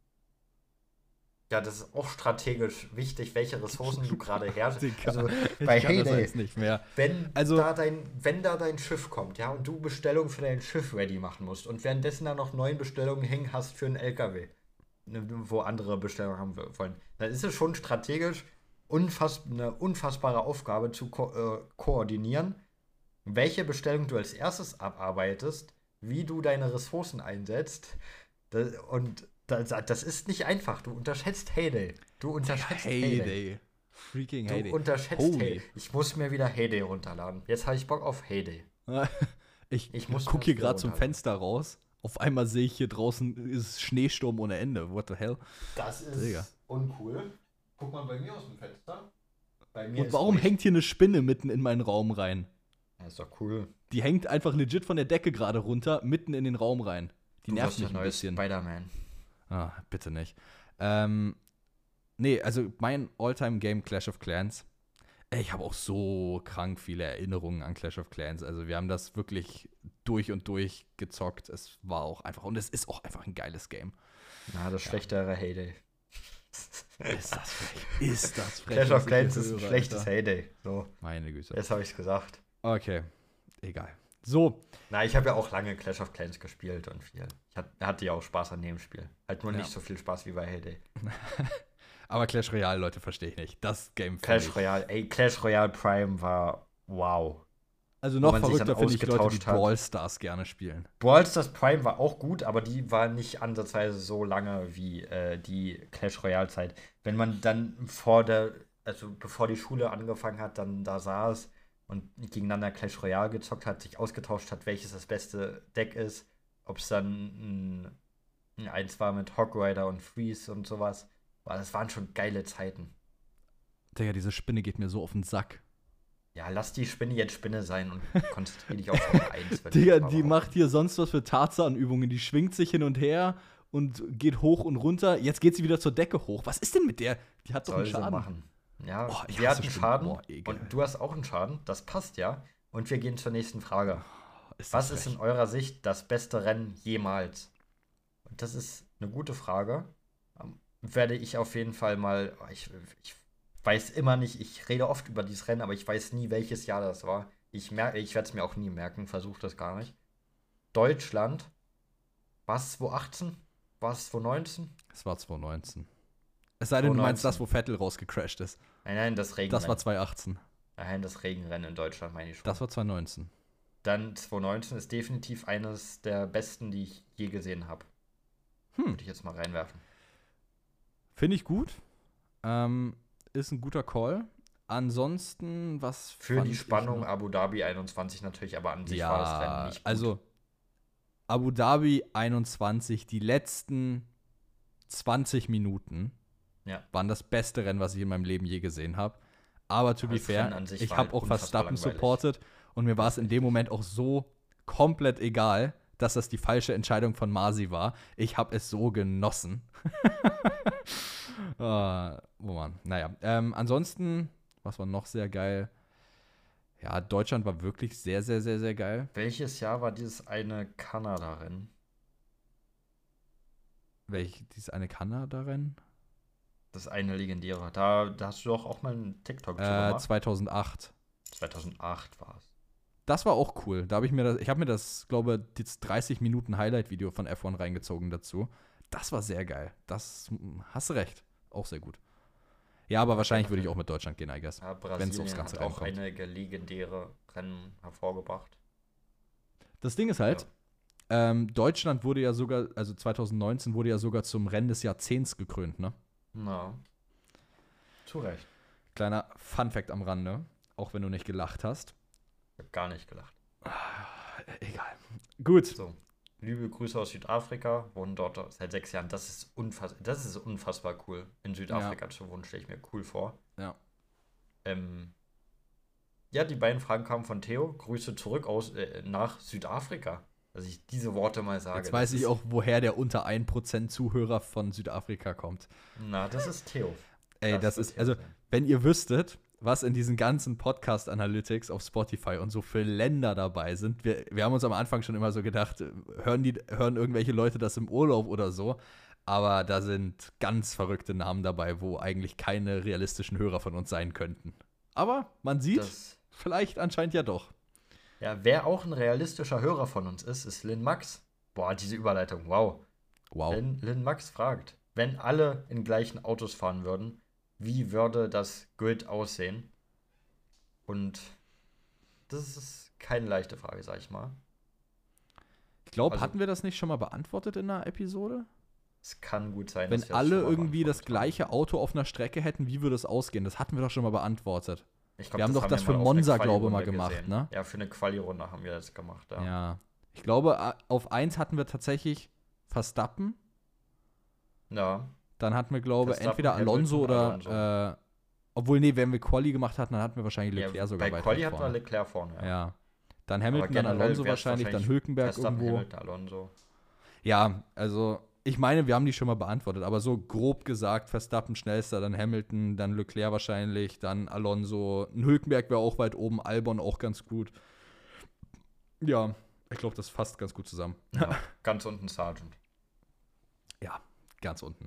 Ja, das ist auch strategisch wichtig, welche Ressourcen du gerade herrschst. Digga, Also ich bei kann das Heyday, jetzt nicht mehr. wenn, Also- da dein, wenn da dein Schiff kommt, ja, und du Bestellungen für dein Schiff ready machen musst und währenddessen da noch neun Bestellungen hängen hast für einen L K W, ne, wo andere Bestellungen haben wollen, dann ist es schon strategisch unfass, eine unfassbare Aufgabe zu ko äh, koordinieren, welche Bestellung du als erstes abarbeitest, wie du deine Ressourcen einsetzt. Das, und das, das ist nicht einfach. Du unterschätzt Heyday. Du unterschätzt Heyday. Heyday. Freaking Du Heyday. unterschätzt Holy. Heyday. Ich muss mir wieder Heyday runterladen. Jetzt habe ich Bock auf Heyday. Ich, Ich muss guck mir hier das gerade zum runterladen. Fenster raus. Auf einmal sehe ich hier draußen ist Schneesturm ohne Ende. What the hell? Das ist Digga. uncool. Guck mal bei mir aus dem Fenster. Bei mir Und warum ruhig. hängt hier eine Spinne mitten in meinen Raum rein? Ja, ist doch cool. Die hängt einfach legit von der Decke gerade runter, mitten in den Raum rein. Die Du nervt wirst mich der ein neue bisschen. Spider-Man. Ah, bitte nicht. Ähm, nee, also mein All-Time-Game Clash of Clans. Ey, Ich habe auch so krank viele Erinnerungen an Clash of Clans. Also wir haben das wirklich durch und durch gezockt. Es war auch einfach, und es ist auch einfach ein geiles Game. Na, das schlechtere Heyday. Ist das frech? Ist das frech? Clash was of ich hier Clans ist ein höre, schlechtes Alter. Heyday. So, Meine Güte. jetzt habe ich es gesagt. Okay, egal. So. Na, ich habe ja auch lange Clash of Clans gespielt und viel. Ich hat, hatte ja auch Spaß an dem Spiel. Halt nur Ja. nicht so viel Spaß wie bei Heyday. Aber Clash Royale, Leute, verstehe ich nicht. Das Game Clash ich. Royale, ey, Clash Royale Prime war wow. Also noch man sich verrückter dann finde ich Leute, die ausgetauscht hat. Brawl Stars gerne spielen. Brawl Stars Prime war auch gut, aber die war nicht ansatzweise so lange wie äh, die Clash Royale Zeit. Wenn man dann vor der, also bevor die Schule angefangen hat, dann da saß und gegeneinander Clash Royale gezockt hat, sich ausgetauscht hat, welches das beste Deck ist, ob es dann ein, ein eins war mit Hog Rider und Freeze und sowas. Boah, das waren schon geile Zeiten. Digga, diese Spinne geht mir so auf den Sack. Ja, lass die Spinne jetzt Spinne sein und konzentriere dich auf Runde eins. Digga, die macht hier sonst was für Tarzan-Übungen. Die schwingt sich hin und her und geht hoch und runter. Jetzt geht sie wieder zur Decke hoch. Was ist denn mit der? Die hat doch einen Schaden. Machen. Ja, oh, sie hat einen Schaden Boah, und du hast auch einen Schaden. Das passt ja. Und wir gehen zur nächsten Frage. Ist Was frech. ist in eurer Sicht das beste Rennen jemals? Und das ist eine gute Frage. Ähm, werde ich auf jeden Fall mal, ich, ich weiß immer nicht, ich rede oft über dieses Rennen, aber ich weiß nie, welches Jahr das war. Ich, mer- ich werde es mir auch nie merken, versuche das gar nicht. Deutschland, war es zwanzig achtzehn? War es zwanzig neunzehn? Es war zwanzig neunzehn. Es sei denn, du meinst zwanzig das, wo Vettel rausgecrashed ist. Nein, nein, das Regenrennen. Das war zwanzig achtzehn. Nein, das Regenrennen in Deutschland, meine ich schon. Das war zwanzig neunzehn. Dann zwanzig neunzehn ist definitiv eines der besten, die ich je gesehen habe. Hm. Würde ich jetzt mal reinwerfen. Finde ich gut. Ähm, ist ein guter Call. Ansonsten, was Für fand die ich Spannung noch? Abu Dhabi einundzwanzig natürlich, aber an sich Ja, war das Rennen nicht gut. also Abu Dhabi einundzwanzig, die letzten zwanzig Minuten Ja. waren das beste Rennen, was ich in meinem Leben je gesehen habe. Aber to Aber be das Rennen fair, an sich ich war habe halt auch unfassbar Verstappen langweilig. supportet und mir war es in dem Moment auch so komplett egal, dass das die falsche Entscheidung von Masi war. Ich habe es so genossen. uh, oh Mann, naja. Ähm, ansonsten, was war noch sehr geil? Ja, Deutschland war wirklich sehr, sehr, sehr, sehr geil. Welches Jahr war dieses eine Kanada-Rennen? Welch, dieses eine Kanada-Rennen? Das eine legendäre. Da, da hast du doch auch mal einen TikTok zu Äh, gemacht. zweitausendacht. zweitausendacht war es. Das war auch cool. Da habe ich mir das, ich habe mir das, glaube ich, das dreißig Minuten Highlight-Video von F eins reingezogen dazu. Das war sehr geil. Das hm, hast du recht. Auch sehr gut. Ja, aber wahrscheinlich würde ich auch mit Deutschland gehen, I guess. Ja, Wenn's aufs Brasilien ganze hat Rennen auch kommt. einige legendäre Rennen hervorgebracht. Das Ding ist halt, ähm, Deutschland wurde ja sogar, also zwanzig neunzehn wurde ja sogar zum Rennen des Jahrzehnts gekrönt, ne? Na, zu Recht. Kleiner Funfact am Rande, auch wenn du nicht gelacht hast. Ich habe gar nicht gelacht. Egal. Gut. So, liebe Grüße aus Südafrika, wohnen dort seit sechs Jahren. Das ist, unfass das ist unfassbar cool, in Südafrika zu wohnen, stelle ich mir cool vor. Ja. Ähm, ja, die beiden Fragen kamen von Theo. Grüße zurück aus äh, nach Südafrika. Dass ich diese Worte mal sage. Jetzt weiß Das ich ist- auch, woher der unter ein Prozent Zuhörer von Südafrika kommt. Na, das ist Theo. Ey, das, wird ist, Theo also, sein. wenn ihr wüsstet, was in diesen ganzen Podcast-Analytics auf Spotify und so für Länder dabei sind, wir, wir haben uns am Anfang schon immer so gedacht, äh, hören, die, hören irgendwelche Leute das im Urlaub oder so, aber da sind ganz verrückte Namen dabei, wo eigentlich keine realistischen Hörer von uns sein könnten. Aber man sieht, Das, vielleicht anscheinend ja doch. ja, wer auch ein realistischer Hörer von uns ist, ist Lin Max. Boah, diese Überleitung, wow. Wow. Lin, Lin Max fragt, wenn alle in gleichen Autos fahren würden, wie würde das Grid aussehen? Und das ist keine leichte Frage, sag ich mal. Ich glaube, also- hatten wir das nicht schon mal beantwortet in einer Episode? Es kann gut sein, Wenn dass wir das alle schon mal irgendwie das beantwortet haben. gleiche Auto auf einer Strecke hätten, wie würde es ausgehen? Das hatten wir doch schon mal beantwortet. Ich glaub, Wir haben doch das für mal auf Monza, einer glaube ich, mal Quali-Runde gemacht, gesehen. ne? Ja, für eine Quali-Runde haben wir das gemacht, ja. Ja. Ich glaube, a- auf eins hatten wir tatsächlich Verstappen. Ja, Dann hatten wir, glaube ich, Verstappen, entweder Alonso Hamilton, oder. Äh, obwohl, nee, wenn wir Quali gemacht hatten, dann hatten wir wahrscheinlich ja Leclerc sogar bei weiter Quali nach hatten wir vorne. Leclerc vorne, ja. Ja. Dann Hamilton, dann generell Alonso wär's wahrscheinlich, dann wahrscheinlich Hülkenberg Verstappen, irgendwo. Hamilton, Alonso. Ja, also ich meine, wir haben die schon mal beantwortet, aber so grob gesagt, Verstappen schnellster, dann Hamilton, dann Leclerc wahrscheinlich, dann Alonso, ein Hülkenberg wäre auch weit oben, Albon auch ganz gut. Ja, ich glaube, das fasst ganz gut zusammen. Ja, ganz unten Sargent. Ja, ganz unten.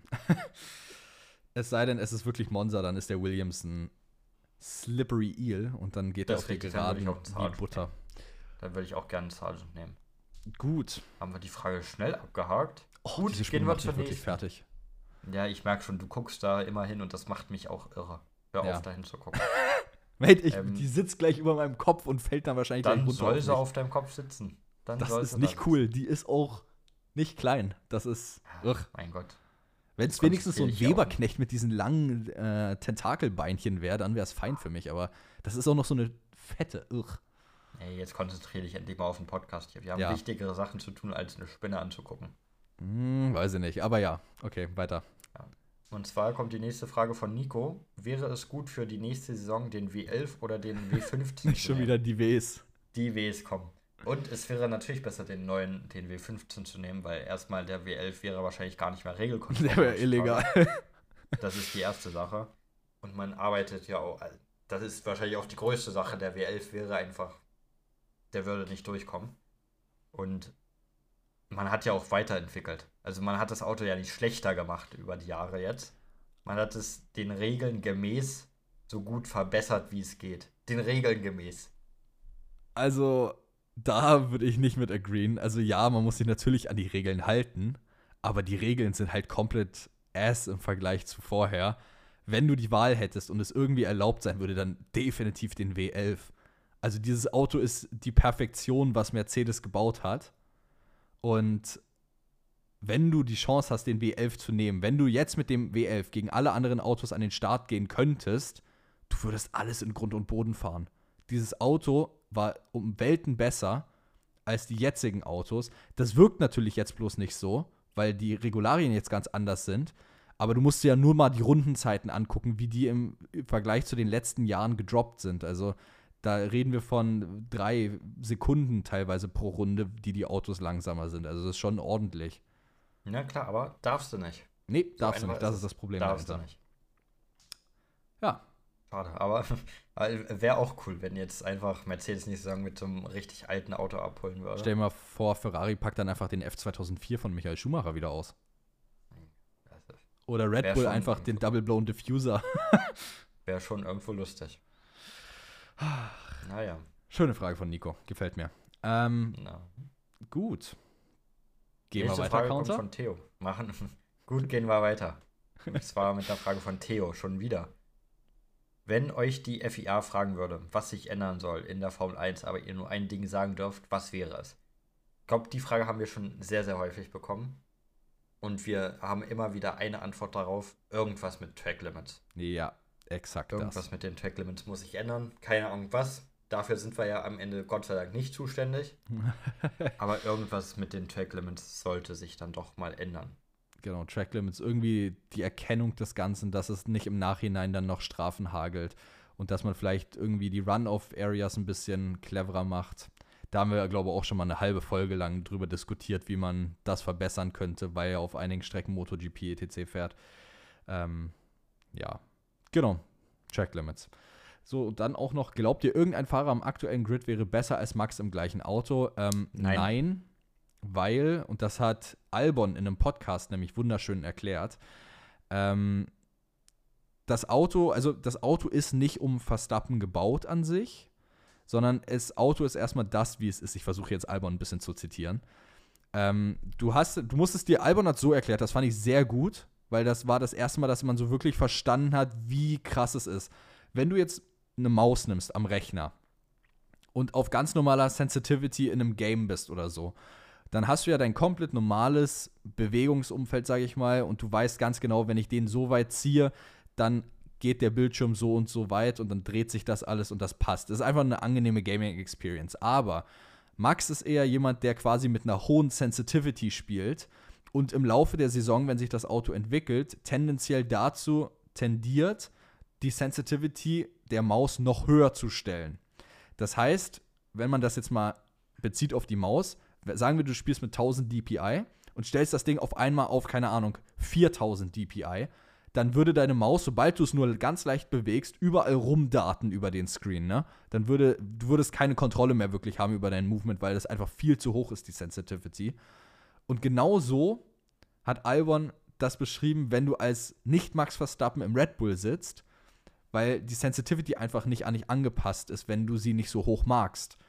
Es sei denn, es ist wirklich Monza, dann ist der Williams ein Slippery Eel und dann geht er Das auf die ist richtig, dann würde Geraden ich auch einen wie Sargent Butter. dann würde ich auch gerne einen Sargent nehmen. Gut. Haben wir die Frage schnell abgehakt? Oh, Gut, diese Spiele gehen wir macht zur mich wirklich nächsten. fertig. Ja, ich merke schon, du guckst da immer hin und das macht mich auch irre. Hör Ja. auf, da hinzugucken. Mate, ich, Ähm, die sitzt gleich über meinem Kopf und fällt dann wahrscheinlich Dann gleich runter soll auf sie mich. auf deinem Kopf sitzen. Dann Das soll ist sie nicht da cool. Die ist auch nicht klein. Das ist. sitzen. Mein Gott. Wenn es Jetzt wenigstens so ein konzentrier dich auch. Weberknecht mit diesen langen äh, Tentakelbeinchen wäre, dann wäre es fein für mich. Aber das ist auch noch so eine fette. Ugh. Ey, jetzt konzentriere dich endlich mal auf den Podcast hier. Wir haben Ja. wichtigere Sachen zu tun, als eine Spinne anzugucken. Hm, weiß ich nicht. Aber ja. Okay, weiter. Und zwar kommt die nächste Frage von Nico. Wäre es gut für die nächste Saison den W elf oder den W fünfzehn Nicht zu schon nehmen? wieder die Ws. Die Ws kommen. Und es wäre natürlich besser, den neuen, den W fünfzehn zu nehmen, weil erstmal der W elf wäre wahrscheinlich gar nicht mehr regelkonform. Der wäre illegal. Das ist die erste Sache. Und man arbeitet ja auch, das ist wahrscheinlich auch die größte Sache, der W elf wäre einfach, der würde nicht durchkommen. Und man hat ja auch weiterentwickelt. Also man hat das Auto ja nicht schlechter gemacht über die Jahre jetzt. Man hat es den Regeln gemäß so gut verbessert, wie es geht. Den Regeln gemäß. Also, da würde ich nicht mit agreeen. Also ja, man muss sich natürlich an die Regeln halten, aber die Regeln sind halt komplett ass im Vergleich zu vorher. Wenn du die Wahl hättest und es irgendwie erlaubt sein würde, dann definitiv den W elf. Also dieses Auto ist die Perfektion, was Mercedes gebaut hat. Und wenn du die Chance hast, den W elf zu nehmen, wenn du jetzt mit dem W elf gegen alle anderen Autos an den Start gehen könntest, du würdest alles in Grund und Boden fahren. Dieses Auto war um Welten besser als die jetzigen Autos. Das wirkt natürlich jetzt bloß nicht so, weil die Regularien jetzt ganz anders sind. Aber du musst dir ja nur mal die Rundenzeiten angucken, wie die im Vergleich zu den letzten Jahren gedroppt sind. Also da reden wir von drei Sekunden teilweise pro Runde, die die Autos langsamer sind. Also das ist schon ordentlich. Ja klar, aber darfst du nicht. Nee, So darfst du einfach nicht. Das ist ist das Problem Darfst du dahinter. nicht. Ja, Schade, aber wäre auch cool, wenn jetzt einfach Mercedes nächste Saison mit so einem richtig alten Auto abholen würde. stell dir mal vor, Ferrari packt dann einfach den F zweitausendvier von Michael Schumacher wieder aus. Oder Red Wär Bull schon einfach den irgendwo- Double Blown Diffuser. Wäre schon irgendwo lustig. Naja, Schöne Frage von Nico. Gefällt mir. Ähm, na. gut. Gehen wir Nächste weiter, Frage kommt Counter. von Theo. Machen. Gut, gehen wir weiter. Und zwar mit einer Frage von Theo, schon wieder. Wenn euch die F I A fragen würde, was sich ändern soll in der Formel eins, aber ihr nur ein Ding sagen dürft, was wäre es? Ich glaube, die Frage haben wir schon sehr, sehr häufig bekommen. Und wir haben immer wieder eine Antwort darauf, irgendwas mit Track Limits. Ja, exakt Irgendwas das. mit den Track Limits muss sich ändern. Keine Ahnung was. Dafür sind wir ja am Ende Gott sei Dank nicht zuständig. Aber irgendwas mit den Track Limits sollte sich dann doch mal ändern. Genau, Track Limits, irgendwie die Erkennung des Ganzen, dass es nicht im Nachhinein dann noch Strafen hagelt und dass man vielleicht irgendwie die Run-Off-Areas ein bisschen cleverer macht. Da haben wir, glaube ich, auch schon mal eine halbe Folge lang drüber diskutiert, wie man das verbessern könnte, weil er auf einigen Strecken MotoGP et cetera fährt. Ähm, ja, genau, Track Limits. So, und dann auch noch, glaubt ihr, irgendein Fahrer am aktuellen Grid wäre besser als Max im gleichen Auto? Ähm, Nein. nein, weil, und das hat Albon in einem Podcast nämlich wunderschön erklärt, ähm, das Auto, also das Auto ist nicht um Verstappen gebaut an sich, sondern das Auto ist erstmal das, wie es ist. Ich versuche jetzt Albon ein bisschen zu zitieren. Ähm, du hast, du musstest dir, Albon hat so erklärt, das fand ich sehr gut, weil das war das erste Mal, dass man so wirklich verstanden hat, wie krass es ist. Wenn du jetzt eine Maus nimmst am Rechner und auf ganz normaler Sensitivity in einem Game bist oder so, dann hast du ja dein komplett normales Bewegungsumfeld, sage ich mal, und du weißt ganz genau, wenn ich den so weit ziehe, dann geht der Bildschirm so und so weit und dann dreht sich das alles und das passt. Das ist einfach eine angenehme Gaming-Experience. Aber Max ist eher jemand, der quasi mit einer hohen Sensitivity spielt und im Laufe der Saison, wenn sich das Auto entwickelt, tendenziell dazu tendiert, die Sensitivity der Maus noch höher zu stellen. Das heißt, wenn man das jetzt mal bezieht auf die Maus, sagen wir, du spielst mit tausend D P I und stellst das Ding auf einmal auf, keine Ahnung, viertausend D P I, dann würde deine Maus, sobald du es nur ganz leicht bewegst, überall rumdarten über den Screen, ne? Dann würde, du würdest keine Kontrolle mehr wirklich haben über dein Movement, weil das einfach viel zu hoch ist, die Sensitivity. Und genau so hat Albon das beschrieben, wenn du als Nicht-Max Verstappen im Red Bull sitzt, weil die Sensitivity einfach nicht an dich angepasst ist, wenn du sie nicht so hoch magst.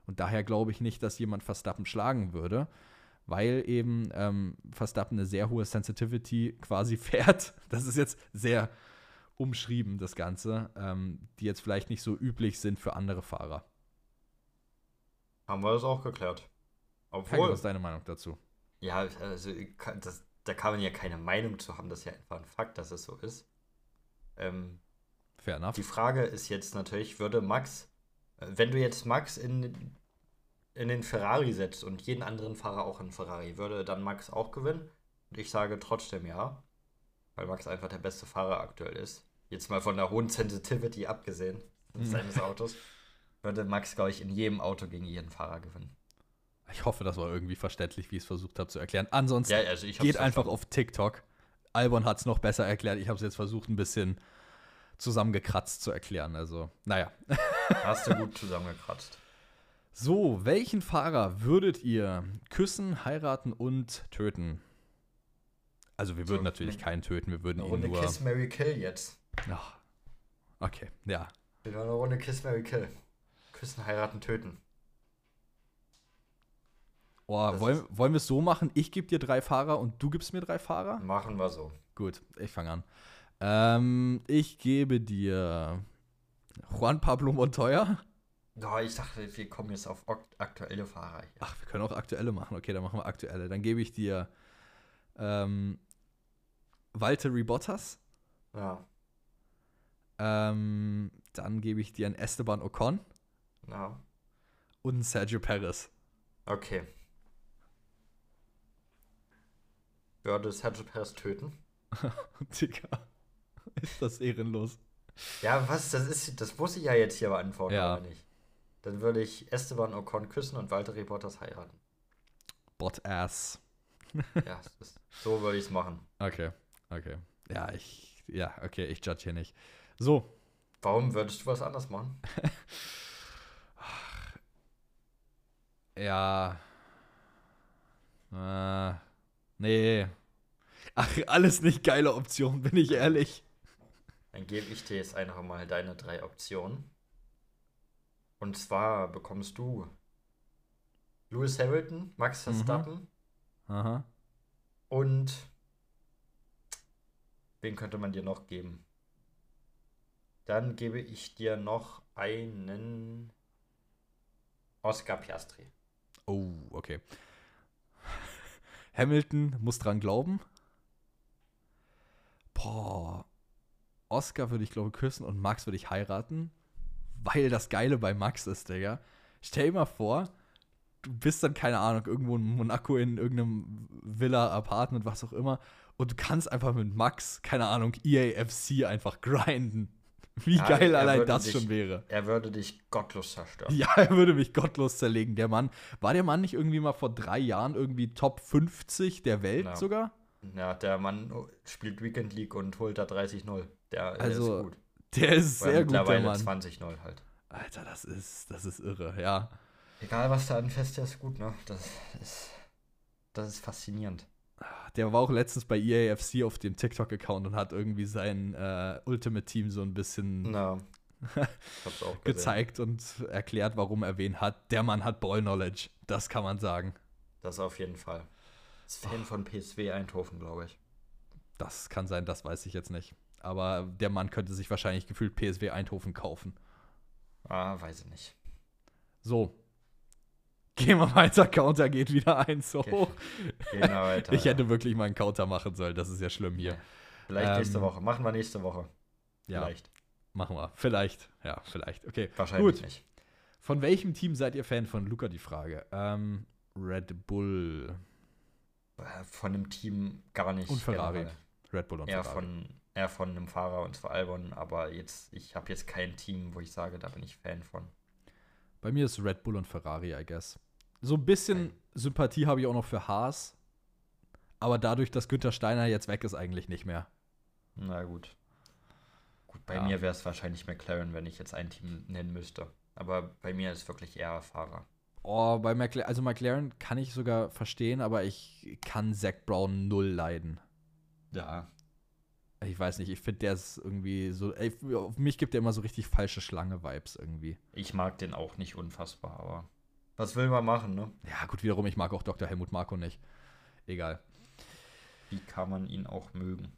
Und daher glaube ich nicht, dass jemand Verstappen schlagen würde, weil eben ähm, Verstappen eine sehr hohe Sensitivity quasi fährt. Das ist jetzt sehr umschrieben, das Ganze, ähm, die jetzt vielleicht nicht so üblich sind für andere Fahrer. Haben wir das auch geklärt. Helge, Obwohl, was ist deine Meinung dazu? ja, also kann- das, da kann man ja keine Meinung zu haben, das ist ja einfach ein Fakt, dass es so ist. Ähm, Fair enough. die Frage ist jetzt natürlich, würde Max, äh, wenn du jetzt Max in, in den Ferrari setzt und jeden anderen Fahrer auch in Ferrari, würde dann Max auch gewinnen? Und ich sage trotzdem ja, weil Max einfach der beste Fahrer aktuell ist. Jetzt mal von der hohen Sensitivity abgesehen seines Autos, würde Max, glaube ich, in jedem Auto gegen jeden Fahrer gewinnen. Ich hoffe, das war irgendwie verständlich, wie ich es versucht habe zu erklären. Ansonsten Ja, also ich hab's geht einfach verstanden. auf TikTok. Albon hat es noch besser erklärt. Ich habe es jetzt versucht, ein bisschen zusammengekratzt zu erklären. Also, naja. Hast du gut zusammengekratzt. So, welchen Fahrer würdet ihr küssen, heiraten und töten? Also, wir würden So, natürlich eine- keinen töten. Wir würden Eine ihn Runde nur. Kiss, Mary Kill jetzt. Ach, okay, ja. Wieder eine Runde Kiss, Mary Kill. Küssen, heiraten, töten. Oh, Das wollen, wollen wir es so machen? Ich gebe dir drei Fahrer und du gibst mir drei Fahrer? Machen wir so. Gut, ich fange an. Ähm, ich gebe dir Juan Pablo Montoya. Oh, ich dachte, wir kommen jetzt auf ok- aktuelle Fahrer hier. Ach, wir können auch aktuelle machen. Okay, dann machen wir aktuelle. Dann gebe ich dir ähm, Valtteri Bottas. Ja, Ähm, dann gebe ich dir einen Esteban Ocon ja. und einen Sergio Perez. Okay. Würde Sergio Perez töten? Digga, ist das ehrenlos. Ja, was? Das ist, das muss ich ja jetzt hier beantworten, Ja. aber nicht. Dann würde ich Esteban Ocon küssen und Valtteri Bottas heiraten. Bot-Ass. Ja, das ist, so würde ich es machen. Okay, okay. Ja, ich, ja, okay, ich judge hier nicht. So, Warum würdest du was anders machen? ja. Äh, nee. Ach, alles nicht geile Optionen, bin ich ehrlich. Dann gebe ich dir jetzt einfach mal deine drei Optionen. Und zwar bekommst du Lewis Hamilton, Max Verstappen Aha. und wen könnte man dir noch geben? Dann gebe ich dir noch einen Oscar Piastri. Oh, okay. Hamilton muss dran glauben. Boah. Oscar würde ich, glaube küssen und Max würde ich heiraten. Weil das Geile bei Max ist, Digga. Stell dir mal vor, du bist dann, keine Ahnung, irgendwo in Monaco in irgendeinem Villa, Apartment, was auch immer. Und du kannst einfach mit Max, keine Ahnung, E A F C einfach grinden. Wie Ja, geil er allein würde das dich- schon wäre. Er würde dich gottlos zerstören. Ja, er würde mich gottlos zerlegen. Der Mann, war der Mann nicht irgendwie mal vor drei Jahren irgendwie Top fünfzig der Welt Ja. sogar? Ja, der Mann spielt Weekend League und holt da dreißig null. Der, der Also, ist gut. Der ist Oder sehr gut, der mittlerweile Mann. zwanzig null halt. Alter, das ist, das ist irre, ja. Egal, was da anfasst, der ist gut, ne? Das ist, das ist faszinierend. Der war auch letztens bei E A F C auf dem TikTok-Account und hat irgendwie sein äh, Ultimate-Team so ein bisschen Na, ich hab's auch gesehen. gezeigt und erklärt, warum er wen hat. Der Mann hat Ball-Knowledge, das kann man sagen. Das auf jeden Fall. Ist Fan von P S V Eindhoven, glaube ich. Das kann sein, das weiß ich jetzt nicht. Aber der Mann könnte sich wahrscheinlich gefühlt P S V Eindhoven kaufen. Ah, weiß ich nicht. So. Gehen wir weiter, Counter geht wieder eins Okay. hoch. Gehen wir weiter. Ich hätte wirklich mal einen Counter machen sollen, das ist ja schlimm hier. Vielleicht nächste Ähm, Woche. Machen wir nächste Woche. Ja, Vielleicht. machen wir. Vielleicht, ja, vielleicht. Okay, Wahrscheinlich gut. nicht. Von welchem Team seid ihr Fan von Luca, die Frage? Ähm, Red Bull Äh, Von einem Team gar nicht. und Ferrari. generell. Red Bull und Eher Ferrari. von, eher von einem Fahrer und zwar Albon, aber jetzt, ich habe jetzt kein Team, wo ich sage, da bin ich Fan von. Bei mir ist Red Bull und Ferrari, I guess. So ein bisschen Okay. Sympathie habe ich auch noch für Haas. Aber dadurch, dass Günther Steiner jetzt weg ist, eigentlich nicht mehr. Na gut. Gut, bei Ja. mir wäre es wahrscheinlich McLaren, wenn ich jetzt ein Team nennen müsste. Aber bei mir ist wirklich eher Fahrer. Oh, bei McLaren, also McLaren kann ich sogar verstehen, aber ich kann Zach Brown null leiden. Ja. Ich weiß nicht, ich finde, der ist irgendwie so, ey, auf mich gibt er immer so richtig falsche Schlange-Vibes irgendwie. Ich mag den auch nicht unfassbar, aber Was will man machen, ne? Ja, gut, wiederum, ich mag auch Doktor Helmut Marko nicht. Egal. Wie kann man ihn auch mögen?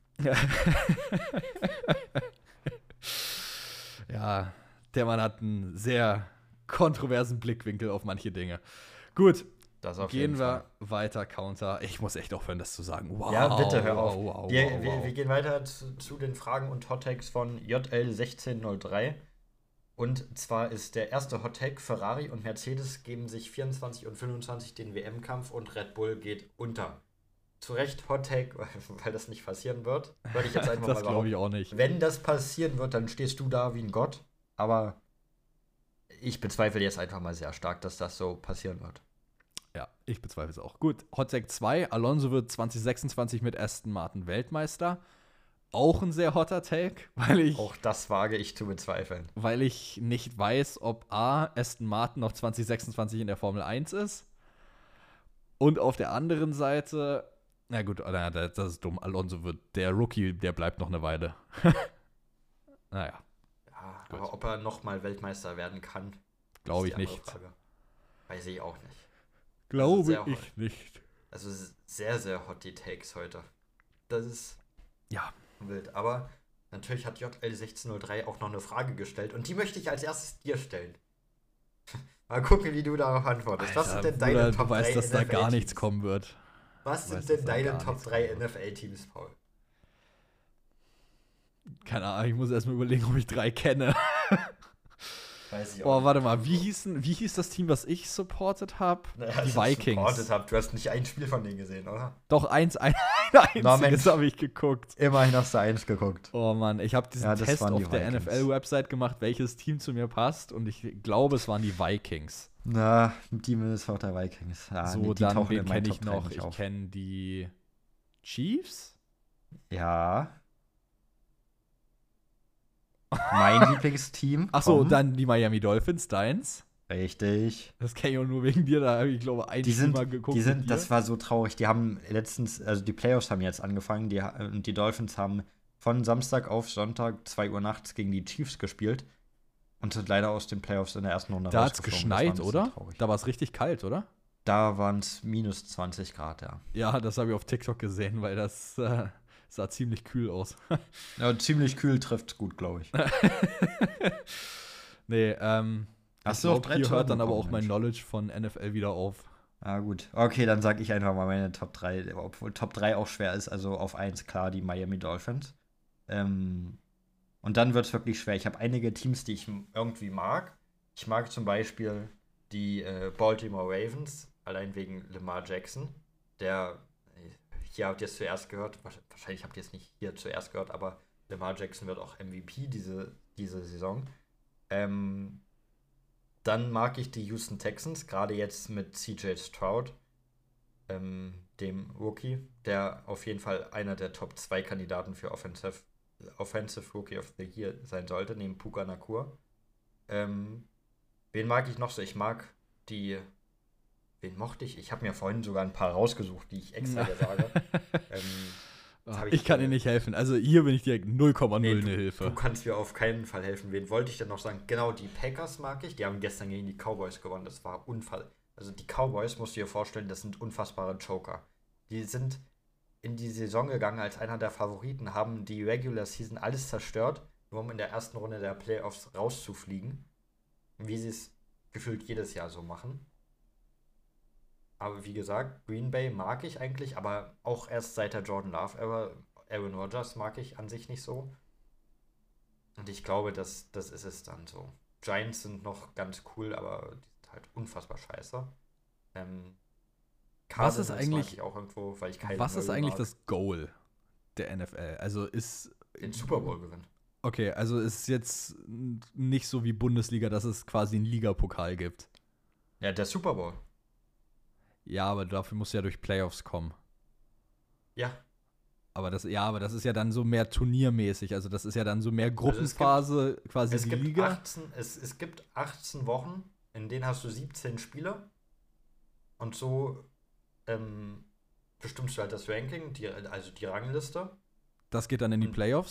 Ja, der Mann hat einen sehr kontroversen Blickwinkel auf manche Dinge. Gut, Das auf gehen jeden wir Fall. weiter, Counter. Ich muss echt aufhören, das zu sagen. Wow, Ja, bitte, hör auf. Wow, wow, wir, wow, wir, wow. wir gehen weiter zu, zu den Fragen und Hot-Takes von J L sechzehn null drei. Und zwar ist der erste Hot-Take: Ferrari und Mercedes geben sich vierundzwanzig und fünfundzwanzig den W M-Kampf und Red Bull geht unter. Zu Recht Hot-Take, weil das nicht passieren wird. Würde ich jetzt einfach Das mal glaube ich behaupten. auch nicht. Wenn das passieren wird, dann stehst du da wie ein Gott. Aber ich bezweifle jetzt einfach mal sehr stark, dass das so passieren wird. Ja, ich bezweifle es auch. Gut, Hot Take zwei. Alonso wird zwanzig sechsundzwanzig mit Aston Martin Weltmeister. Auch ein sehr hotter Take, weil ich, Auch das wage ich zu bezweifeln. weil ich nicht weiß, ob A, Aston Martin noch zwanzig sechsundzwanzig in der Formel eins ist. Und auf der anderen Seite, na gut, na, das ist dumm. Alonso wird der Rookie, der bleibt noch eine Weile. Naja, Ja, Gut. aber ob er nochmal Weltmeister werden kann, glaube ist ich die andere nicht. Frage. Weiß ich auch nicht. Glaube sehr ich hot. nicht. Also s- sehr, sehr hot die Takes heute. Das ist Ja, wild. Aber natürlich hat J L sechzehn null drei auch noch eine Frage gestellt. Und die möchte ich als erstes dir stellen. Mal gucken, wie du darauf antwortest. Was sind Alter, denn deine Bruder, Top du weißt, drei dass da N F L-Teams? gar nichts kommen wird. Was Du sind weißt, denn dass da deine gar Top nichts drei kommen N wird. F L-Teams, Paul? Keine Ahnung, ich muss erstmal überlegen, ob ich drei kenne. Weiß ich Oh, nicht. warte mal, wie, hießen, wie hieß das Team, was ich supportet habe? Naja, Die als ich Vikings. supportet hab, du hast nicht ein Spiel von denen gesehen, oder? Doch, eins, ein, ein Na, einziges Mensch. habe ich geguckt. Immerhin hast du eins geguckt. Oh Mann, ich habe diesen Ja, das Test waren die auf der Vikings. N F L-Website gemacht, welches Team zu mir passt. Und ich glaube, es waren die Vikings. Na, die Minnesota Vikings. Ja, so, nee, die dann, tauchen wen in meinen kenne ich Top drei noch? nicht Ich auf. kenne die Chiefs. Ja. Mein Lieblingsteam. Achso, komm. dann die Miami Dolphins, deins. Richtig. Das kenne ich auch nur wegen dir, da habe ich, glaube ich, ein Die Spiel sind, mal geguckt. die mit sind, dir. das war so traurig. Die haben letztens, also die Playoffs haben jetzt angefangen. Die, ha- und die Dolphins haben von Samstag auf Sonntag zwei Uhr nachts gegen die Chiefs gespielt und sind leider aus den Playoffs in der ersten Runde Da hat es rausgeflogen. Das war ein geschneit, bisschen oder? traurig. Da war es richtig kalt, oder? Da waren es minus zwanzig Grad, ja. Ja, das habe ich auf TikTok gesehen, weil das äh, sah ziemlich kühl aus. ja ziemlich kühl trifft gut, glaube ich. Nee, ähm, Hast ich du auf glaub, drei hier Turm hört dann aber bekommen, auch mein Mensch? Knowledge von N F L wieder auf. Ah, gut. Okay, dann sage ich einfach mal meine Top drei, obwohl Top drei auch schwer ist. Also auf eins klar die Miami Dolphins. Ähm, und dann wird es wirklich schwer. Ich habe einige Teams, die ich m- irgendwie mag. Ich mag zum Beispiel die äh, Baltimore Ravens, allein wegen Lamar Jackson. Der, äh, hier habt ihr es zuerst gehört, wahrsch- wahrscheinlich habt ihr es nicht hier zuerst gehört, aber Lamar Jackson wird auch M V P diese, diese Saison. Ähm, Dann mag ich die Houston Texans, gerade jetzt mit C J Stroud, ähm, dem Rookie, der auf jeden Fall einer der Top zwei Kandidaten für Offensive, Offensive Rookie of the Year sein sollte, neben Puka Nakur. Ähm, wen mag ich noch so? Ich mag die. Wen mochte ich? Ich habe mir vorhin sogar ein paar rausgesucht, die ich extra dir sage. ähm, Jetzt hab ich, ich, kann äh, dir nicht helfen. Also hier bin ich direkt null Komma null Nee, eine Du Hilfe. kannst mir auf keinen Fall helfen. Wen wollte ich denn noch sagen? Genau, die Packers mag ich. Die haben gestern gegen die Cowboys gewonnen. Das war unfall. Also die Cowboys, musst du dir vorstellen, das sind unfassbare Joker. Die sind in die Saison gegangen als einer der Favoriten, haben die Regular Season alles zerstört, nur um in der ersten Runde der Playoffs rauszufliegen. Wie sie es gefühlt jedes Jahr so machen. Aber wie gesagt, Green Bay mag ich eigentlich, aber auch erst seit der Jordan Love Era. Aaron Rodgers mag ich an sich nicht so. Und ich glaube, das, das ist es dann so. Giants sind noch ganz cool, aber die sind halt unfassbar scheiße. Ähm, Was ist Cardinals eigentlich- mag ich auch irgendwo, weil ich Kyler Was ist Murray eigentlich mag. das Goal der N F L? Also ist. Den Super Bowl gewinnen. Okay, also ist jetzt nicht so wie Bundesliga, dass es quasi einen Ligapokal gibt. Ja, der Super Bowl. Ja, aber dafür muss ja durch Playoffs kommen. Ja, Aber das, ja, aber das ist ja dann so mehr turniermäßig. Also das ist ja dann so mehr Gruppenphase, quasi es die gibt, Liga. achtzehn, es, es gibt achtzehn Wochen, in denen hast du siebzehn Spiele. Und so ähm, bestimmst du halt das Ranking, die, also die Rangliste. Das geht dann in die Und- Playoffs.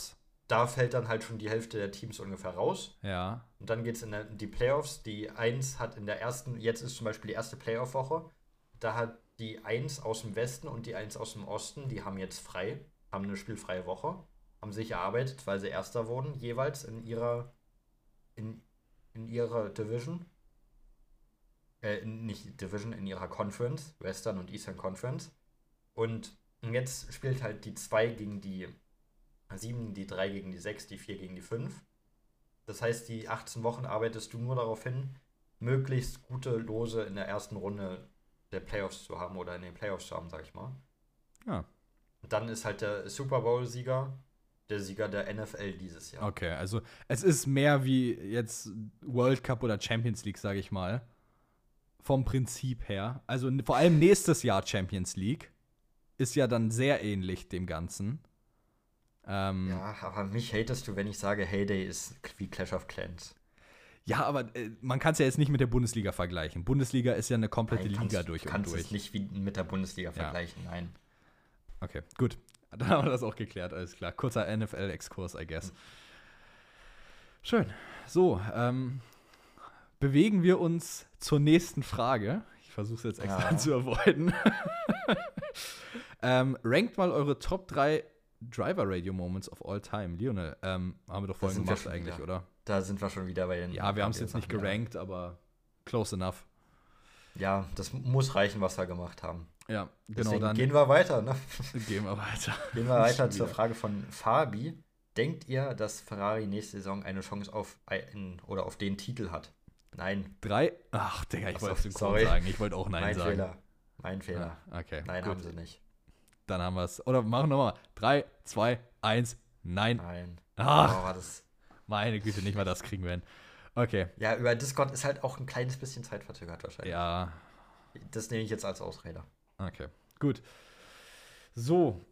da fällt dann halt schon die Hälfte der Teams ungefähr raus. Ja. Und dann geht es in, in die Playoffs. Die eins hat in der ersten, jetzt ist zum Beispiel die erste Playoff-Woche, da hat die eins aus dem Westen und die eins aus dem Osten, die haben jetzt frei, haben eine spielfreie Woche, haben sich erarbeitet, weil sie Erster wurden, jeweils in ihrer, in, in ihrer Division. Äh, nicht Division, in ihrer Conference, Western und Eastern Conference. Und jetzt spielt halt die zwei gegen die sieben, die drei gegen die sechs, die vier gegen die fünf. Das heißt, die achtzehn Wochen arbeitest du nur darauf hin, möglichst gute Lose in der ersten Runde der Playoffs zu haben oder in den Playoffs zu haben, sag ich mal. Ja. Und dann ist halt der Super Bowl-Sieger der Sieger der N F L dieses Jahr. Okay, also es ist mehr wie jetzt World Cup oder Champions League, sage ich mal. Vom Prinzip her. Also n- vor allem nächstes Jahr Champions League ist ja dann sehr ähnlich dem Ganzen. Ähm, Ja, aber mich hatest du, wenn ich sage, Heyday ist wie Clash of Clans. Ja, aber äh, man kann es ja jetzt nicht mit der Bundesliga vergleichen. Bundesliga ist ja eine komplette Nein, kannst, Liga durch und kannst durch. es nicht wie mit der Bundesliga vergleichen, nein. Okay, gut. Dann haben wir das auch geklärt, alles klar. Kurzer N F L-Exkurs, I guess. Schön. So, ähm, bewegen wir uns zur nächsten Frage. Ich versuche es jetzt extra Ja. zu avoiden. ähm, rankt mal eure Top drei Driver-Radio-Moments of all time. Lionel, ähm, haben wir doch vorhin sind wir gemacht schon eigentlich, wieder. oder? Da sind wir schon wieder bei den. Ja, wir haben es jetzt nicht Sachen, ja. gerankt, aber close enough. Ja, das muss reichen, was wir gemacht haben. Ja, genau, Deswegen dann gehen wir weiter, ne? gehen wir weiter. Gehen wir weiter Schon zur wieder. Frage von Fabi. Denkt ihr, dass Ferrari nächste Saison eine Chance auf einen oder auf den Titel hat? Nein. Drei? Ach, Digga, ich Ach so, wollte es synchron sorry. sagen. Ich wollte auch Nein mein sagen. Fehler. Mein Fehler. Ja, okay, Nein, gut. haben sie nicht. Dann haben wir es. Oder machen wir nochmal. Drei, zwei, eins, Nein. Nein. Ach, Oh, war das. meine Güte, nicht mal das kriegen wir hin. Okay, Ja, über Discord ist halt auch ein kleines bisschen zeitverzögert wahrscheinlich. ja, Das nehme ich jetzt als Ausrede. okay, gut. So.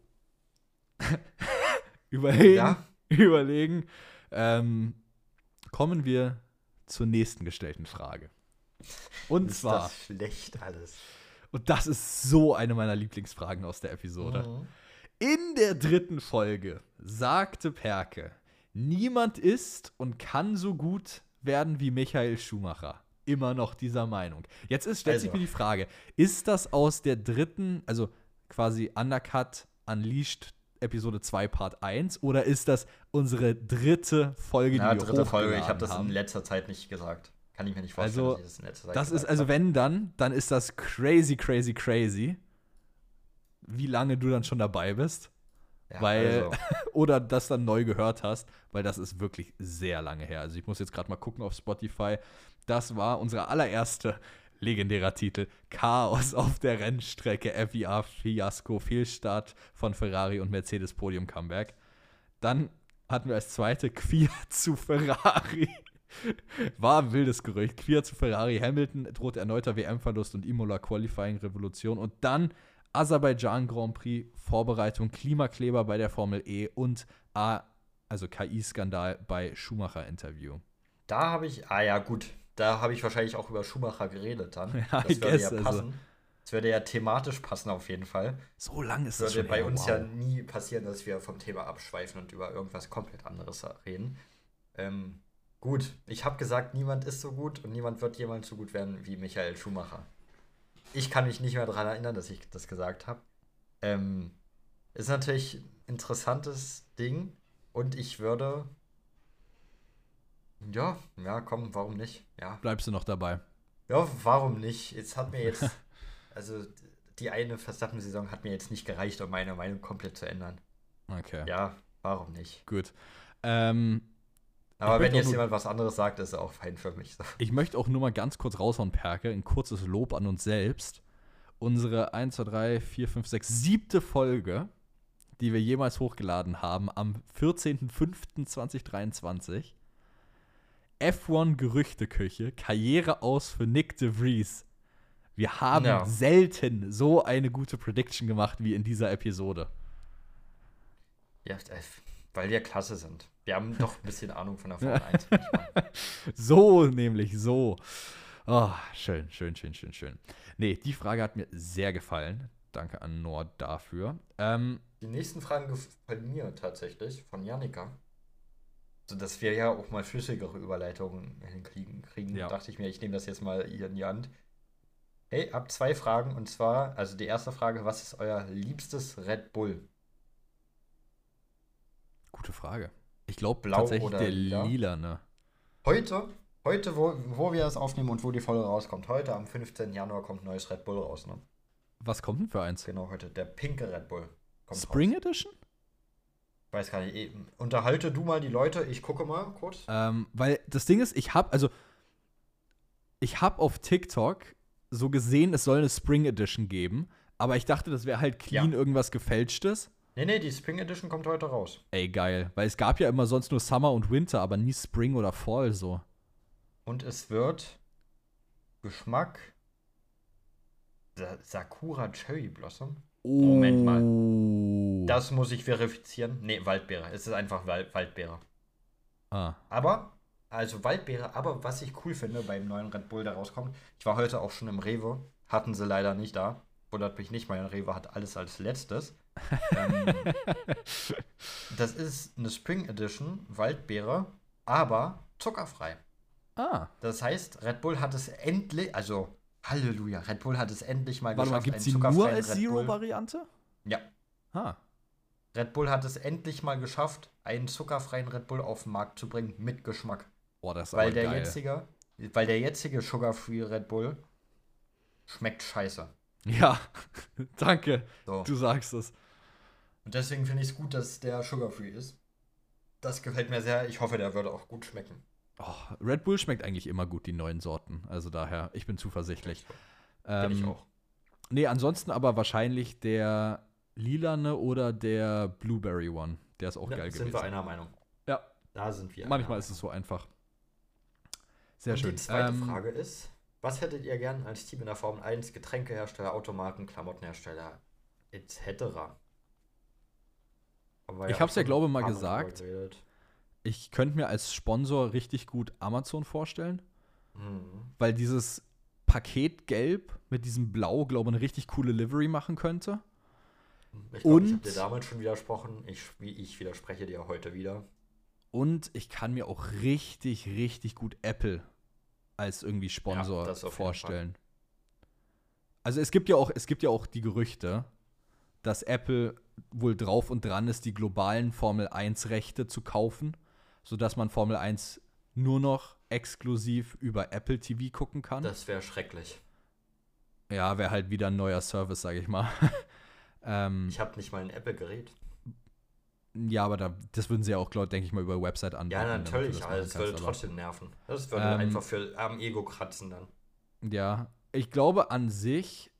überlegen, Ja? überlegen. Ähm, kommen wir zur nächsten gestellten Frage. Und Ist zwar, das schlecht alles. und das ist so eine meiner Lieblingsfragen aus der Episode. Mhm. In der dritten Folge sagte Perke, niemand ist und kann so gut werden wie Michael Schumacher. Immer noch dieser Meinung. Jetzt ist, stellt sich Also. mir die Frage, ist das aus der dritten, also quasi Undercut Unleashed Episode zwei Part eins oder ist das unsere dritte Folge, Ja, die wir dritte Folge. Ich habe hochgeladen das haben? in letzter Zeit nicht gesagt. Kann ich mir nicht vorstellen, Also, dass ich das in letzter Zeit Das ist gesagt also, habe. wenn dann, dann ist das crazy, crazy, crazy, wie lange du dann schon dabei bist. Ja, weil, also, oder das dann neu gehört hast, weil das ist wirklich sehr lange her. Also ich muss jetzt gerade mal gucken auf Spotify. Das war unsere allererste legendärer Titel. Chaos auf der Rennstrecke, F I A-Fiasko, Fehlstart von Ferrari und Mercedes Podium-Comeback. Dann hatten wir als zweite Queer zu Ferrari. War ein wildes Gerücht. Queer zu Ferrari. Hamilton droht erneuter W M-Verlust und Imola Qualifying-Revolution. Und dann Aserbaidschan Grand Prix, Vorbereitung, Klimakleber bei der Formel E und A, also K I-Skandal bei Schumacher-Interview. da habe ich, ah ja, gut, da habe ich wahrscheinlich auch über Schumacher geredet dann. Ja, das I würde guess, ja also. passen. Das würde ja thematisch passen auf jeden Fall. So lang ist Das das würde schon bei her, uns wow. ja nie passieren, dass wir vom Thema abschweifen und über irgendwas komplett anderes reden. Ähm, gut, ich habe gesagt, niemand ist so gut und niemand wird jemals so gut werden wie Michael Schumacher. Ich kann mich nicht mehr daran erinnern, dass ich das gesagt habe. Ähm, ist natürlich ein interessantes Ding und ich würde. Ja, ja, komm, warum nicht? Ja, Bleibst du noch dabei? ja, warum nicht? Jetzt hat mir jetzt. Also, die eine Verstappen-Saison hat mir jetzt nicht gereicht, um meine Meinung komplett zu ändern. Okay, Ja, warum nicht? gut. Ähm, Aber Ich wenn möchte jetzt auch nur- jemand was anderes sagt, ist er auch fein für mich. So. ich möchte auch nur mal ganz kurz raushauen, Perke, ein kurzes Lob an uns selbst. Unsere eins, zwei, drei, vier, fünf, sechs, siebte Folge, die wir jemals hochgeladen haben, am vierzehnten fünften zweitausenddreiundzwanzig. F eins Gerüchteküche, Karriere aus für Nick de Vries. Wir haben Ja. selten so eine gute Prediction gemacht wie in dieser Episode. Ja, äh, weil wir klasse sind. Wir haben doch ein bisschen Ahnung von der Formel eins. manchmal. So nämlich, so. Oh, schön, schön, schön, schön, schön. Nee, die Frage hat mir sehr gefallen. Danke an Nord dafür. Ähm, Die nächsten Fragen gefallen mir tatsächlich von Janika. So, dass wir ja auch mal flüssigere Überleitungen hinkriegen, kriegen, Ja. dachte ich mir, ich nehme das jetzt mal hier in die Hand. Hey, hab zwei Fragen und zwar, also die erste Frage, was ist euer liebstes Red Bull? Gute Frage. Ich glaube Blau tatsächlich oder der lila? lila, ne? Heute, heute, wo, wo wir das aufnehmen und wo die Folge rauskommt, heute am fünfzehnten Januar kommt ein neues Red Bull raus, ne? Was kommt denn für eins? Genau, heute, der pinke Red Bull kommt Spring raus. Edition? Ich weiß gar nicht, eh, unterhalte du mal die Leute, ich gucke mal kurz. Ähm, weil das Ding ist, ich habe, also, ich habe auf TikTok so gesehen, es soll eine Spring Edition geben, aber ich dachte, das wäre halt clean Ja. irgendwas Gefälschtes. Nee, nee, die Spring Edition kommt heute raus. Ey, geil. Weil es gab ja immer sonst nur Summer und Winter, aber nie Spring oder Fall so. Und es wird Geschmack Sa- Sakura Cherry Blossom. Moment mal. mal. Das muss ich verifizieren. Nee, Waldbeere. Es ist einfach Wal Waldbeere. Ah. Aber, also Waldbeere, aber was ich cool finde beim neuen Red Bull, der rauskommt, ich war heute auch schon im Rewe, hatten sie leider nicht da. Wundert mich nicht, mein Rewe hat alles als letztes. ähm, das ist eine Spring Edition Waldbeere, aber zuckerfrei. ah. Das heißt, Red Bull hat es endlich, also Halleluja, Red Bull hat es endlich mal Warte mal, geschafft, gibt einen sie nur zuckerfreien als Red Bull. Zero-Variante? Ja, Ah. Red Bull hat es endlich mal geschafft, einen zuckerfreien Red Bull auf den Markt zu bringen mit Geschmack. Boah, das ist Weil aber der geil. jetzige, weil der jetzige Sugar-Free Red Bull schmeckt scheiße. Ja, danke. So. Du sagst es. Und deswegen finde ich es gut, dass der Sugar-Free ist. Das gefällt mir sehr. Ich hoffe, der würde auch gut schmecken. Oh, Red Bull schmeckt eigentlich immer gut, die neuen Sorten. Also daher, ich bin zuversichtlich. Bin ich Ähm, auch. Nee, ansonsten aber wahrscheinlich der lilane oder der Blueberry One. Der ist auch Ja, geil sind gewesen. wir einer Meinung. Ja, Da sind wir. manchmal einer ist es so einfach. Sehr Und schön. die zweite Ähm, Frage ist, was hättet ihr gern als Team in der Formel eins, Getränkehersteller, Automarken, Klamottenhersteller et cetera? Haben wir Ich auch hab's ja, schon glaube ein mal paar drüber gesagt. geredet. Ich könnte mir als Sponsor richtig gut Amazon vorstellen, Mhm. weil dieses Paket Gelb mit diesem Blau, glaube ich, eine richtig coole Livery machen könnte. Ich glaube, ich habe Und- dir damals schon widersprochen. Ich, wie ich widerspreche dir heute wieder. Und ich kann mir auch richtig, richtig gut Apple als irgendwie Sponsor Ja, das auf jeden vorstellen. Also es gibt ja auch, es gibt ja auch die Gerüchte, dass Apple wohl drauf und dran ist, die globalen Formel eins Rechte zu kaufen, sodass man Formel eins nur noch exklusiv über Apple T V gucken kann. Das wäre schrecklich. Ja, wäre halt wieder ein neuer Service, sage ich mal. ähm, Ich habe nicht mal ein Apple-Gerät. ja, aber da, das würden sie ja auch, glaube denke ich mal, über Website anbieten. Ja, damit du natürlich, das aber machen es würde kannst, aber- trotzdem nerven. Das würde Ähm, einfach für am Ego kratzen dann. Ja, ich glaube an sich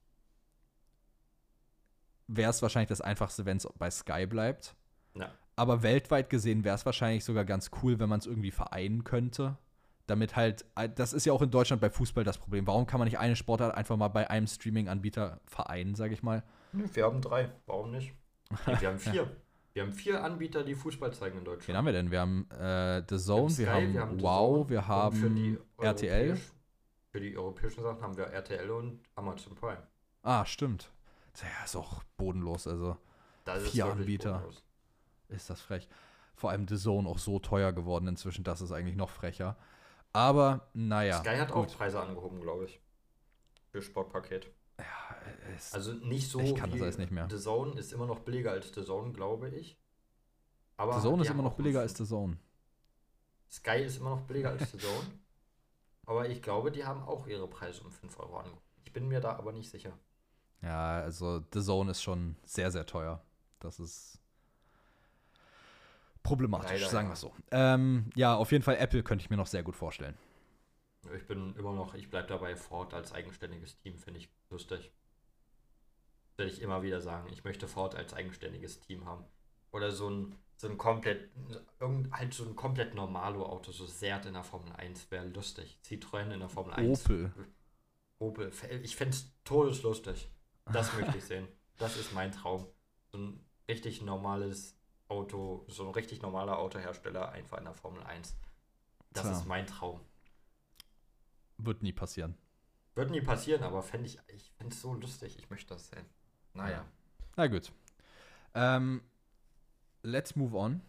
wäre es wahrscheinlich das Einfachste, wenn es bei Sky bleibt. Ja. Aber weltweit gesehen wäre es wahrscheinlich sogar ganz cool, wenn man es irgendwie vereinen könnte. Damit halt, das ist ja auch in Deutschland bei Fußball das Problem. Warum kann man nicht eine Sportart einfach mal bei einem Streaming-Anbieter vereinen, sage ich mal? Nö, wir haben drei. Warum nicht? Nee, wir haben vier. Wir haben vier Anbieter, die Fußball zeigen in Wen Deutschland. haben wir denn? Wir haben äh, The Zone, wir haben, Sky, wir haben The Wow, Zone wir und haben für die R T L. europäisch- Für die europäischen Sachen haben wir R T L und Amazon Prime. Ah, stimmt. Ja, ist auch bodenlos, also Das ist Vier wirklich Anbieter. bodenlos. ist das frech. Vor allem The Zone auch so teuer geworden inzwischen, das ist eigentlich noch frecher. Aber, naja. Sky hat gut. auch Preise angehoben, glaube ich. Für Sportpaket. Ja, es, Also nicht so Ich kann das wie alles nicht mehr. The Zone ist immer noch billiger als The Zone, glaube ich. Aber The Zone die ist haben immer noch auch billiger einen- als The Zone. Sky ist immer noch billiger als The Zone. Aber ich glaube, die haben auch ihre Preise um fünf Euro angehoben. Ich bin mir da aber nicht sicher. Ja, also The Zone ist schon sehr, sehr teuer. Das ist problematisch, Leider, sagen ja. wir es so. Ähm, ja, auf jeden Fall Apple könnte ich mir noch sehr gut vorstellen. Ich bin immer noch, ich bleibe dabei, Ford als eigenständiges Team, finde ich lustig. Werde ich immer wieder sagen, ich möchte Ford als eigenständiges Team haben. Oder so ein, so ein komplett, irgend, halt so ein komplett Normalo-Auto, so Seat in der Formel eins, wäre lustig. Citroën in der Formel eins. Opel. Opel. Ich fände es todeslustig. Das möchte ich sehen. Das ist mein Traum. So ein richtig normales Auto, so ein richtig normaler Autohersteller einfach in der Formel eins. Das Tja. ist mein Traum. Wird nie passieren. Wird nie passieren, aber fänd ich, ich fände es so lustig. Ich möchte das sehen. Naja. Na gut. Ähm, let's move on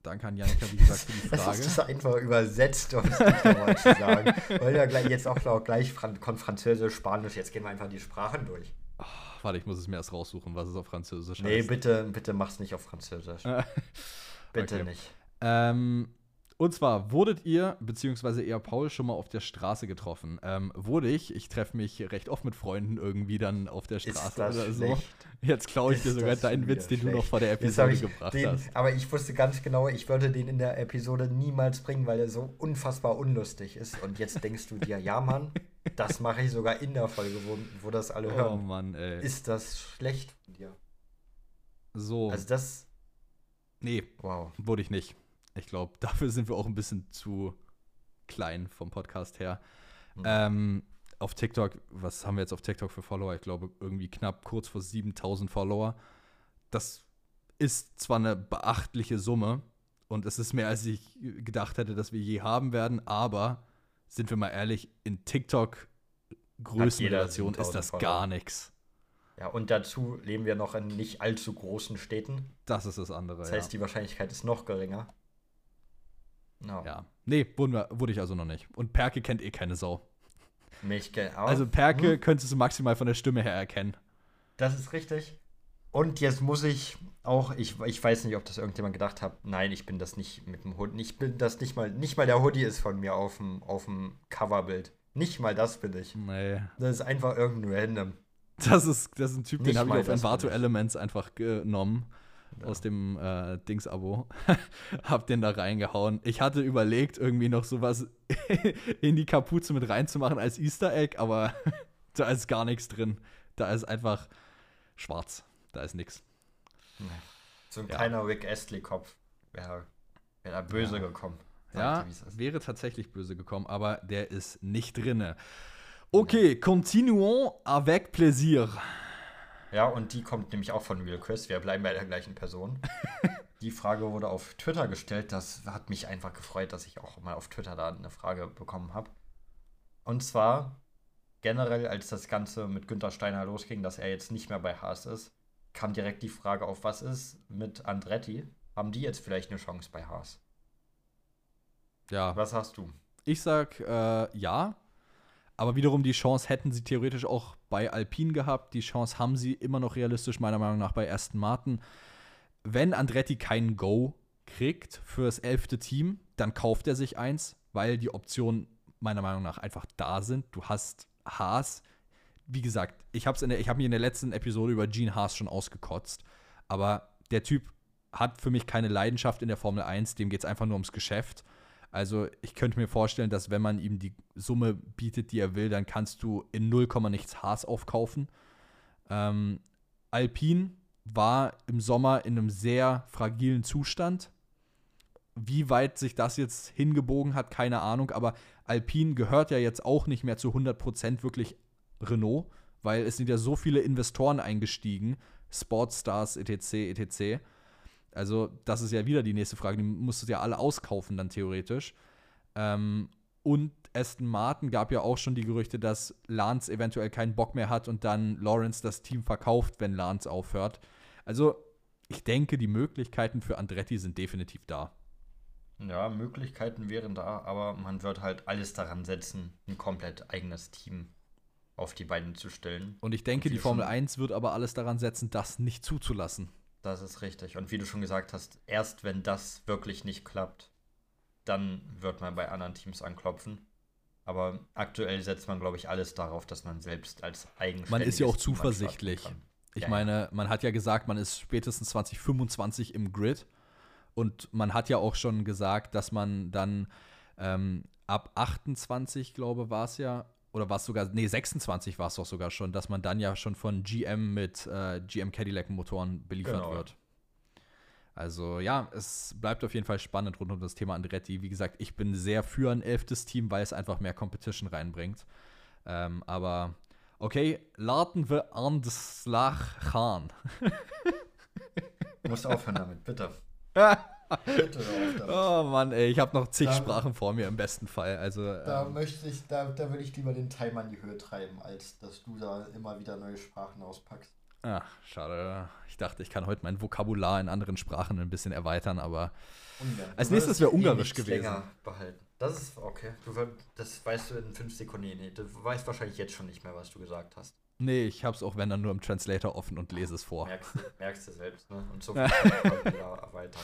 danke an Jannika, wie gesagt, für die Das Frage. hast du einfach übersetzt, um es nicht nochmal zu sagen. Weil ja gleich, jetzt auch noch gleich Fran kommt Französisch, Spanisch, jetzt gehen wir einfach die Sprachen durch. Oh, warte, ich muss es mir erst raussuchen, was es auf Französisch Nee, heißt. bitte, bitte mach's nicht auf Französisch. Bitte Okay. nicht. Ähm, und zwar, wurdet ihr, beziehungsweise eher Paul, schon mal auf der Straße getroffen? Ähm, wurde ich. Ich treffe mich recht oft mit Freunden irgendwie dann auf der Ist Straße das oder so. schlecht? Jetzt klaue ich Ist dir sogar das deinen schon Witz, wieder den du noch schlecht? vor der Jetzt hab Episode ich gebracht den, hast. aber ich wusste ganz genau, ich würde den in der Episode niemals bringen, weil er so unfassbar unlustig ist. Und jetzt denkst du dir, ja Mann, das mache ich sogar in der Folge, wo, wo das alle Oh hören. Mann, ey. Ist das schlecht von dir? So. Also das, nee, wow. wurde ich nicht. Ich glaube, dafür sind wir auch ein bisschen zu klein vom Podcast her. Mhm. Ähm, auf TikTok, was haben wir jetzt auf TikTok für Follower? Ich glaube, irgendwie knapp kurz vor siebentausend Follower. Das ist zwar eine beachtliche Summe und es ist mehr, als ich gedacht hätte, dass wir je haben werden, aber sind wir mal ehrlich, in TikTok-Größenrelation ist das siebentausend gar nichts. Ja, und dazu leben wir noch in nicht allzu großen Städten. Das ist das andere, Das heißt, ja. die Wahrscheinlichkeit ist noch geringer. No. ja. Nee, wurden wir, wurde ich also noch nicht. Und Perke kennt eh keine Sau. Mich ge- aber, Also Perke hm, könntest du maximal von der Stimme her erkennen. das ist richtig. Und jetzt muss ich auch, ich, ich weiß nicht, ob das irgendjemand gedacht hat, nein, ich bin das nicht mit dem Hoodie, ich bin das nicht mal, nicht mal der Hoodie ist von mir auf dem, auf dem Coverbild. Nicht mal das bin ich. Nee. Das ist einfach irgendein Random. Das ist, das ist ein Typ, den Nicht habe ich mal auf das Envato bin ich. Elements einfach genommen. Ja. Aus dem äh, Dings-Abo. Hab den da reingehauen. Ich hatte überlegt, irgendwie noch sowas in die Kapuze mit reinzumachen als Easter Egg, aber da ist gar nichts drin. Da ist einfach schwarz. Da ist nichts. So ein Ja. kleiner Rick Astley-Kopf wäre wär da böse Ja. gekommen. Sag Ja, dir, wie es ist. wäre tatsächlich böse gekommen, aber der ist nicht drinne. Okay, continuons avec plaisir. Ja, und die kommt nämlich auch von Real Chris. Wir bleiben bei der gleichen Person. Die Frage wurde auf Twitter gestellt. Das hat mich einfach gefreut, dass ich auch mal auf Twitter da eine Frage bekommen habe. Und zwar generell, als das Ganze mit Günther Steiner losging, dass er jetzt nicht mehr bei Haas ist, kam direkt die Frage auf, was ist mit Andretti? Haben die jetzt vielleicht eine Chance bei Haas? Ja, Was hast du? ich sag äh, ja. Aber wiederum die Chance hätten sie theoretisch auch bei Alpine gehabt. Die Chance haben sie immer noch realistisch, meiner Meinung nach, bei Aston Martin. Wenn Andretti keinen Go kriegt fürs elfte Team, dann kauft er sich eins, weil die Optionen meiner Meinung nach einfach da sind. Du hast Haas. Wie gesagt, ich habe hab mich in der letzten Episode über Gene Haas schon ausgekotzt. Aber der Typ hat für mich keine Leidenschaft in der Formel eins. Dem geht es einfach nur ums Geschäft. Also ich könnte mir vorstellen, dass wenn man ihm die Summe bietet, die er will, dann kannst du in null Komma nichts Haas aufkaufen. Ähm, Alpine war im Sommer in einem sehr fragilen Zustand. Wie weit sich das jetzt hingebogen hat, keine Ahnung. Aber Alpine gehört ja jetzt auch nicht mehr zu hundert Prozent wirklich Renault, weil es sind ja so viele Investoren eingestiegen, Sportstars, et cetera, et cetera. Also, das ist ja wieder die nächste Frage. Die musst du ja alle auskaufen, dann theoretisch. Ähm, und Aston Martin gab ja auch schon die Gerüchte, dass Lance eventuell keinen Bock mehr hat und dann Lawrence das Team verkauft, wenn Lance aufhört. Also, ich denke, die Möglichkeiten für Andretti sind definitiv da. Ja, Möglichkeiten wären da, aber man wird halt alles daran setzen, ein komplett eigenes Team auf die Beine zu stellen. Und ich denke, Und wie die Formel schon- eins wird aber alles daran setzen, das nicht zuzulassen. Das ist richtig. Und wie du schon gesagt hast, erst wenn das wirklich nicht klappt, dann wird man bei anderen Teams anklopfen. Aber aktuell setzt man, glaube ich, alles darauf, dass man selbst als eigenständiges Man ist ja auch Team an den Start zuversichtlich. gehen kann. Ich Ja, meine, man hat ja gesagt, man ist spätestens zwanzig fünfundzwanzig im Grid. Und man hat ja auch schon gesagt, dass man dann ähm, ab achtundzwanzig, glaube war es ja, oder war es sogar, nee, sechsundzwanzig war es doch sogar schon, dass man dann ja schon von G M mit äh, G M Cadillac-Motoren beliefert Genau. wird. Also ja, es bleibt auf jeden Fall spannend rund um das Thema Andretti. Wie gesagt, ich bin sehr für ein elftes Team, weil es einfach mehr Competition reinbringt. Ähm, aber okay, laten wir an das Slag gaan. Du musst aufhören damit, bitte. Bitte hör auf damit. Oh Mann, ey, ich habe noch zig Da- Sprachen vor mir im besten Fall. Also Da ähm, möchte ich, da, da würde ich lieber den Timer in die Höhe treiben, als dass du da immer wieder neue Sprachen auspackst. Ach, schade. Ich dachte, ich kann heute mein Vokabular in anderen Sprachen ein bisschen erweitern, aber Ungarn. als Du nächstes würdest wäre eh Ungarisch nichts gewesen. länger behalten. Das ist okay. Du würd, das weißt du in fünf Sekunden eh nicht. Du weißt wahrscheinlich jetzt schon nicht mehr, was du gesagt hast. Nee, ich hab's auch, wenn dann nur im Translator offen und lese es vor. Merkst, du- merkst du selbst, ne? Und so viel Vokabular erweitern.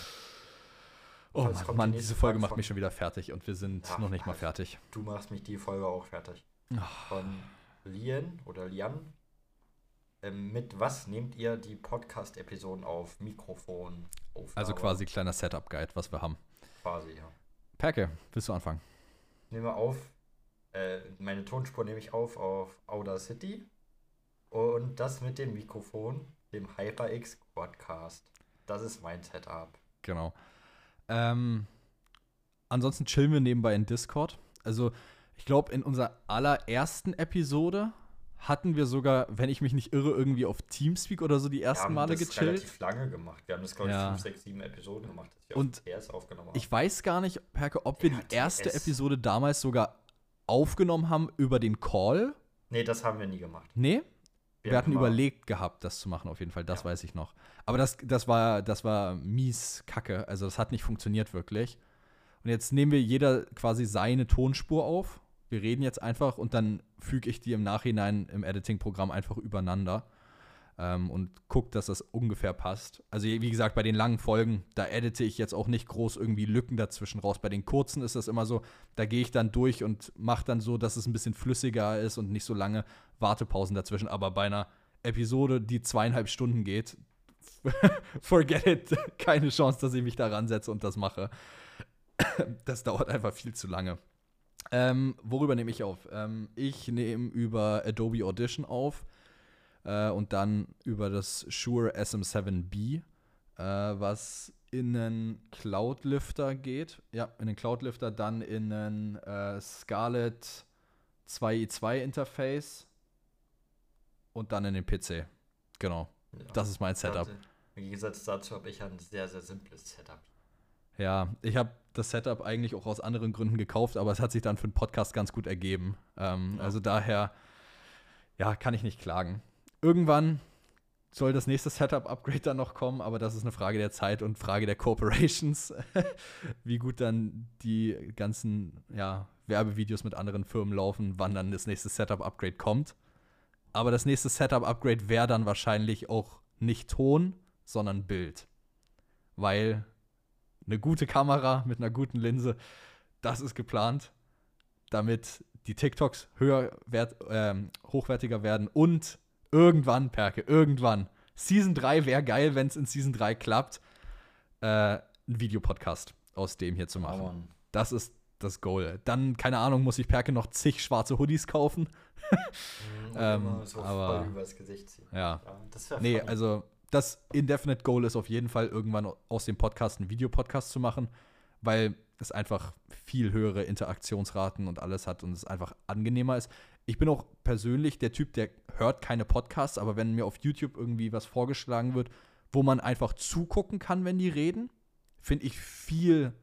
Oh Jetzt Mann, kommt die Mann, nächste diese Folge Frage macht von- mich schon wieder fertig und wir sind Ja, noch nicht mal halt. fertig. Du machst mich die Folge auch fertig. Von Lian oder Lian. Ähm, mit was nehmt ihr die Podcast-Episoden auf? Mikrofon, Aufnahme? Also quasi kleiner Setup-Guide, was wir haben. Quasi, ja. Perke, willst du anfangen? Ich nehme auf, äh, meine Tonspur nehme ich auf auf Audacity und das mit dem Mikrofon, dem HyperX Quadcast. Das ist mein Setup. Genau. Ähm, ansonsten chillen wir nebenbei in Discord. Also, ich glaube, in unserer allerersten Episode hatten wir sogar, wenn ich mich nicht irre, irgendwie auf Teamspeak oder so die Wir ersten haben Male das gechillt. relativ lange gemacht. Wir haben das, glaube ich, Ja. fünf, sechs, sieben Episoden gemacht, dass wir Und auf T S aufgenommen haben. Ich weiß gar nicht, Perke, ob wir Ja, die erste T S. Episode damals sogar aufgenommen haben über den Call. Nee, das haben wir nie gemacht. Nee? Wir, hatten immer- überlegt gehabt, das zu machen, auf jeden Fall. Das Ja. weiß ich noch. Aber das, das, war, das war mies kacke. Also, das hat nicht funktioniert wirklich. Und jetzt nehmen wir jeder quasi seine Tonspur auf. Wir reden jetzt einfach und dann füge ich die im Nachhinein im Editing-Programm einfach übereinander. Ähm, und gucke, dass das ungefähr passt. Also, wie gesagt, bei den langen Folgen, da edite ich jetzt auch nicht groß irgendwie Lücken dazwischen raus. Bei den kurzen ist das immer so, da gehe ich dann durch und mache dann so, dass es ein bisschen flüssiger ist und nicht so lange Wartepausen dazwischen. Aber bei einer Episode, die zweieinhalb Stunden geht, forget it, keine Chance, dass ich mich da ransetze und das mache. Das dauert einfach viel zu lange. Ähm, worüber nehme ich auf? Ähm, ich nehme über Adobe Audition auf äh, und dann über das Shure S M sieben B, äh, was in einen Cloudlifter geht. Ja, in den Cloudlifter, dann in einen äh, Scarlett zwei i zwei Interface und dann in den P C. Genau, Ja. das ist mein Setup. Im Gegensatz dazu habe ich ein sehr, sehr simples Setup. Ja, ich habe das Setup eigentlich auch aus anderen Gründen gekauft, aber es hat sich dann für den Podcast ganz gut ergeben. Ähm, Ja. Also daher, ja, kann ich nicht klagen. Irgendwann soll das nächste Setup-Upgrade dann noch kommen, aber das ist eine Frage der Zeit und Frage der Corporations, wie gut dann die ganzen ja, Werbevideos mit anderen Firmen laufen, wann dann das nächste Setup-Upgrade kommt. Aber das nächste Setup-Upgrade wäre dann wahrscheinlich auch nicht Ton, sondern Bild. Weil eine gute Kamera mit einer guten Linse, das ist geplant, damit die TikToks höher wert, ähm, hochwertiger werden und irgendwann, Perke, irgendwann, Season drei wäre geil, wenn es in Season drei klappt, äh, einen Videopodcast aus dem hier zu machen. Oh, Mann. Das ist das Goal. Dann, keine Ahnung, muss ich Perke noch zig schwarze Hoodies kaufen. Und Ähm, immer so aber- voll übers Gesicht ziehen. Ja. Ja, das wäre Nee, also das Indefinite Goal ist auf jeden Fall irgendwann aus dem Podcast einen Videopodcast zu machen, weil es einfach viel höhere Interaktionsraten und alles hat und es einfach angenehmer ist. Ich bin auch persönlich der Typ, der hört keine Podcasts, aber wenn mir auf YouTube irgendwie was vorgeschlagen wird, wo man einfach zugucken kann, wenn die reden, finde ich viel,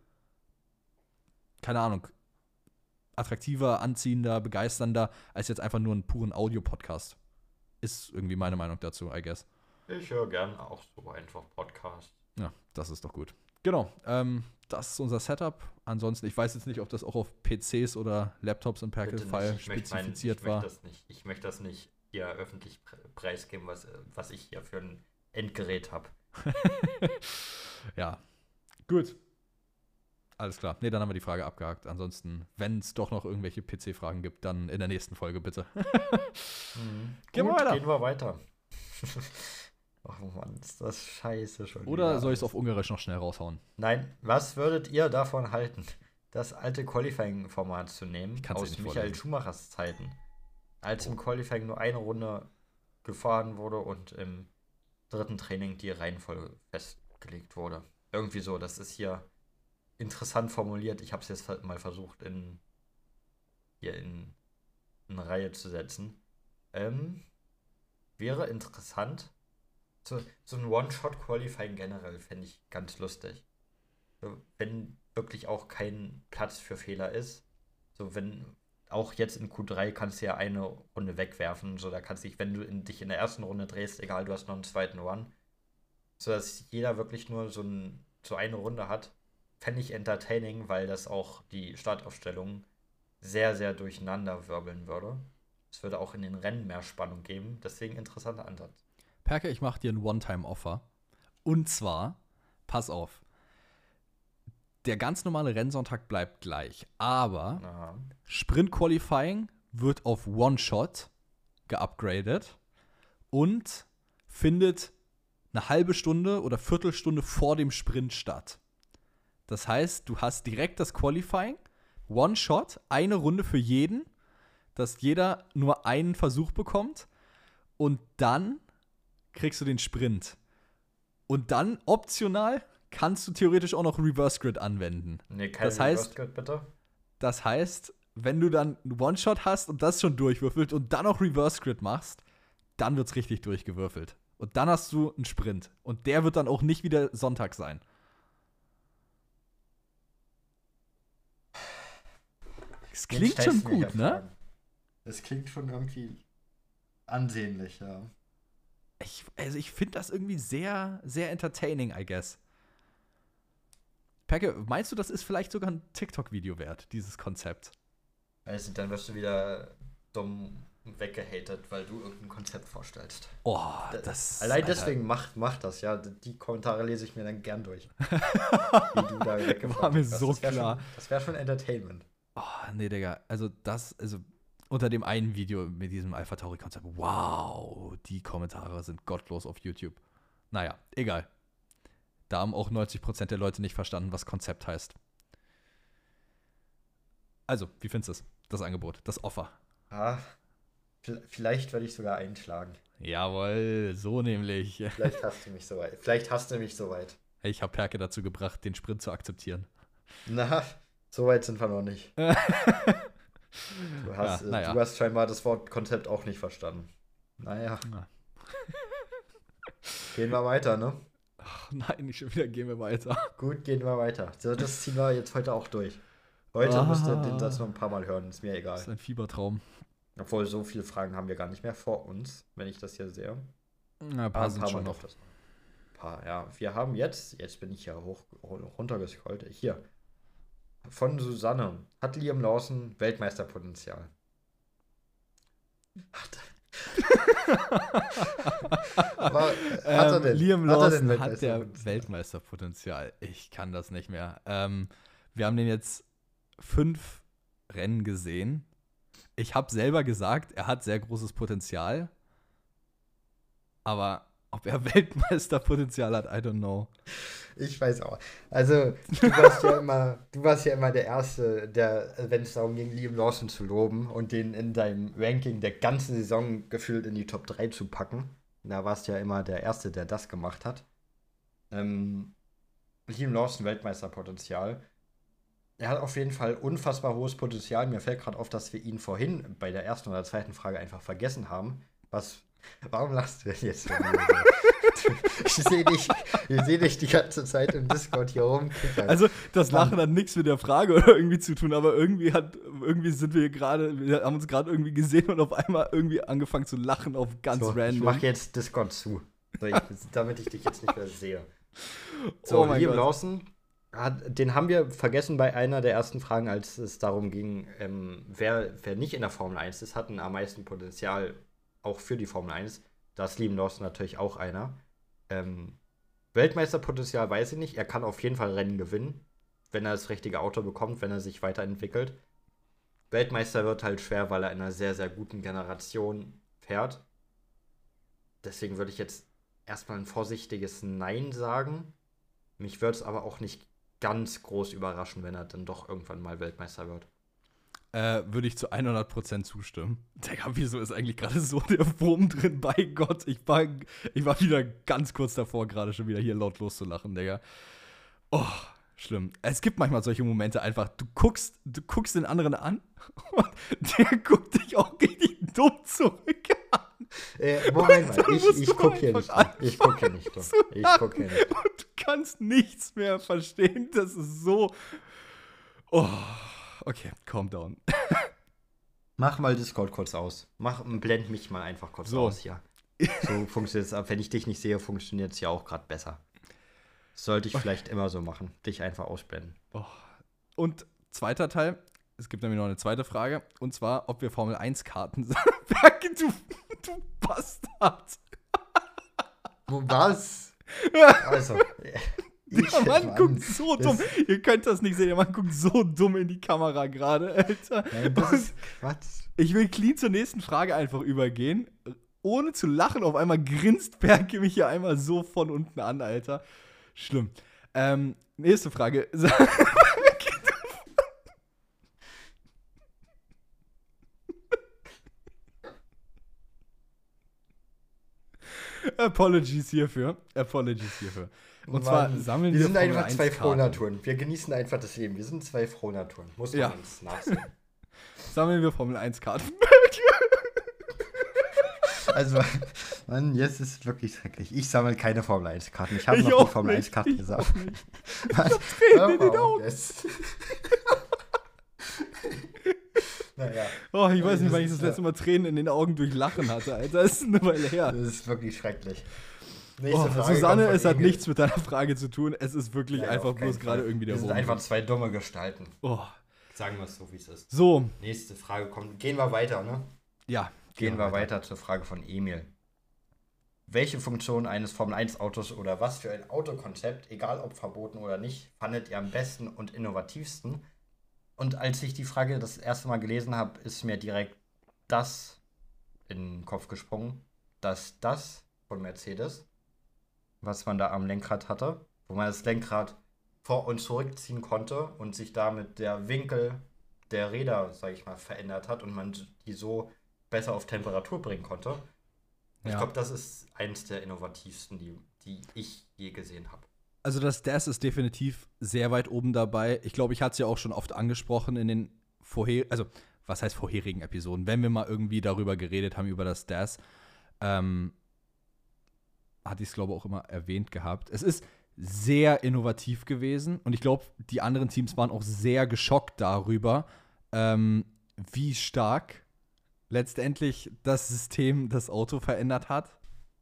keine Ahnung, attraktiver, anziehender, begeisternder, als jetzt einfach nur einen puren Audio-Podcast. Ist irgendwie meine Meinung dazu, I guess. Ich höre gern auch so einfach Podcasts. Ja, das ist doch gut. Genau, ähm, das ist unser Setup. Ansonsten, ich weiß jetzt nicht, ob das auch auf P Cs oder Laptops im Bitte nicht. Perkel-Fall Ich möchte mein- spezifiziert ich war. Möchte das nicht, ich möchte das nicht hier öffentlich pre- preisgeben, was, äh, was ich hier für ein Endgerät habe. Ja, gut. Alles klar. Nee, dann haben wir die Frage abgehakt. Ansonsten, wenn es doch noch irgendwelche P C-Fragen gibt, dann in der nächsten Folge bitte. Gehen wir Gut, weiter. gehen wir weiter. Ach Mann, ist das scheiße schon. Oder wieder soll ich es alles. auf Ungarisch noch schnell raushauen? Nein, was würdet ihr davon halten, das alte Qualifying-Format zu nehmen kann's dir aus nicht Michael vorlesen. Schumachers Zeiten, als Oh. im Qualifying nur eine Runde gefahren wurde und im dritten Training die Reihenfolge festgelegt wurde. Irgendwie so, das ist hier interessant formuliert. Ich habe es jetzt mal versucht in hier in eine Reihe zu setzen. Ähm, wäre interessant. So, so ein One-Shot-Qualifying generell fände ich ganz lustig. So, wenn wirklich auch kein Platz für Fehler ist. So, wenn auch jetzt in Q drei kannst du ja eine Runde wegwerfen. So, da kannst du dich, wenn du in, dich in der ersten Runde drehst, egal, du hast noch einen zweiten Run. So dass jeder wirklich nur so, ein, so eine Runde hat. Fände ich entertaining, weil das auch die Startaufstellung sehr, sehr durcheinander wirbeln würde. Es würde auch in den Rennen mehr Spannung geben. Deswegen interessanter Ansatz. Perke, ich mache dir ein One-Time-Offer. Und zwar, pass auf, der ganz normale Rennsonntag bleibt gleich, aber Aha. Sprint-Qualifying wird auf One-Shot geupgradet und findet eine halbe Stunde oder Viertelstunde vor dem Sprint statt. Das heißt, du hast direkt das Qualifying, One-Shot, eine Runde für jeden, dass jeder nur einen Versuch bekommt und dann kriegst du den Sprint. Und dann optional kannst du theoretisch auch noch Reverse Grid anwenden. Nee, kein das heißt, Reverse Grid, bitte. Das heißt, wenn du dann einen One-Shot hast und das schon durchwürfelt und dann auch Reverse Grid machst, dann wird's richtig durchgewürfelt. Und dann hast du einen Sprint. Und der wird dann auch nicht wieder Sonntag sein. Es klingt schon gut, ne? Es klingt schon irgendwie ansehnlich, ja. Ich, also ich finde das irgendwie sehr, sehr entertaining, I guess. Perke, meinst du, das ist vielleicht sogar ein TikTok-Video wert, dieses Konzept? Also, dann wirst du wieder dumm weggehatet, weil du irgendein Konzept vorstellst. Oh, das... Allein Alter. deswegen macht mach das, ja. Die Kommentare lese ich mir dann gern durch. Wie du da weggefahren War mir hast. so das wär klar. Schon, das wäre schon Entertainment. Oh, nee, Digga. Also das, also unter dem einen Video mit diesem Alpha Tauri-Konzept, wow, die Kommentare sind gottlos auf YouTube. Naja, egal. Da haben auch neunzig Prozent der Leute nicht verstanden, was Konzept heißt. Also, wie findest du es? Das Angebot, das Offer. Ah, vielleicht werde ich sogar einschlagen. Jawohl, so nämlich. Vielleicht hast du mich soweit. Vielleicht hast du mich soweit. Ich habe Perke dazu gebracht, den Sprint zu akzeptieren. Na, so weit sind wir noch nicht. Du hast, ja, ja. du hast scheinbar das Wort Konzept auch nicht verstanden. Naja. Ja. Gehen wir weiter, ne? Ach nein, nicht schon wieder, gehen wir weiter. Gut, gehen wir weiter. So, das ziehen wir jetzt heute auch durch. Heute ah, müsst ihr den Satz noch ein paar Mal hören, ist mir egal. Das ist ein Fiebertraum. Obwohl, so viele Fragen haben wir gar nicht mehr vor uns, wenn ich das hier sehe. Na, ein paar Ah, sind schon noch. Das. Ein paar, ja. Wir haben jetzt, jetzt bin ich ja hoch runtergescrollt, hier. Von Susanne. Hat Liam Lawson Weltmeisterpotenzial? Hat, Aber, hat er denn? Ähm, Liam hat Lawson er denn hat der Weltmeisterpotenzial. Ich kann das nicht mehr. Ähm, wir haben den jetzt fünf Rennen gesehen. Ich habe selber gesagt, er hat sehr großes Potenzial. Aber ob er Weltmeisterpotenzial hat, I don't know. Ich weiß auch. Also, du warst ja immer, du warst ja immer der Erste, der, wenn es darum ging, Liam Lawson zu loben und den in deinem Ranking der ganzen Saison gefühlt in die Top drei zu packen. Da warst du ja immer der Erste, der das gemacht hat. Ähm, Liam Lawson, Weltmeisterpotenzial. Er hat auf jeden Fall unfassbar hohes Potenzial. Mir fällt gerade auf, dass wir ihn vorhin bei der ersten oder zweiten Frage einfach vergessen haben. Was, warum lachst du denn jetzt? Ich sehe dich, ich seh dich die ganze Zeit im Discord hier rumkickern. Also, das Lachen hat nichts mit der Frage oder irgendwie zu tun, aber irgendwie hat, irgendwie sind wir gerade, wir haben uns gerade irgendwie gesehen und auf einmal irgendwie angefangen zu lachen auf ganz so, random. Ich mach jetzt Discord zu, so, ich, damit ich dich jetzt nicht mehr sehe. So, Oh mein Liam Gott. Lawson, hat, den haben wir vergessen bei einer der ersten Fragen, als es darum ging, ähm, wer, wer nicht in der Formel eins ist, hat am meisten Potenzial auch für die Formel eins. Da ist Liam Lawson natürlich auch einer. Ähm, Weltmeisterpotenzial weiß ich nicht. Er kann auf jeden Fall Rennen gewinnen, wenn er das richtige Auto bekommt, wenn er sich weiterentwickelt. Weltmeister wird halt schwer, weil er in einer sehr, sehr guten Generation fährt. Deswegen würde ich jetzt erstmal ein vorsichtiges Nein sagen. Mich würde es aber auch nicht ganz groß überraschen, wenn er dann doch irgendwann mal Weltmeister wird. Äh, würde ich zu hundert Prozent zustimmen. Digga, wieso ist eigentlich gerade so der Wurm drin? Bei Gott, ich war, ich war wieder ganz kurz davor, gerade schon wieder hier laut loszulachen, Digga. Oh, schlimm. Es gibt manchmal solche Momente einfach, du guckst, du guckst den anderen an und der guckt dich auch richtig dumm zurück an. Äh, Moment mal, ich, musst ich du guck hier nicht einfach dumm. Ich guck hier nicht dumm. Ich guck hier nicht dumm. Und du kannst nichts mehr verstehen. Das ist so. Oh, okay, calm down. Mach mal Discord kurz aus. Mach, blend mich mal einfach kurz so. aus hier. So funktioniert es ab. Wenn ich dich nicht sehe, funktioniert es ja auch gerade besser. Das sollte ich okay. vielleicht immer so machen. Dich einfach ausblenden. Oh. Und zweiter Teil, es gibt nämlich noch eine zweite Frage. Und zwar, ob wir Formel eins Karten sagen. du, du Bastard. Was? Also, der Mann Mann, guckt so dumm. Ihr könnt das nicht sehen, der Mann guckt so dumm in die Kamera gerade, Alter. Nein, das ist Quatsch. Ich will clean zur nächsten Frage einfach übergehen. Ohne zu lachen, auf einmal grinst Berke mich hier einmal so von unten an, Alter. Schlimm. Ähm, nächste Frage. Apologies hierfür. Apologies hierfür. Und Mann, zwar sammeln wir. Wir sind einfach zwei Frohnaturen. Wir genießen einfach das Leben. Wir sind zwei Frohnaturen. Muss man ja. uns nachsehen. Sammeln wir Formel eins Karten. Also, Mann, jetzt ist es wirklich schrecklich. Ich sammle keine Formel eins Karten. Ich habe noch nie Formel eins Karten gesammelt. Ich hab Tränen in den Augen. Naja. Oh, ich weiß nicht, wann ich das letzte Mal Tränen in den Augen durch Lachen hatte, Alter. Das ist eine Weile her. Das ist wirklich schrecklich. Oh, Susanne, es hat nichts mit deiner Frage zu tun. Es ist wirklich ja, einfach bloß gerade irgendwie der Wir sind Wurm. einfach zwei dumme Gestalten. Oh. Sagen wir es so, wie es ist. So. Nächste Frage kommt. Gehen wir weiter, ne? Ja. Gehen wir weiter. weiter zur Frage von Emil. Welche Funktion eines Formel eins Autos oder was für ein Autokonzept, egal ob verboten oder nicht, fandet ihr am besten und innovativsten? Und als ich die Frage das erste Mal gelesen habe, ist mir direkt das in den Kopf gesprungen, dass das von Mercedes, was man da am Lenkrad hatte, wo man das Lenkrad vor- und zurückziehen konnte und sich damit der Winkel der Räder, sage ich mal, verändert hat und man die so besser auf Temperatur bringen konnte. Ja. Ich glaube, das ist eins der innovativsten, die, die ich je gesehen habe. Also das D A S ist definitiv sehr weit oben dabei. Ich glaube, ich hatte es ja auch schon oft angesprochen in den vorherigen, also was heißt vorherigen Episoden, wenn wir mal irgendwie darüber geredet haben, über das D A S, ähm, hatte ich es, glaube ich, auch immer erwähnt gehabt. Es ist sehr innovativ gewesen und ich glaube, die anderen Teams waren auch sehr geschockt darüber, ähm, wie stark letztendlich das System das Auto verändert hat.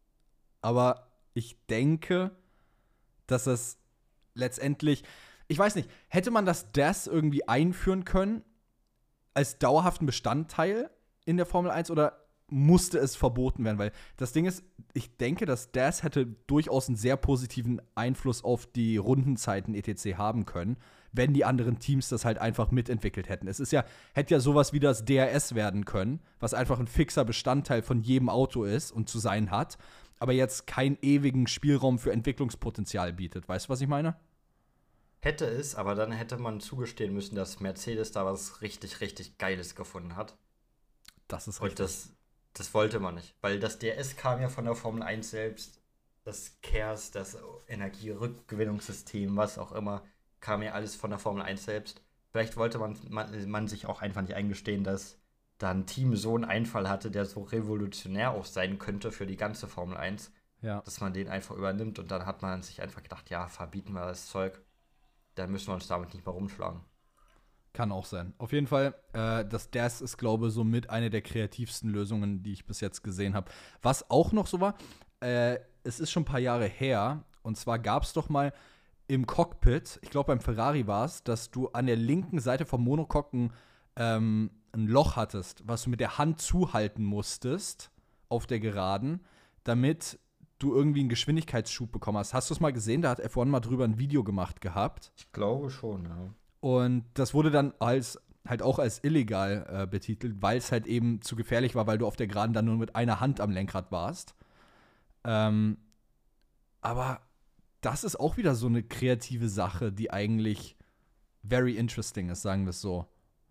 Aber ich denke, dass es letztendlich, ich weiß nicht, hätte man das D A S irgendwie einführen können als dauerhaften Bestandteil in der Formel eins oder musste es verboten werden? Weil das Ding ist, ich denke, das D A S hätte durchaus einen sehr positiven Einfluss auf die Rundenzeiten et cetera haben können, wenn die anderen Teams das halt einfach mitentwickelt hätten. Es ist ja, hätte ja sowas wie das D R S werden können, was einfach ein fixer Bestandteil von jedem Auto ist und zu sein hat, aber jetzt keinen ewigen Spielraum für Entwicklungspotenzial bietet. Weißt du, was ich meine? Hätte es, aber dann hätte man zugestehen müssen, dass Mercedes da was richtig, richtig Geiles gefunden hat. Das ist richtig. Und das, das wollte man nicht, weil das D R S kam ja von der Formel eins selbst. Das C A R S, das Energierückgewinnungssystem, was auch immer, kam ja alles von der Formel eins selbst. Vielleicht wollte man, man, man sich auch einfach nicht eingestehen, dass da ein Team so einen Einfall hatte, der so revolutionär auch sein könnte für die ganze Formel eins, ja. dass man den einfach übernimmt. Und dann hat man sich einfach gedacht, ja, verbieten wir das Zeug. Dann müssen wir uns damit nicht mehr rumschlagen. Kann auch sein. Auf jeden Fall, äh, das D A S ist, glaube ich, somit eine der kreativsten Lösungen, die ich bis jetzt gesehen habe. Was auch noch so war, äh, es ist schon ein paar Jahre her, und zwar gab es doch mal im Cockpit, ich glaube beim Ferrari war es, dass du an der linken Seite vom Monocoque ein, ähm, ein Loch hattest, was du mit der Hand zuhalten musstest auf der Geraden, damit du irgendwie einen Geschwindigkeitsschub bekommen hast. Hast du es mal gesehen? Da hat F eins mal drüber ein Video gemacht gehabt. Ich glaube schon, ja. Und das wurde dann als halt auch als illegal äh, betitelt, weil es halt eben zu gefährlich war, weil du auf der Geraden dann nur mit einer Hand am Lenkrad warst. Ähm, aber das ist auch wieder so eine kreative Sache, die eigentlich very interesting ist, sagen wir es so.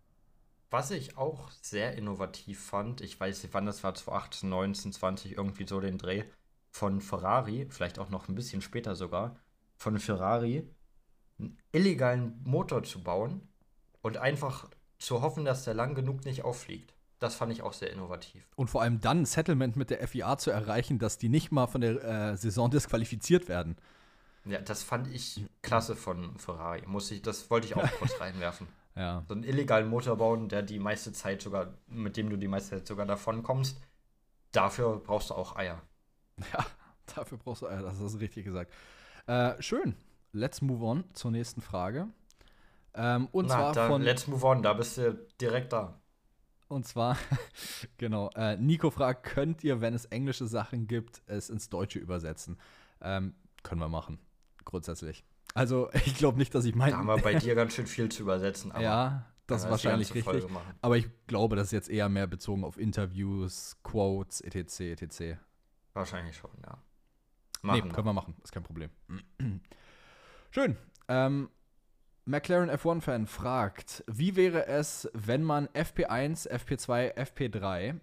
Was ich auch sehr innovativ fand, ich weiß nicht, wann das war, zweitausendachtzehn, neunzehn, zwanzig, irgendwie so den Dreh, von Ferrari, vielleicht auch noch ein bisschen später sogar, von Ferrari einen illegalen Motor zu bauen und einfach zu hoffen, dass der lang genug nicht auffliegt. Das fand ich auch sehr innovativ. Und vor allem dann ein Settlement mit der F I A zu erreichen, dass die nicht mal von der äh, Saison disqualifiziert werden. Ja, das fand ich klasse von Ferrari. Muss ich, das wollte ich auch kurz reinwerfen. Ja. So einen illegalen Motor bauen, der die meiste Zeit sogar, mit dem du die meiste Zeit sogar davon kommst, dafür brauchst du auch Eier. Ja, dafür brauchst du Eier, das hast du richtig gesagt. Äh, schön. Let's move on zur nächsten Frage. Ähm, und Na, zwar da, von. let's move on, da bist du direkt da. Und zwar, genau, äh, Nico fragt, könnt ihr, wenn es englische Sachen gibt, es ins Deutsche übersetzen? Ähm, können wir machen, grundsätzlich. Also, ich glaube nicht, dass ich meine. Da haben wir bei dir ganz schön viel zu übersetzen. Aber ja, das ist wahrscheinlich die ganze Folge richtig. machen. Aber ich glaube, das ist jetzt eher mehr bezogen auf Interviews, Quotes, et cetera, et cetera. Wahrscheinlich schon, ja. Nee, können wir machen, ist kein Problem. Schön. Ähm, McLaren F eins Fan fragt, wie wäre es, wenn man F P eins, F P zwei, F P drei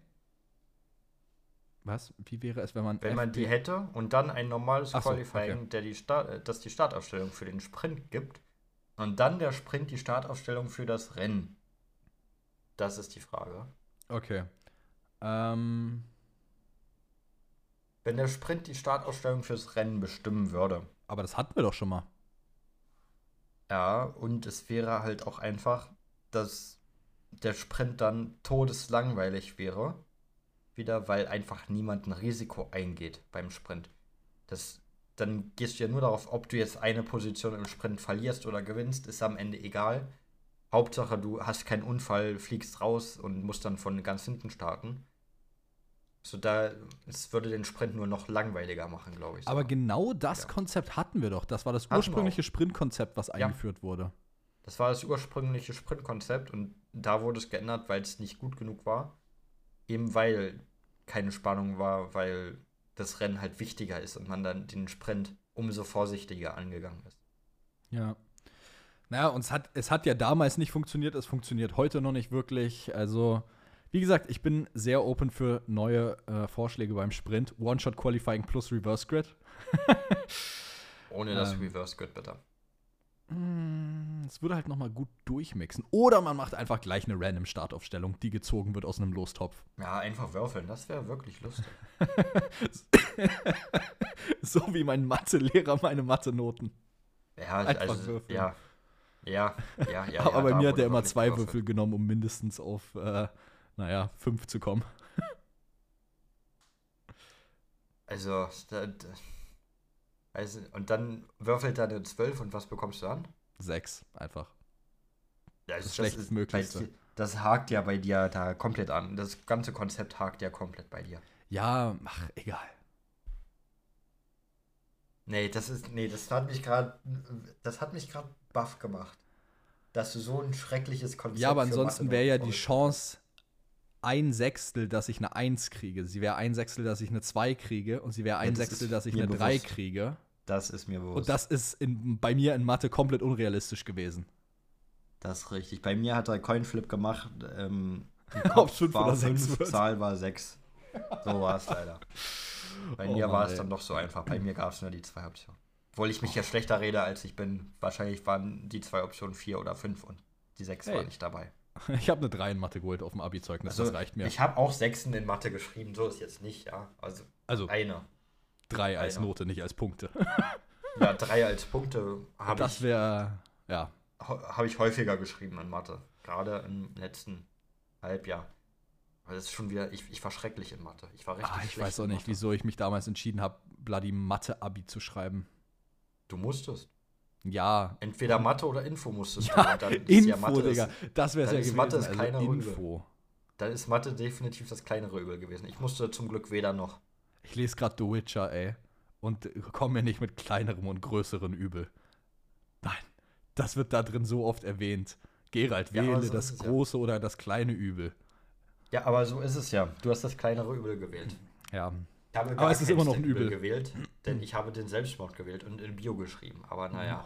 Was? Wie wäre es, wenn man Wenn man F P die hätte und dann ein normales Ach so, Qualifying, okay. der die Start, das die Startaufstellung für den Sprint gibt und dann der Sprint die Startaufstellung für das Rennen. Das ist die Frage. Okay. Ähm, Wenn der Sprint die Startaufstellung fürs Rennen bestimmen würde. aber das hatten wir doch schon mal. Ja, und es wäre halt auch einfach, dass der Sprint dann todeslangweilig wäre. Wieder, weil einfach niemand ein Risiko eingeht beim Sprint. Das, dann gehst du ja nur darauf, ob du jetzt eine Position im Sprint verlierst oder gewinnst, ist am Ende egal. Hauptsache, du hast keinen Unfall, fliegst raus und musst dann von ganz hinten starten. So da, es würde den Sprint nur noch langweiliger machen, glaube ich. Aber sogar. genau das Ja. Konzept hatten wir doch. Das war das wir ursprüngliche auch. Sprintkonzept, was Ja. eingeführt wurde. Das war das ursprüngliche Sprintkonzept und da wurde es geändert, weil es nicht gut genug war. Eben weil keine Spannung war, weil das Rennen halt wichtiger ist und man dann den Sprint umso vorsichtiger angegangen ist. Ja. Naja, und es hat, es hat ja damals nicht funktioniert, es funktioniert heute noch nicht wirklich. Also, wie gesagt, ich bin sehr open für neue äh, Vorschläge beim Sprint. One-Shot-Qualifying plus Reverse Grid. Ohne das Ähm. Reverse Grid, bitte. Es würde halt noch mal gut durchmixen. Oder man macht einfach gleich eine random Startaufstellung, die gezogen wird aus einem Lostopf. Ja, einfach würfeln, das wäre wirklich lustig. So wie mein Mathelehrer meine Mathe-Noten. Ja, Einfach also, würfeln. ja. Ja, ja, ja. Aber ja, bei da mir hat wurde er immer wirklich zwei gewürfelt. Würfel genommen, um mindestens auf, äh, naja, fünf zu kommen. Also, da, da, also, und dann würfelt er eine zwölf und was bekommst du an? Sechs, einfach. Das, Das Schlechtestmöglichste. bei dir- Das hakt ja bei dir da komplett an. Das ganze Konzept hakt ja komplett bei dir. Ja, ach, egal. Nee, das ist. Nee, das hat mich gerade. Das hat mich gerade baff gemacht. Dass du so ein schreckliches Konzept. Ja, aber für ansonsten Mathe wäre ja noch die Chance ein Sechstel, dass ich eine eins kriege. Sie wäre ein Sechstel, dass ich eine zwei kriege. Und sie wäre ein das Sechstel, ist dass ich mir eine drei bewusst. kriege. Das ist mir bewusst. Und das ist in, bei mir in Mathe komplett unrealistisch gewesen. Das ist richtig. Bei mir hat er Coinflip gemacht. Ähm, Ob es fünf war oder sechs fünf, wird. Zahl war sechs. So war es leider. Bei Oh mir Mann, war es ey. dann doch so einfach. Bei mir gab es nur die zwei Optionen. Obwohl ich mich ja schlechter rede, als ich bin. Wahrscheinlich waren die zwei Optionen vier oder fünf und die sechs Hey. war nicht dabei. Ich habe eine drei in Mathe geholt auf dem Abi-Zeugnis, Also, das reicht mir. ich habe auch Sechsen in Mathe geschrieben, so ist jetzt nicht, ja. Also Also eine. drei als einer. Note, nicht als Punkte. Ja, drei als Punkte habe Das ich, wäre, ja. hab ich häufiger geschrieben in Mathe. Gerade im letzten Halbjahr. Weil das ist schon wieder, ich, ich war schrecklich in Mathe. Ich war richtig Ah, ich schlecht weiß auch in nicht, Mathe. wieso ich mich damals entschieden habe, bloody Mathe-Abi zu schreiben. Du musstest. Ja, Entweder Mathe oder Info musstest ja, du. Und dann ist Info, ja Mathe Digga. Das, Das wäre es dann ja ist gewesen. Mathe das also kleinere Übel. Info. dann ist Mathe definitiv das kleinere Übel gewesen. Ich musste zum Glück weder noch. Ich lese gerade The Witcher, ey. Und komme mir nicht mit kleinerem und größerem Übel. Nein, das wird da drin so oft erwähnt. Geralt, Ja, aber wähle so ist das es ja. große oder das kleine Übel. Ja, aber so ist es ja. Du hast das kleinere Übel gewählt. Ja, Ich habe Aber gar es ist keins immer noch der ein Übel. gewählt, denn ich habe den Selbstmord gewählt und in Bio geschrieben. Aber naja,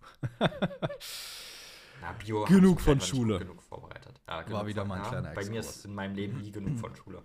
na, Bio habe Genug ich von einfach nicht Schule. gut genug vorbereitet. Ja, War genug wieder von, mal ein ja, kleiner Bei mir Exkurs. ist in meinem Leben nie genug von Schule.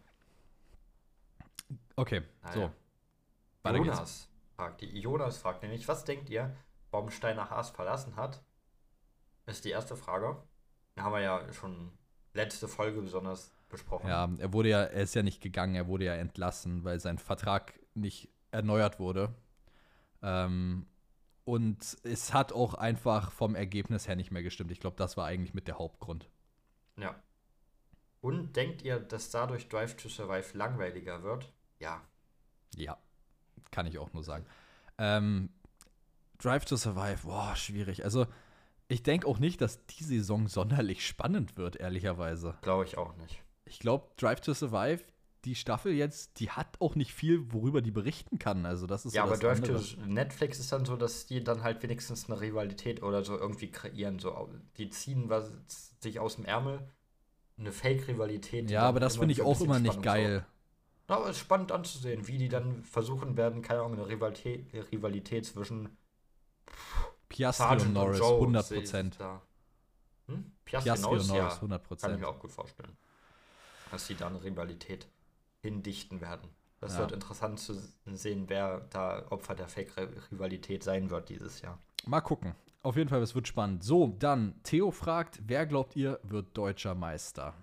Okay, Naja. so. Weiter geht's. Jonas fragt, die Jonas fragt nämlich, was denkt ihr, warum Steiner Haas verlassen hat? Ist die erste Frage. Da haben wir ja schon letzte Folge besonders besprochen. Ja, er wurde ja, er ist ja nicht gegangen, er wurde ja entlassen, weil sein Vertrag nicht erneuert wurde. Ähm, Und es hat auch einfach vom Ergebnis her nicht mehr gestimmt. Ich glaube, das war eigentlich mit der Hauptgrund. Ja. Und denkt ihr, dass dadurch Drive to Survive langweiliger wird? Ja. Ja, kann ich auch nur sagen. Ähm, Drive to Survive, boah, schwierig. Also, ich denke auch nicht, dass die Saison sonderlich spannend wird, ehrlicherweise. Glaube ich auch nicht. Ich glaube, Drive to Survive, die Staffel jetzt, die hat auch nicht viel, worüber die berichten kann. Also, das ist Ja, so aber das Drive andere. to Netflix ist dann so, dass die dann halt wenigstens eine Rivalität oder so irgendwie kreieren. So, die ziehen was sich aus dem Ärmel. Eine Fake-Rivalität. die Ja, dann aber das immer finde ich für ein auch bisschen immer nicht Spannung geil. sorgt. Aber es ist spannend anzusehen, wie die dann versuchen werden, keine Ahnung, eine Rivalität, Rivalität zwischen Piastri und Sargent und Norris, Joe hundert sehe ich Prozent. da. Hm? Piastri, Piastri und Norris, Norris, ja, hundert kann ich Prozent. mir auch gut vorstellen, dass sie da eine Rivalität hindichten werden. Das Ja. wird interessant zu sehen, wer da Opfer der Fake-Rivalität sein wird dieses Jahr. Mal gucken. Auf jeden Fall, es wird spannend. So, dann, Theo fragt, wer glaubt ihr, wird deutscher Meister?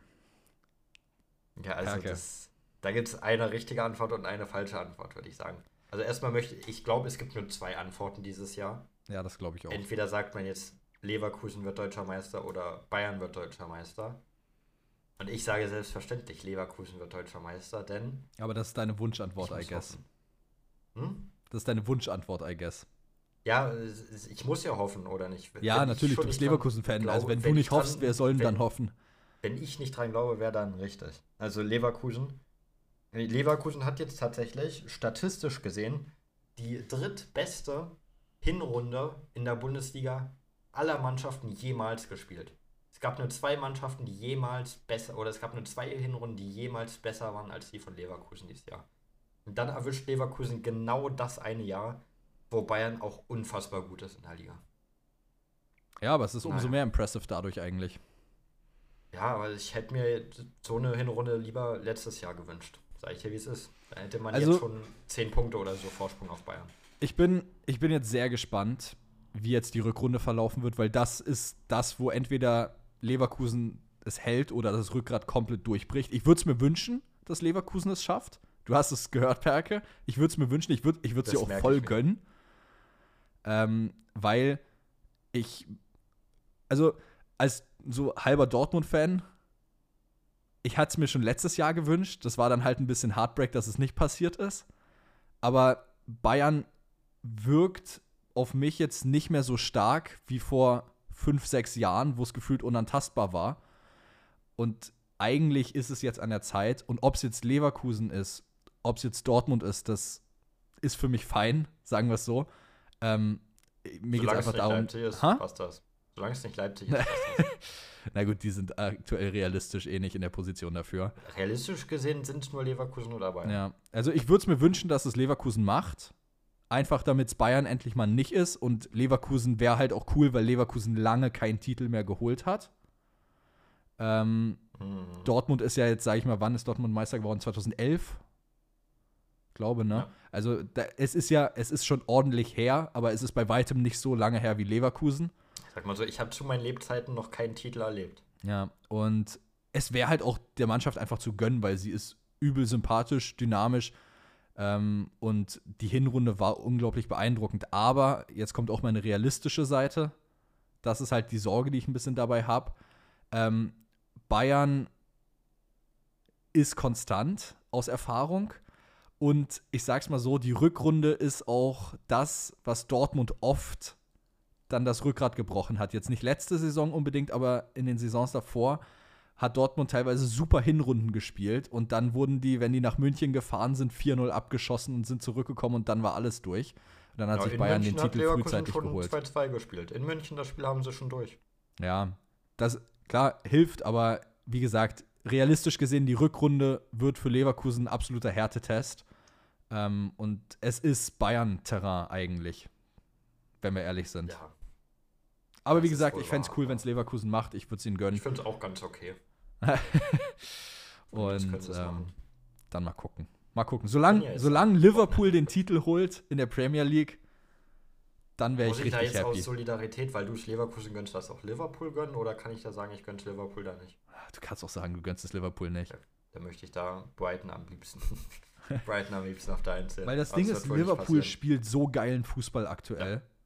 Ja, also Perke. das, da gibt es eine richtige Antwort und eine falsche Antwort, würde ich sagen. Also erstmal möchte ich, ich glaube, es gibt nur zwei Antworten dieses Jahr. Ja, das glaube ich auch. Entweder sagt man jetzt, Leverkusen wird deutscher Meister oder Bayern wird deutscher Meister. Und ich sage selbstverständlich, Leverkusen wird deutscher Meister, denn Aber das ist deine Wunschantwort, ich I muss guess. hoffen. Hm? Das ist deine Wunschantwort, I guess. Ja, es- es- ich muss ja hoffen, oder nicht? Ja, Wenn ich natürlich, schon du bist nicht dran Leverkusen-Fan. glaube- Also, wenn, du ich nicht hoffst, dran- wer soll denn wenn, dann hoffen? Wenn ich nicht dran glaube, wer dann richtig? Also Leverkusen. Leverkusen hat jetzt tatsächlich, statistisch gesehen, die drittbeste Hinrunde in der Bundesliga aller Mannschaften jemals gespielt. Es gab nur zwei Mannschaften, die jemals besser, oder es gab nur zwei Hinrunden, die jemals besser waren als die von Leverkusen dieses Jahr. Und dann erwischt Leverkusen genau das eine Jahr, wo Bayern auch unfassbar gut ist in der Liga. Ja, aber es ist umso Naja. mehr impressive dadurch eigentlich. Ja, aber ich hätte mir so eine Hinrunde lieber letztes Jahr gewünscht. Sag ich dir, wie es ist. Da hätte man Also- jetzt schon zehn Punkte oder so Vorsprung auf Bayern. Ich bin, ich bin jetzt sehr gespannt, wie jetzt die Rückrunde verlaufen wird, weil das ist das, wo entweder Leverkusen es hält oder das Rückgrat komplett durchbricht. Ich würde es mir wünschen, dass Leverkusen es schafft. Du hast es gehört, Perke. Ich würde es mir wünschen, ich würde ich es Das dir auch merke voll ich mir. gönnen. Ähm, weil ich, also als so halber Dortmund-Fan, ich hatte es mir schon letztes Jahr gewünscht. Das war dann halt ein bisschen Heartbreak, dass es nicht passiert ist. Aber Bayern wirkt auf mich jetzt nicht mehr so stark wie vor fünf, sechs Jahren, wo es gefühlt unantastbar war. Und eigentlich ist es jetzt an der Zeit. Und ob es jetzt Leverkusen ist, ob es jetzt Dortmund ist, das ist für mich fein, sagen wir es so. Ähm, mir geht es Solange es einfach nicht darum. Leipzig ist, Ha? passt das. Solange es nicht Leipzig ist, passt das. Na gut, die sind aktuell realistisch eh nicht in der Position dafür. Realistisch gesehen sind es nur Leverkusen oder Bayern. Ja, also ich würde es mir wünschen, dass es Leverkusen macht. Einfach damit es Bayern endlich mal nicht ist. Und Leverkusen wäre halt auch cool, weil Leverkusen lange keinen Titel mehr geholt hat. Ähm, Hm. Dortmund ist ja jetzt, sag ich mal, wann ist Dortmund Meister geworden? zweitausendelf? Glaube, ne? Ja. Also da, es ist ja, es ist schon ordentlich her, aber es ist bei weitem nicht so lange her wie Leverkusen. Ich sag mal so, ich habe zu meinen Lebzeiten noch keinen Titel erlebt. Ja, und es wäre halt auch der Mannschaft einfach zu gönnen, weil sie ist übel sympathisch, dynamisch ähm, und die Hinrunde war unglaublich beeindruckend. Aber jetzt kommt auch meine realistische Seite. Das ist halt die Sorge, die ich ein bisschen dabei habe. Ähm, Bayern ist konstant aus Erfahrung. Und ich sag's mal so, die Rückrunde ist auch das, was Dortmund oft dann das Rückgrat gebrochen hat. Jetzt nicht letzte Saison unbedingt, aber in den Saisons davor hat Dortmund teilweise super Hinrunden gespielt. Und dann wurden die, wenn die nach München gefahren sind, vier null abgeschossen und sind zurückgekommen und dann war alles durch. Und dann hat Ja, sich in Bayern München den hat Titel Leverkusen frühzeitig schon geholt. zwei zwei gespielt. In München, das Spiel haben sie schon durch. Ja, das, klar, hilft, aber wie gesagt, realistisch gesehen, die Rückrunde wird für Leverkusen ein absoluter Härtetest. Ähm, und es ist Bayern-Terrain eigentlich, wenn wir ehrlich sind. Ja, aber das wie ist gesagt, wohl ich fände es wahr, cool, aber- wenn es Leverkusen macht. Ich würde es ihnen gönnen. ich finde es auch ganz okay. Und können sie es ähm, machen. dann mal gucken. Mal gucken. Solange Ja, jetzt- solang Liverpool den Titel holt in der Premier League, dann wäre Muss ich ich da richtig jetzt aus happy. Solidarität, weil du es Leverkusen gönnst, das auch Liverpool gönnen? Oder kann ich da sagen, ich gönn's Liverpool da nicht? Du kannst auch sagen, du gönnst es Liverpool nicht. Da möchte ich da Brighton am liebsten. Brighton am liebsten auf der Eins sehen. Weil das Aber Ding wird ist, wohl nicht Liverpool passieren. spielt so geilen Fußball aktuell.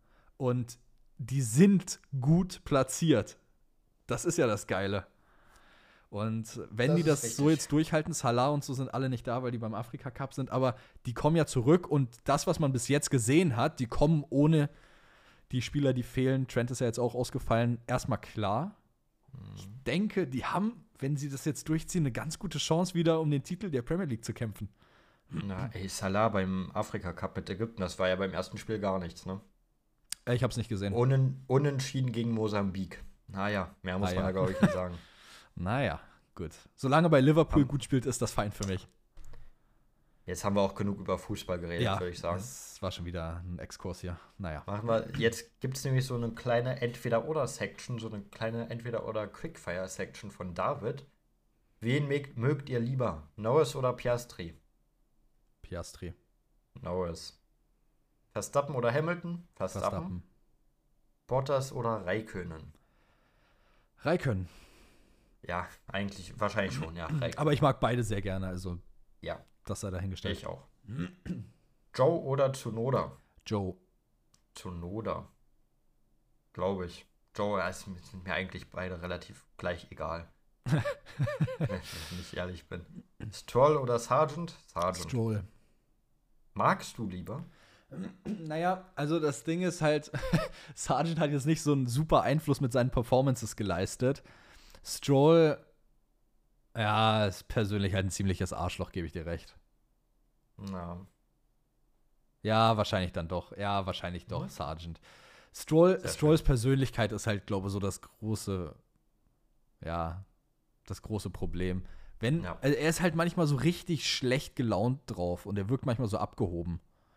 Und die sind gut platziert. Das ist ja das Geile. Und wenn Das die ist das richtig. so jetzt durchhalten, Salah und so sind alle nicht da, weil die beim Afrika-Cup sind, aber die kommen ja zurück und das, was man bis jetzt gesehen hat, die kommen ohne die Spieler, die fehlen. Trent ist ja jetzt auch ausgefallen, erstmal klar. Ich denke, die haben, wenn sie das jetzt durchziehen, eine ganz gute Chance, wieder um den Titel der Premier League zu kämpfen. Na, ey, Salah beim Afrika-Cup mit Ägypten, das war ja beim ersten Spiel gar nichts, ne? Äh, Ich hab's nicht gesehen. Unen, unentschieden gegen Mosambik. Naja, mehr muss Ah, man ja. da, glaube ich, nicht sagen. Naja, gut. Solange bei Liverpool Haben- gut spielt, ist das fein für mich. Jetzt haben wir auch genug über Fußball geredet, würde ich sagen. das war schon wieder ein Exkurs hier. Naja. Machen wir, jetzt gibt es nämlich so eine kleine Entweder-Oder-Section, so eine kleine Entweder-Oder-Quickfire-Section von David. Wen mögt, mögt ihr lieber? Norris oder Piastri? Piastri. Norris. Verstappen oder Hamilton? Verstappen. Verstappen. Bottas oder Räikkönen? Raikön. Ja, eigentlich, wahrscheinlich schon, ja. Räikkönen. Aber ich mag beide sehr gerne, also Ja, das sei dahingestellt. ich auch. Joe oder Tsunoda? Joe. Tsunoda. Glaube ich. Joe, ja, es sind mir eigentlich beide relativ gleich egal. Wenn ich nicht ehrlich bin. Stroll oder Sargent? Sargent. Stroll. Magst du lieber? Naja, also das Ding ist halt, Sargent hat jetzt nicht so einen super Einfluss mit seinen Performances geleistet. Stroll, ja, ist persönlich halt ein ziemliches Arschloch, gebe ich dir recht. Na, Ja, wahrscheinlich dann doch. Ja, wahrscheinlich doch, Ja. Sargent. Stroll, Sehr Strolls Persönlichkeit ist halt, glaube ich, so das große, ja, das große Problem. Wenn, Ja. also er ist halt manchmal so richtig schlecht gelaunt drauf und er wirkt manchmal so abgehoben.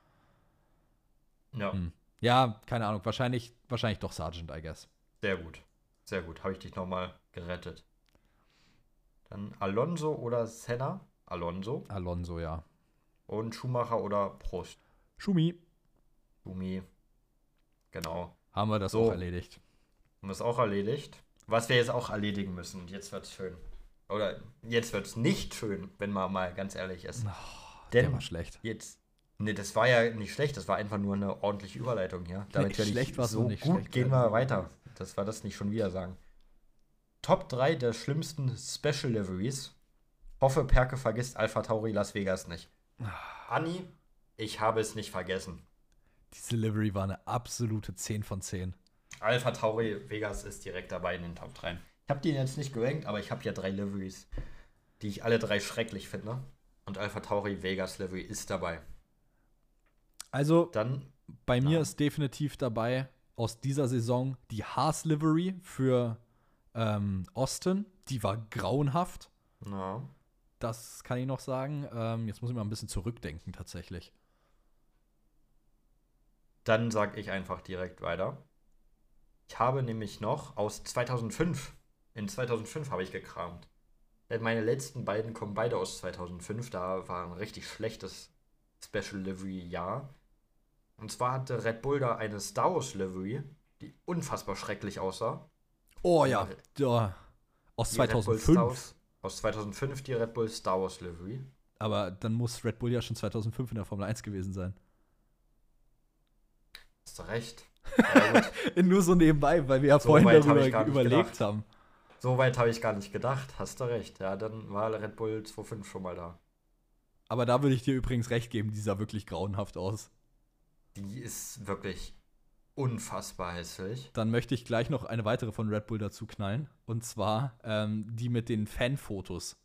ja, Hm. Ja, keine Ahnung, wahrscheinlich, wahrscheinlich doch Sargent, I guess. sehr gut. Sehr gut. Habe ich dich nochmal gerettet. Dann Alonso oder Senna? Alonso. Alonso, ja. Und Schumacher oder Prost? Schumi, Schumi. Genau. haben wir das So. auch erledigt. Haben wir es auch erledigt. Was wir jetzt auch erledigen müssen. Und jetzt wird's schön. Oder jetzt wird's nicht schön, wenn man mal ganz ehrlich ist. Der Denn war schlecht. jetzt. Ne, das war ja nicht schlecht, das war einfach nur eine ordentliche Überleitung hier. Damit Nee, werde schlecht ich war's so noch nicht, gut schlecht gehen war- wir weiter. Das war das nicht schon wieder sagen. Top drei der schlimmsten Special Liveries. Hoffe, Perke vergisst Alpha Tauri Las Vegas nicht. Anni, ich habe es nicht vergessen. Diese Livery war eine absolute zehn von zehn. Alpha Tauri Vegas ist direkt dabei in den Top drei. Ich habe die jetzt nicht gerankt, aber ich habe ja drei Liveries, die ich alle drei schrecklich finde. Und Alpha Tauri Vegas Livery ist dabei. Also, Dann, bei mir Ja. ist definitiv dabei aus dieser Saison die Haas Livery für ähm, Austin. Die war grauenhaft. na, Das kann ich noch sagen. Ähm, jetzt muss ich mal ein bisschen zurückdenken, tatsächlich. dann sage ich einfach direkt weiter. Ich habe nämlich noch aus zweitausendfünf, in zweitausendfünf habe ich gekramt. Denn meine letzten beiden kommen beide aus zweitausendfünf. Da war ein richtig schlechtes Special Livery Jahr. Und zwar hatte Red Bull da eine Star Wars Livery, die unfassbar schrecklich aussah. Oh ja, ja. Aus Die Red Bull Star zweitausendfünf. Wars, aus zweitausendfünf die Red Bull Star Wars Livery. Aber dann muss Red Bull ja schon zweitausendfünf in der Formel eins gewesen sein. Hast du recht. Ja, gut. Nur so nebenbei, weil wir ja So vorhin weit hab darüber ich gar nicht überlegt gedacht. haben. So weit habe ich gar nicht gedacht. Hast du recht. Ja, dann war Red Bull zweitausendfünf schon mal da. Aber da würde ich dir übrigens recht geben, die sah wirklich grauenhaft aus. Die ist wirklich unfassbar hässlich. Dann möchte ich gleich noch eine weitere von Red Bull dazu knallen. Und zwar ähm, die mit den Fanfotos.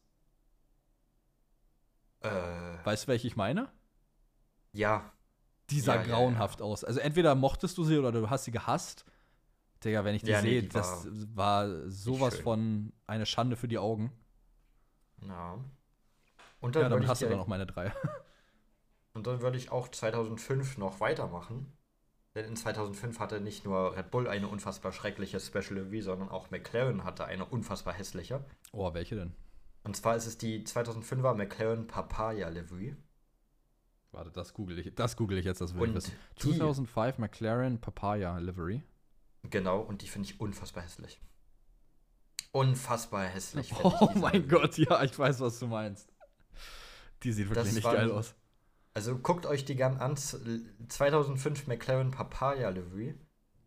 Äh, Weißt du, welche ich meine? ja. Die sah Ja, ja, grauenhaft aus. Also entweder mochtest du sie oder du hast sie gehasst. Digga, wenn ich die Ja, nee, sehe, die das war war sowas schön. von eine Schande für die Augen. Ja. Und dann, Ja, würde dann ich hast du dann direkt, noch meine drei. und dann würde ich auch zweitausendfünf noch weitermachen. Denn in zweitausendfünf hatte nicht nur Red Bull eine unfassbar schreckliche Special Livery, sondern auch McLaren hatte eine unfassbar hässliche. Oh, welche denn? Und zwar ist es die zweitausendfünfer McLaren Papaya Livery. Warte, das google ich. Das google ich jetzt, das will ich Und wissen. die- zweitausendfünf McLaren Papaya Livery. Genau, und die finde ich unfassbar hässlich. Unfassbar hässlich. find ich Oh diese mein Livery. Gott, ja, ich weiß, was du meinst. Die sieht wirklich Das nicht war- geil aus. Also guckt euch die gern an. zweitausendfünf McLaren Papaya Livery.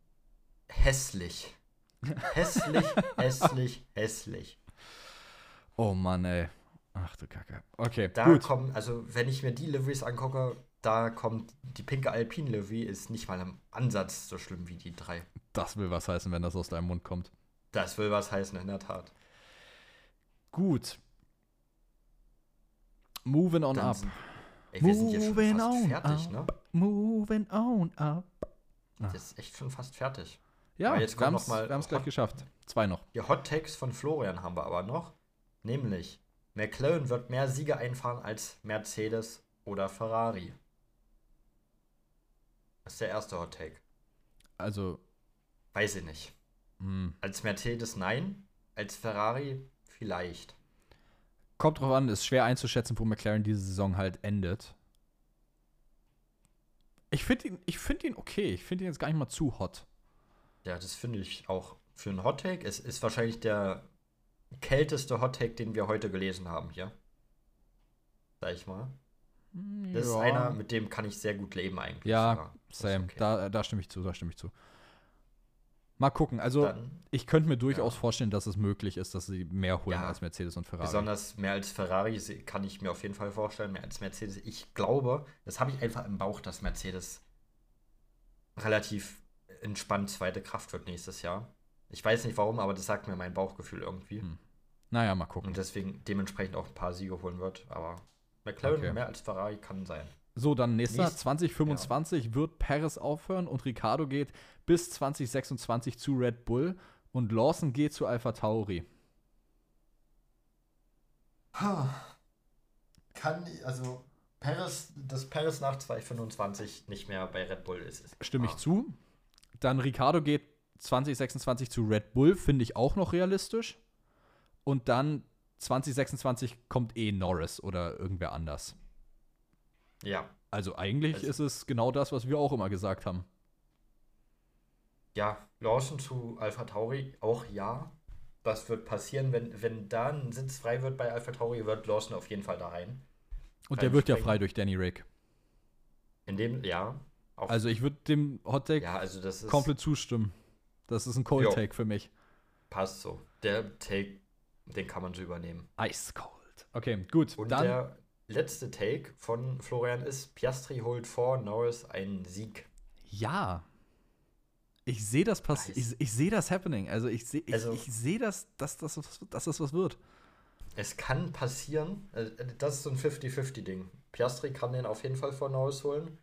hässlich. Hässlich, hässlich, hässlich. Oh Mann, ey. Ach du Kacke. Okay, Da gut. kommen, also wenn ich mir die Liveries angucke, da kommt die pinke Alpine Livery, ist nicht mal im Ansatz so schlimm wie die drei. Das will was heißen, wenn das aus deinem Mund kommt. Das will was heißen, in der Tat. Gut. Moving on Dann up. sind, ey, wir sind hier schon Moving fast on fertig, up. ne? Moving on up. Das ist echt schon fast fertig. Ja, Aber jetzt wir haben kommt es noch mal gleich Hot- geschafft. Zwei noch. Die Hot Takes von Florian haben wir aber noch. Nämlich, McLaren wird mehr Siege einfahren als Mercedes oder Ferrari. Das ist der erste Hot Take. Also, Weiß ich nicht. mh. Als Mercedes nein, als Ferrari vielleicht. Kommt drauf an, ist schwer einzuschätzen, wo McLaren diese Saison halt endet. Ich finde ihn, ich find ihn okay. Ich finde ihn jetzt gar nicht mal zu hot. Ja, das finde ich auch für einen Hot Take. Es ist wahrscheinlich der kälteste Hot Take, den wir heute gelesen haben hier. Sag ich mal. Das ist einer, mit dem kann ich sehr gut leben eigentlich. Ja, sogar. Das ist same. okay. Da, da stimme ich zu, da stimme ich zu. Mal gucken. Also, Dann ich könnte mir durchaus ja. vorstellen, dass es möglich ist, dass sie mehr holen Ja, als Mercedes und Ferrari. besonders mehr als Ferrari se- kann ich mir auf jeden Fall vorstellen, mehr als Mercedes. Ich glaube, das habe ich einfach im Bauch, dass Mercedes relativ entspannt zweite Kraft wird nächstes Jahr. Ich weiß nicht warum, aber das sagt mir mein Bauchgefühl irgendwie. Hm. Naja, mal gucken. Und deswegen dementsprechend auch ein paar Siege holen wird. Aber McLaren Okay. mehr als Ferrari kann sein. So, dann nächster. Nächst- zwanzig fünfundzwanzig wird Perez aufhören und Ricardo geht bis zwanzig sechsundzwanzig zu Red Bull und Lawson geht zu Alpha Tauri. Kann, also Paris, dass Paris nach zwanzig fünfundzwanzig nicht mehr bei Red Bull ist. ist Stimme ich klar. zu. Dann Ricardo geht zwanzig sechsundzwanzig zu Red Bull, finde ich auch noch realistisch. Und dann zwanzig sechsundzwanzig kommt eh Norris oder irgendwer anders. Ja. Also eigentlich Also- ist es genau das, was wir auch immer gesagt haben. Ja, Lawson zu Alpha Tauri auch ja. Das wird passieren, wenn, wenn da ein Sitz frei wird bei Alpha Tauri, wird Lawson auf jeden Fall da rein. Und der wird ja Reinspringen. frei durch Danny Rick. In dem, ja. Auf, Also ich würde dem Hot Take ja, also das ist komplett zustimmen. Das ist ein Cold Jo. Take für mich. passt so. Der Take, den kann man so übernehmen. Ice cold. Okay, gut. Und dann der letzte Take von Florian ist, Piastri holt vor Norris einen Sieg. ja. Ich sehe das passieren. Nice. Ich, ich sehe das happening. Also ich sehe ich, Also- ich sehe das, dass, dass, dass, dass das was wird. Es kann passieren, äh, das ist so ein fünfzig fünfzig-Ding. Piastri kann den auf jeden Fall vor Norris holen.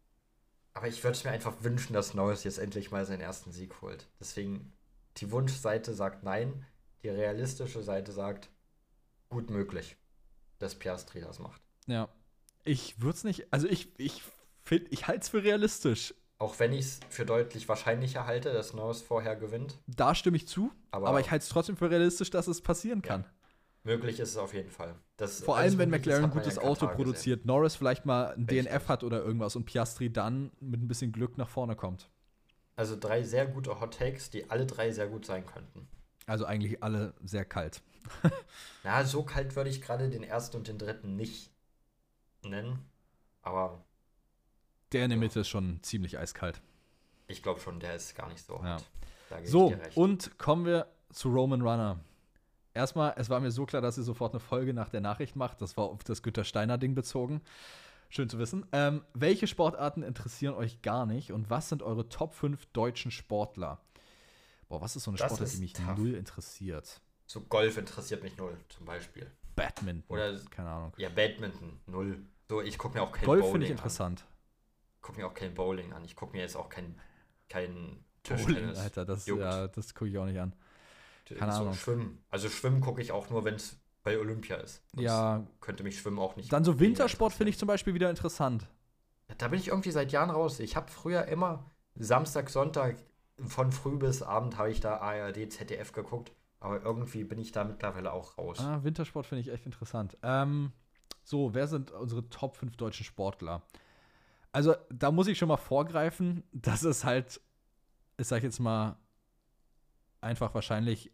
Aber ich würde es mir einfach wünschen, dass Norris jetzt endlich mal seinen ersten Sieg holt. Deswegen, die Wunschseite sagt nein, die realistische Seite sagt, gut möglich, dass Piastri das macht. Ja. Ich würde es nicht, also ich, ich finde, ich halte es für realistisch. Auch wenn ich es für deutlich wahrscheinlicher halte, dass Norris vorher gewinnt. Da stimme ich zu, aber, Aber- ich halte es trotzdem für realistisch, dass es passieren kann. Möglich ist es auf jeden Fall. Das, Vor alles allem, wenn möglich ist, McLaren ein hat man gutes ja in Auto Katar produziert, Norris vielleicht mal ein D N F Richtig. hat oder irgendwas und Piastri dann mit ein bisschen Glück nach vorne kommt. gesehen. Also drei sehr gute Hot Takes, die alle drei sehr gut sein könnten. Also eigentlich alle sehr kalt. Na, so kalt würde ich gerade den ersten und den dritten nicht nennen. Aber Der in der Ja. Mitte ist schon ziemlich eiskalt. ich glaube schon, der ist gar nicht so hot. Ja. Da gebe So, ich dir recht. und kommen wir zu Roman Runner. Erstmal, es war mir so klar, dass ihr sofort eine Folge nach der Nachricht macht. Das war auf das Günter Steiner-Ding bezogen. Schön zu wissen. Ähm, welche Sportarten interessieren euch gar nicht und was sind eure Top fünf deutschen Sportler? Boah, was ist so eine Das Sportart, ist die mich tough. null interessiert? So Golf interessiert mich null, zum Beispiel. Badminton. Oder- keine Ahnung. Ja, Badminton, null. So, ich gucke mir auch kein Golf Bowling finde ich an. interessant. Ich gucke mir auch kein Bowling an. Ich gucke mir jetzt auch kein, kein Bowling, Tischtennis. Alter, das, Juckt. ja, das gucke ich auch nicht an. keine so Ahnung. Schwimmen. Also Schwimmen gucke ich auch nur, wenn es bei Olympia ist. Sonst Ja, könnte mich Schwimmen auch nicht. dann so weniger Wintersport finde ich interessieren. zum Beispiel wieder interessant. Da bin ich irgendwie seit Jahren raus. Ich habe früher immer Samstag, Sonntag von früh bis Abend habe ich da A R D, Z D F geguckt. Aber irgendwie bin ich da mittlerweile auch raus. Ah, Wintersport finde ich echt interessant. Ähm, so, wer sind unsere Top fünf deutschen Sportler? Also, da muss ich schon mal vorgreifen, dass es halt, ich sag jetzt mal, einfach wahrscheinlich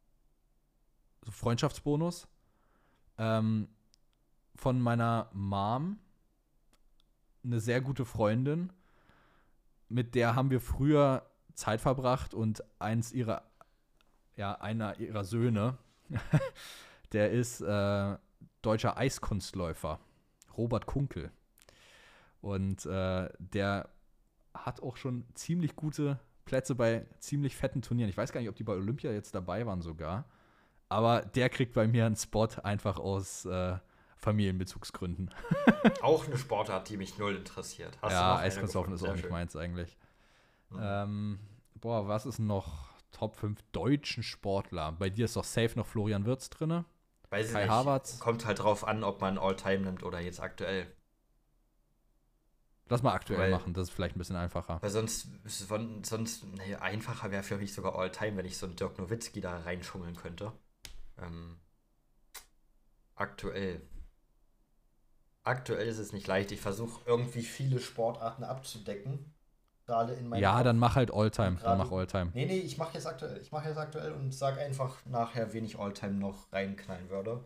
so Freundschaftsbonus ähm, von meiner Mom, eine sehr gute Freundin, mit der haben wir früher Zeit verbracht und eins ihrer, ja, einer ihrer Söhne, der ist äh, deutscher Eiskunstläufer, Robert Kunkel. Und äh, der hat auch schon ziemlich gute Plätze bei ziemlich fetten Turnieren. Ich weiß gar nicht, ob die bei Olympia jetzt dabei waren sogar. Aber der kriegt bei mir einen Spot einfach aus äh, Familienbezugsgründen. Auch eine Sportart, die mich null interessiert. Hast ja, Eiskunstlaufen ist auch nicht schön. Meins eigentlich. Mhm. Ähm, boah, was ist noch Top fünf deutschen Sportler? Bei dir ist doch safe noch Florian Wirtz drin. Weiß Kai ich Havertz. Kommt halt drauf an, ob man All-Time nimmt oder jetzt aktuell. Lass mal aktuell weil, machen, das ist vielleicht ein bisschen einfacher. Weil sonst, sonst nee, einfacher wäre für mich sogar All-Time, wenn ich so einen Dirk Nowitzki da reinschummeln könnte. Ähm, aktuell. Aktuell ist es nicht leicht. Ich versuche irgendwie viele Sportarten abzudecken. Gerade in meinem Ja, Kopf. Dann mach halt All-Time. Dann mach All-Time. Nee, nee, ich mache jetzt aktuell. Ich mache jetzt aktuell und sag einfach nachher, wen ich All-Time noch reinknallen würde.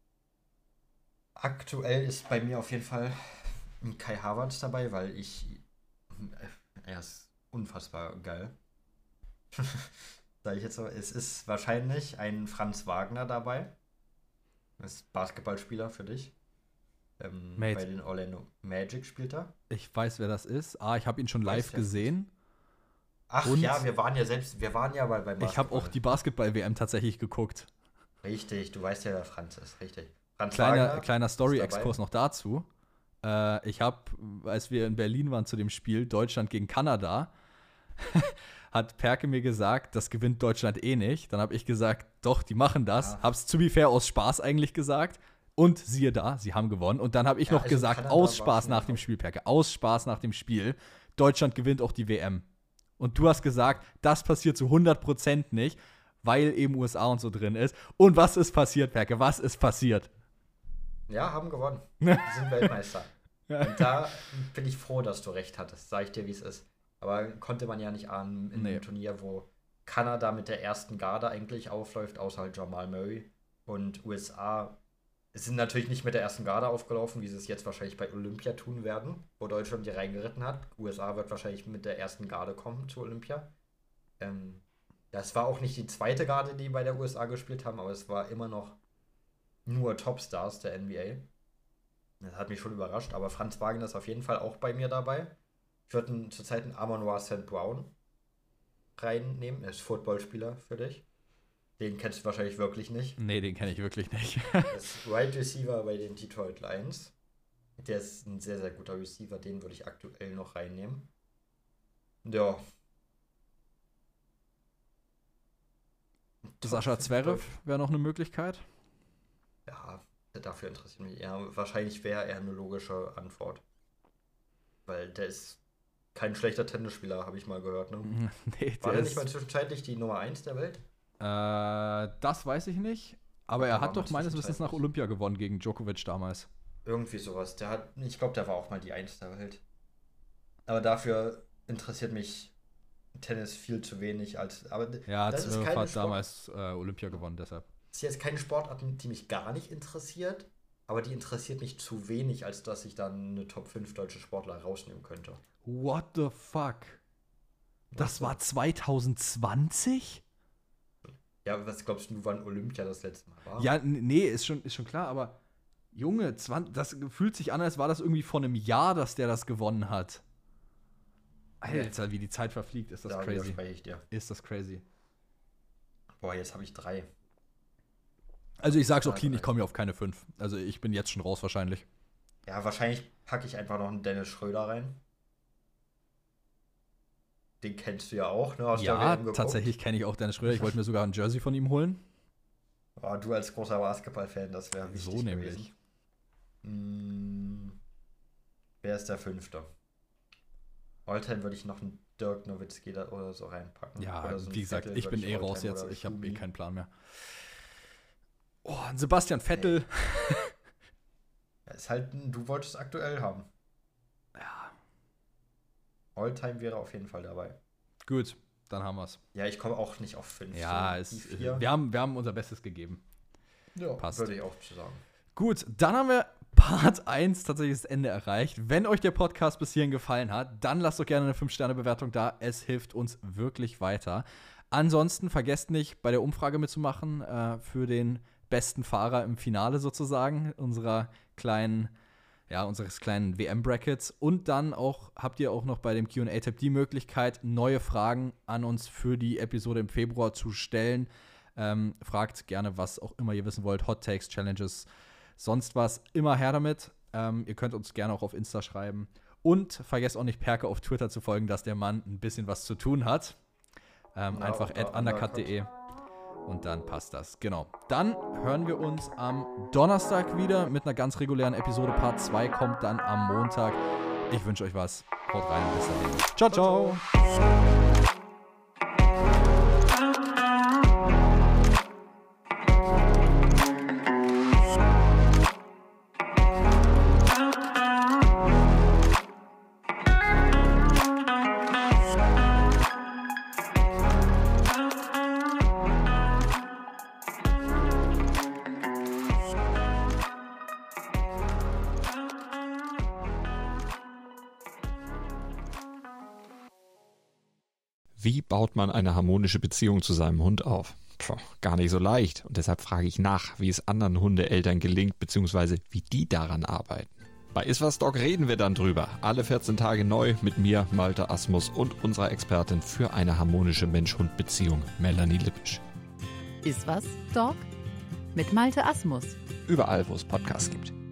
Aktuell ist bei mir auf jeden Fall Kai Havertz dabei, weil ich er ist unfassbar geil. Sag ich jetzt so, es ist wahrscheinlich ein Franz Wagner dabei. Das ist Basketballspieler für dich. Ähm, bei den Orlando Magic spielt er. Ich weiß, wer das ist. Ah, ich habe ihn schon live ja gesehen. Ach und ja, wir waren ja selbst, wir waren ja bei, beim Basketball. Ich habe auch die Basketball-W M tatsächlich geguckt. Richtig, du weißt ja, wer Franz ist, richtig. Franz Kleiner, Wagner kleiner Story-Exkurs noch dazu. Äh, ich habe, als wir in Berlin waren zu dem Spiel Deutschland gegen Kanada, hat Perke mir gesagt, das gewinnt Deutschland eh nicht. Dann habe ich gesagt, doch, die machen das. Ja. Hab's to be fair aus Spaß eigentlich gesagt. Und siehe da, sie haben gewonnen. Und dann habe ich ja, noch also gesagt, Kanada aus Spaß nach dem Spiel, Perke, aus Spaß nach dem Spiel, Deutschland gewinnt auch die W M. Und du hast gesagt, das passiert zu hundert Prozent nicht, weil eben U S A und so drin ist. Und was ist passiert, Perke? Was ist passiert? Ja, haben gewonnen. Wir sind Weltmeister. Und da bin ich froh, dass du recht hattest. Sag ich dir, wie es ist. Aber konnte man ja nicht ahnen in nee. einem Turnier, wo Kanada mit der ersten Garde eigentlich aufläuft, außer halt Jamal Murray. Und U S A sind natürlich nicht mit der ersten Garde aufgelaufen, wie sie es jetzt wahrscheinlich bei Olympia tun werden, wo Deutschland die reingeritten hat. U S A wird wahrscheinlich mit der ersten Garde kommen zu Olympia. Ähm, das war auch nicht die zweite Garde, die bei der U S A gespielt haben, aber es war immer noch nur Topstars der N B A. Das hat mich schon überrascht, aber Franz Wagner ist auf jeden Fall auch bei mir dabei. Ich würde zurzeit einen Amon-Ra Saint Brown reinnehmen. Er ist Footballspieler für dich. Den kennst du wahrscheinlich wirklich nicht. Nee, den kenne ich wirklich nicht. Er ist Wide Receiver bei den Detroit Lions. Der ist ein sehr, sehr guter Receiver. Den würde ich aktuell noch reinnehmen. Ja. Sascha Zverev wäre noch eine Möglichkeit. Ja, dafür interessiert mich eher. Wahrscheinlich wäre er eine logische Antwort. Weil der ist kein schlechter Tennisspieler, habe ich mal gehört. Ne? nee, War der nicht mal zwischenzeitlich die Nummer eins der Welt? Äh, das weiß ich nicht. Aber er hat doch meines Wissens nach Olympia gewonnen gegen Djokovic damals. Irgendwie sowas. Der hat, ich glaube, der war auch mal die Eins der Welt. Aber dafür interessiert mich Tennis viel zu wenig. Als, aber ja, Zverev hat Sport- damals äh, Olympia gewonnen, deshalb. Das ist jetzt keine Sportart, die mich gar nicht interessiert, aber die interessiert mich zu wenig, als dass ich dann eine Top fünf deutsche Sportler rausnehmen könnte. What the fuck? Das war zwanzig zwanzig? Ja, was glaubst du, wann Olympia das letzte Mal war? Ja, nee, ist schon, ist schon klar, aber Junge, zwanzig, das fühlt sich an, als war das irgendwie vor einem Jahr, dass der das gewonnen hat. Alter, wie die Zeit verfliegt, ist das da crazy. Ich dir. Ist das crazy. Boah, jetzt habe ich drei. Also ich sag's auch clean, ich komme hier auf keine fünf. Also ich bin jetzt schon raus wahrscheinlich. Ja, wahrscheinlich packe ich einfach noch einen Dennis Schröder rein. Den kennst du ja auch, ne? Aus ja, tatsächlich kenne ich auch Dennis Schröder. Ich wollte mir sogar ein Jersey von ihm holen. Oh, du als großer Basketball-Fan, das wäre wichtig So nämlich. Hm, wer ist der Fünfte? Alltime würde ich noch einen Dirk Nowitzki da oder so reinpacken. Ja, so wie gesagt, Vettel ich bin ich eh raus jetzt. oder Ich habe eh Schumi. keinen Plan mehr. Oh, ein Sebastian Vettel. Nee. Ja, ist halt, du wolltest aktuell haben. Ja. Alltime wäre auf jeden Fall dabei. Gut, dann haben wir's. Ja, ich komme auch nicht auf fünf. Ja, es, wir, haben, wir haben unser Bestes gegeben. Ja, passt. Würde ich auch zu sagen. Gut, dann haben wir Part eins tatsächlich das Ende erreicht. Wenn euch der Podcast bis hierhin gefallen hat, dann lasst doch gerne eine fünf Sterne Bewertung da. Es hilft uns wirklich weiter. Ansonsten vergesst nicht, bei der Umfrage mitzumachen äh, für den besten Fahrer im Finale sozusagen unserer kleinen, ja, unseres kleinen W M-Brackets. Und dann auch habt ihr auch noch bei dem Q and A-Tab die Möglichkeit, neue Fragen an uns für die Episode im Februar zu stellen. Ähm, fragt gerne, was auch immer ihr wissen wollt. Hot Takes, Challenges, sonst was. Immer her damit. Ähm, ihr könnt uns gerne auch auf Insta schreiben. Und vergesst auch nicht, Perke auf Twitter zu folgen, dass der Mann ein bisschen was zu tun hat. Ähm, ja, einfach at undercut punkt de und dann passt das. Genau. Dann hören wir uns am Donnerstag wieder mit einer ganz regulären Episode. Part zwei kommt dann am Montag. Ich wünsche euch was. Haut rein und bis dahin. Ciao, ciao. Wie baut man eine harmonische Beziehung zu seinem Hund auf? Puh, gar nicht so leicht. Und deshalb frage ich nach, wie es anderen Hundeeltern gelingt, beziehungsweise wie die daran arbeiten. Bei Iswas Dog reden wir dann drüber. Alle vierzehn Tage neu mit mir, Malte Asmus und unserer Expertin für eine harmonische Mensch-Hund-Beziehung, Melanie Lippisch. Iswas Dog mit Malte Asmus. Überall, wo es Podcasts gibt.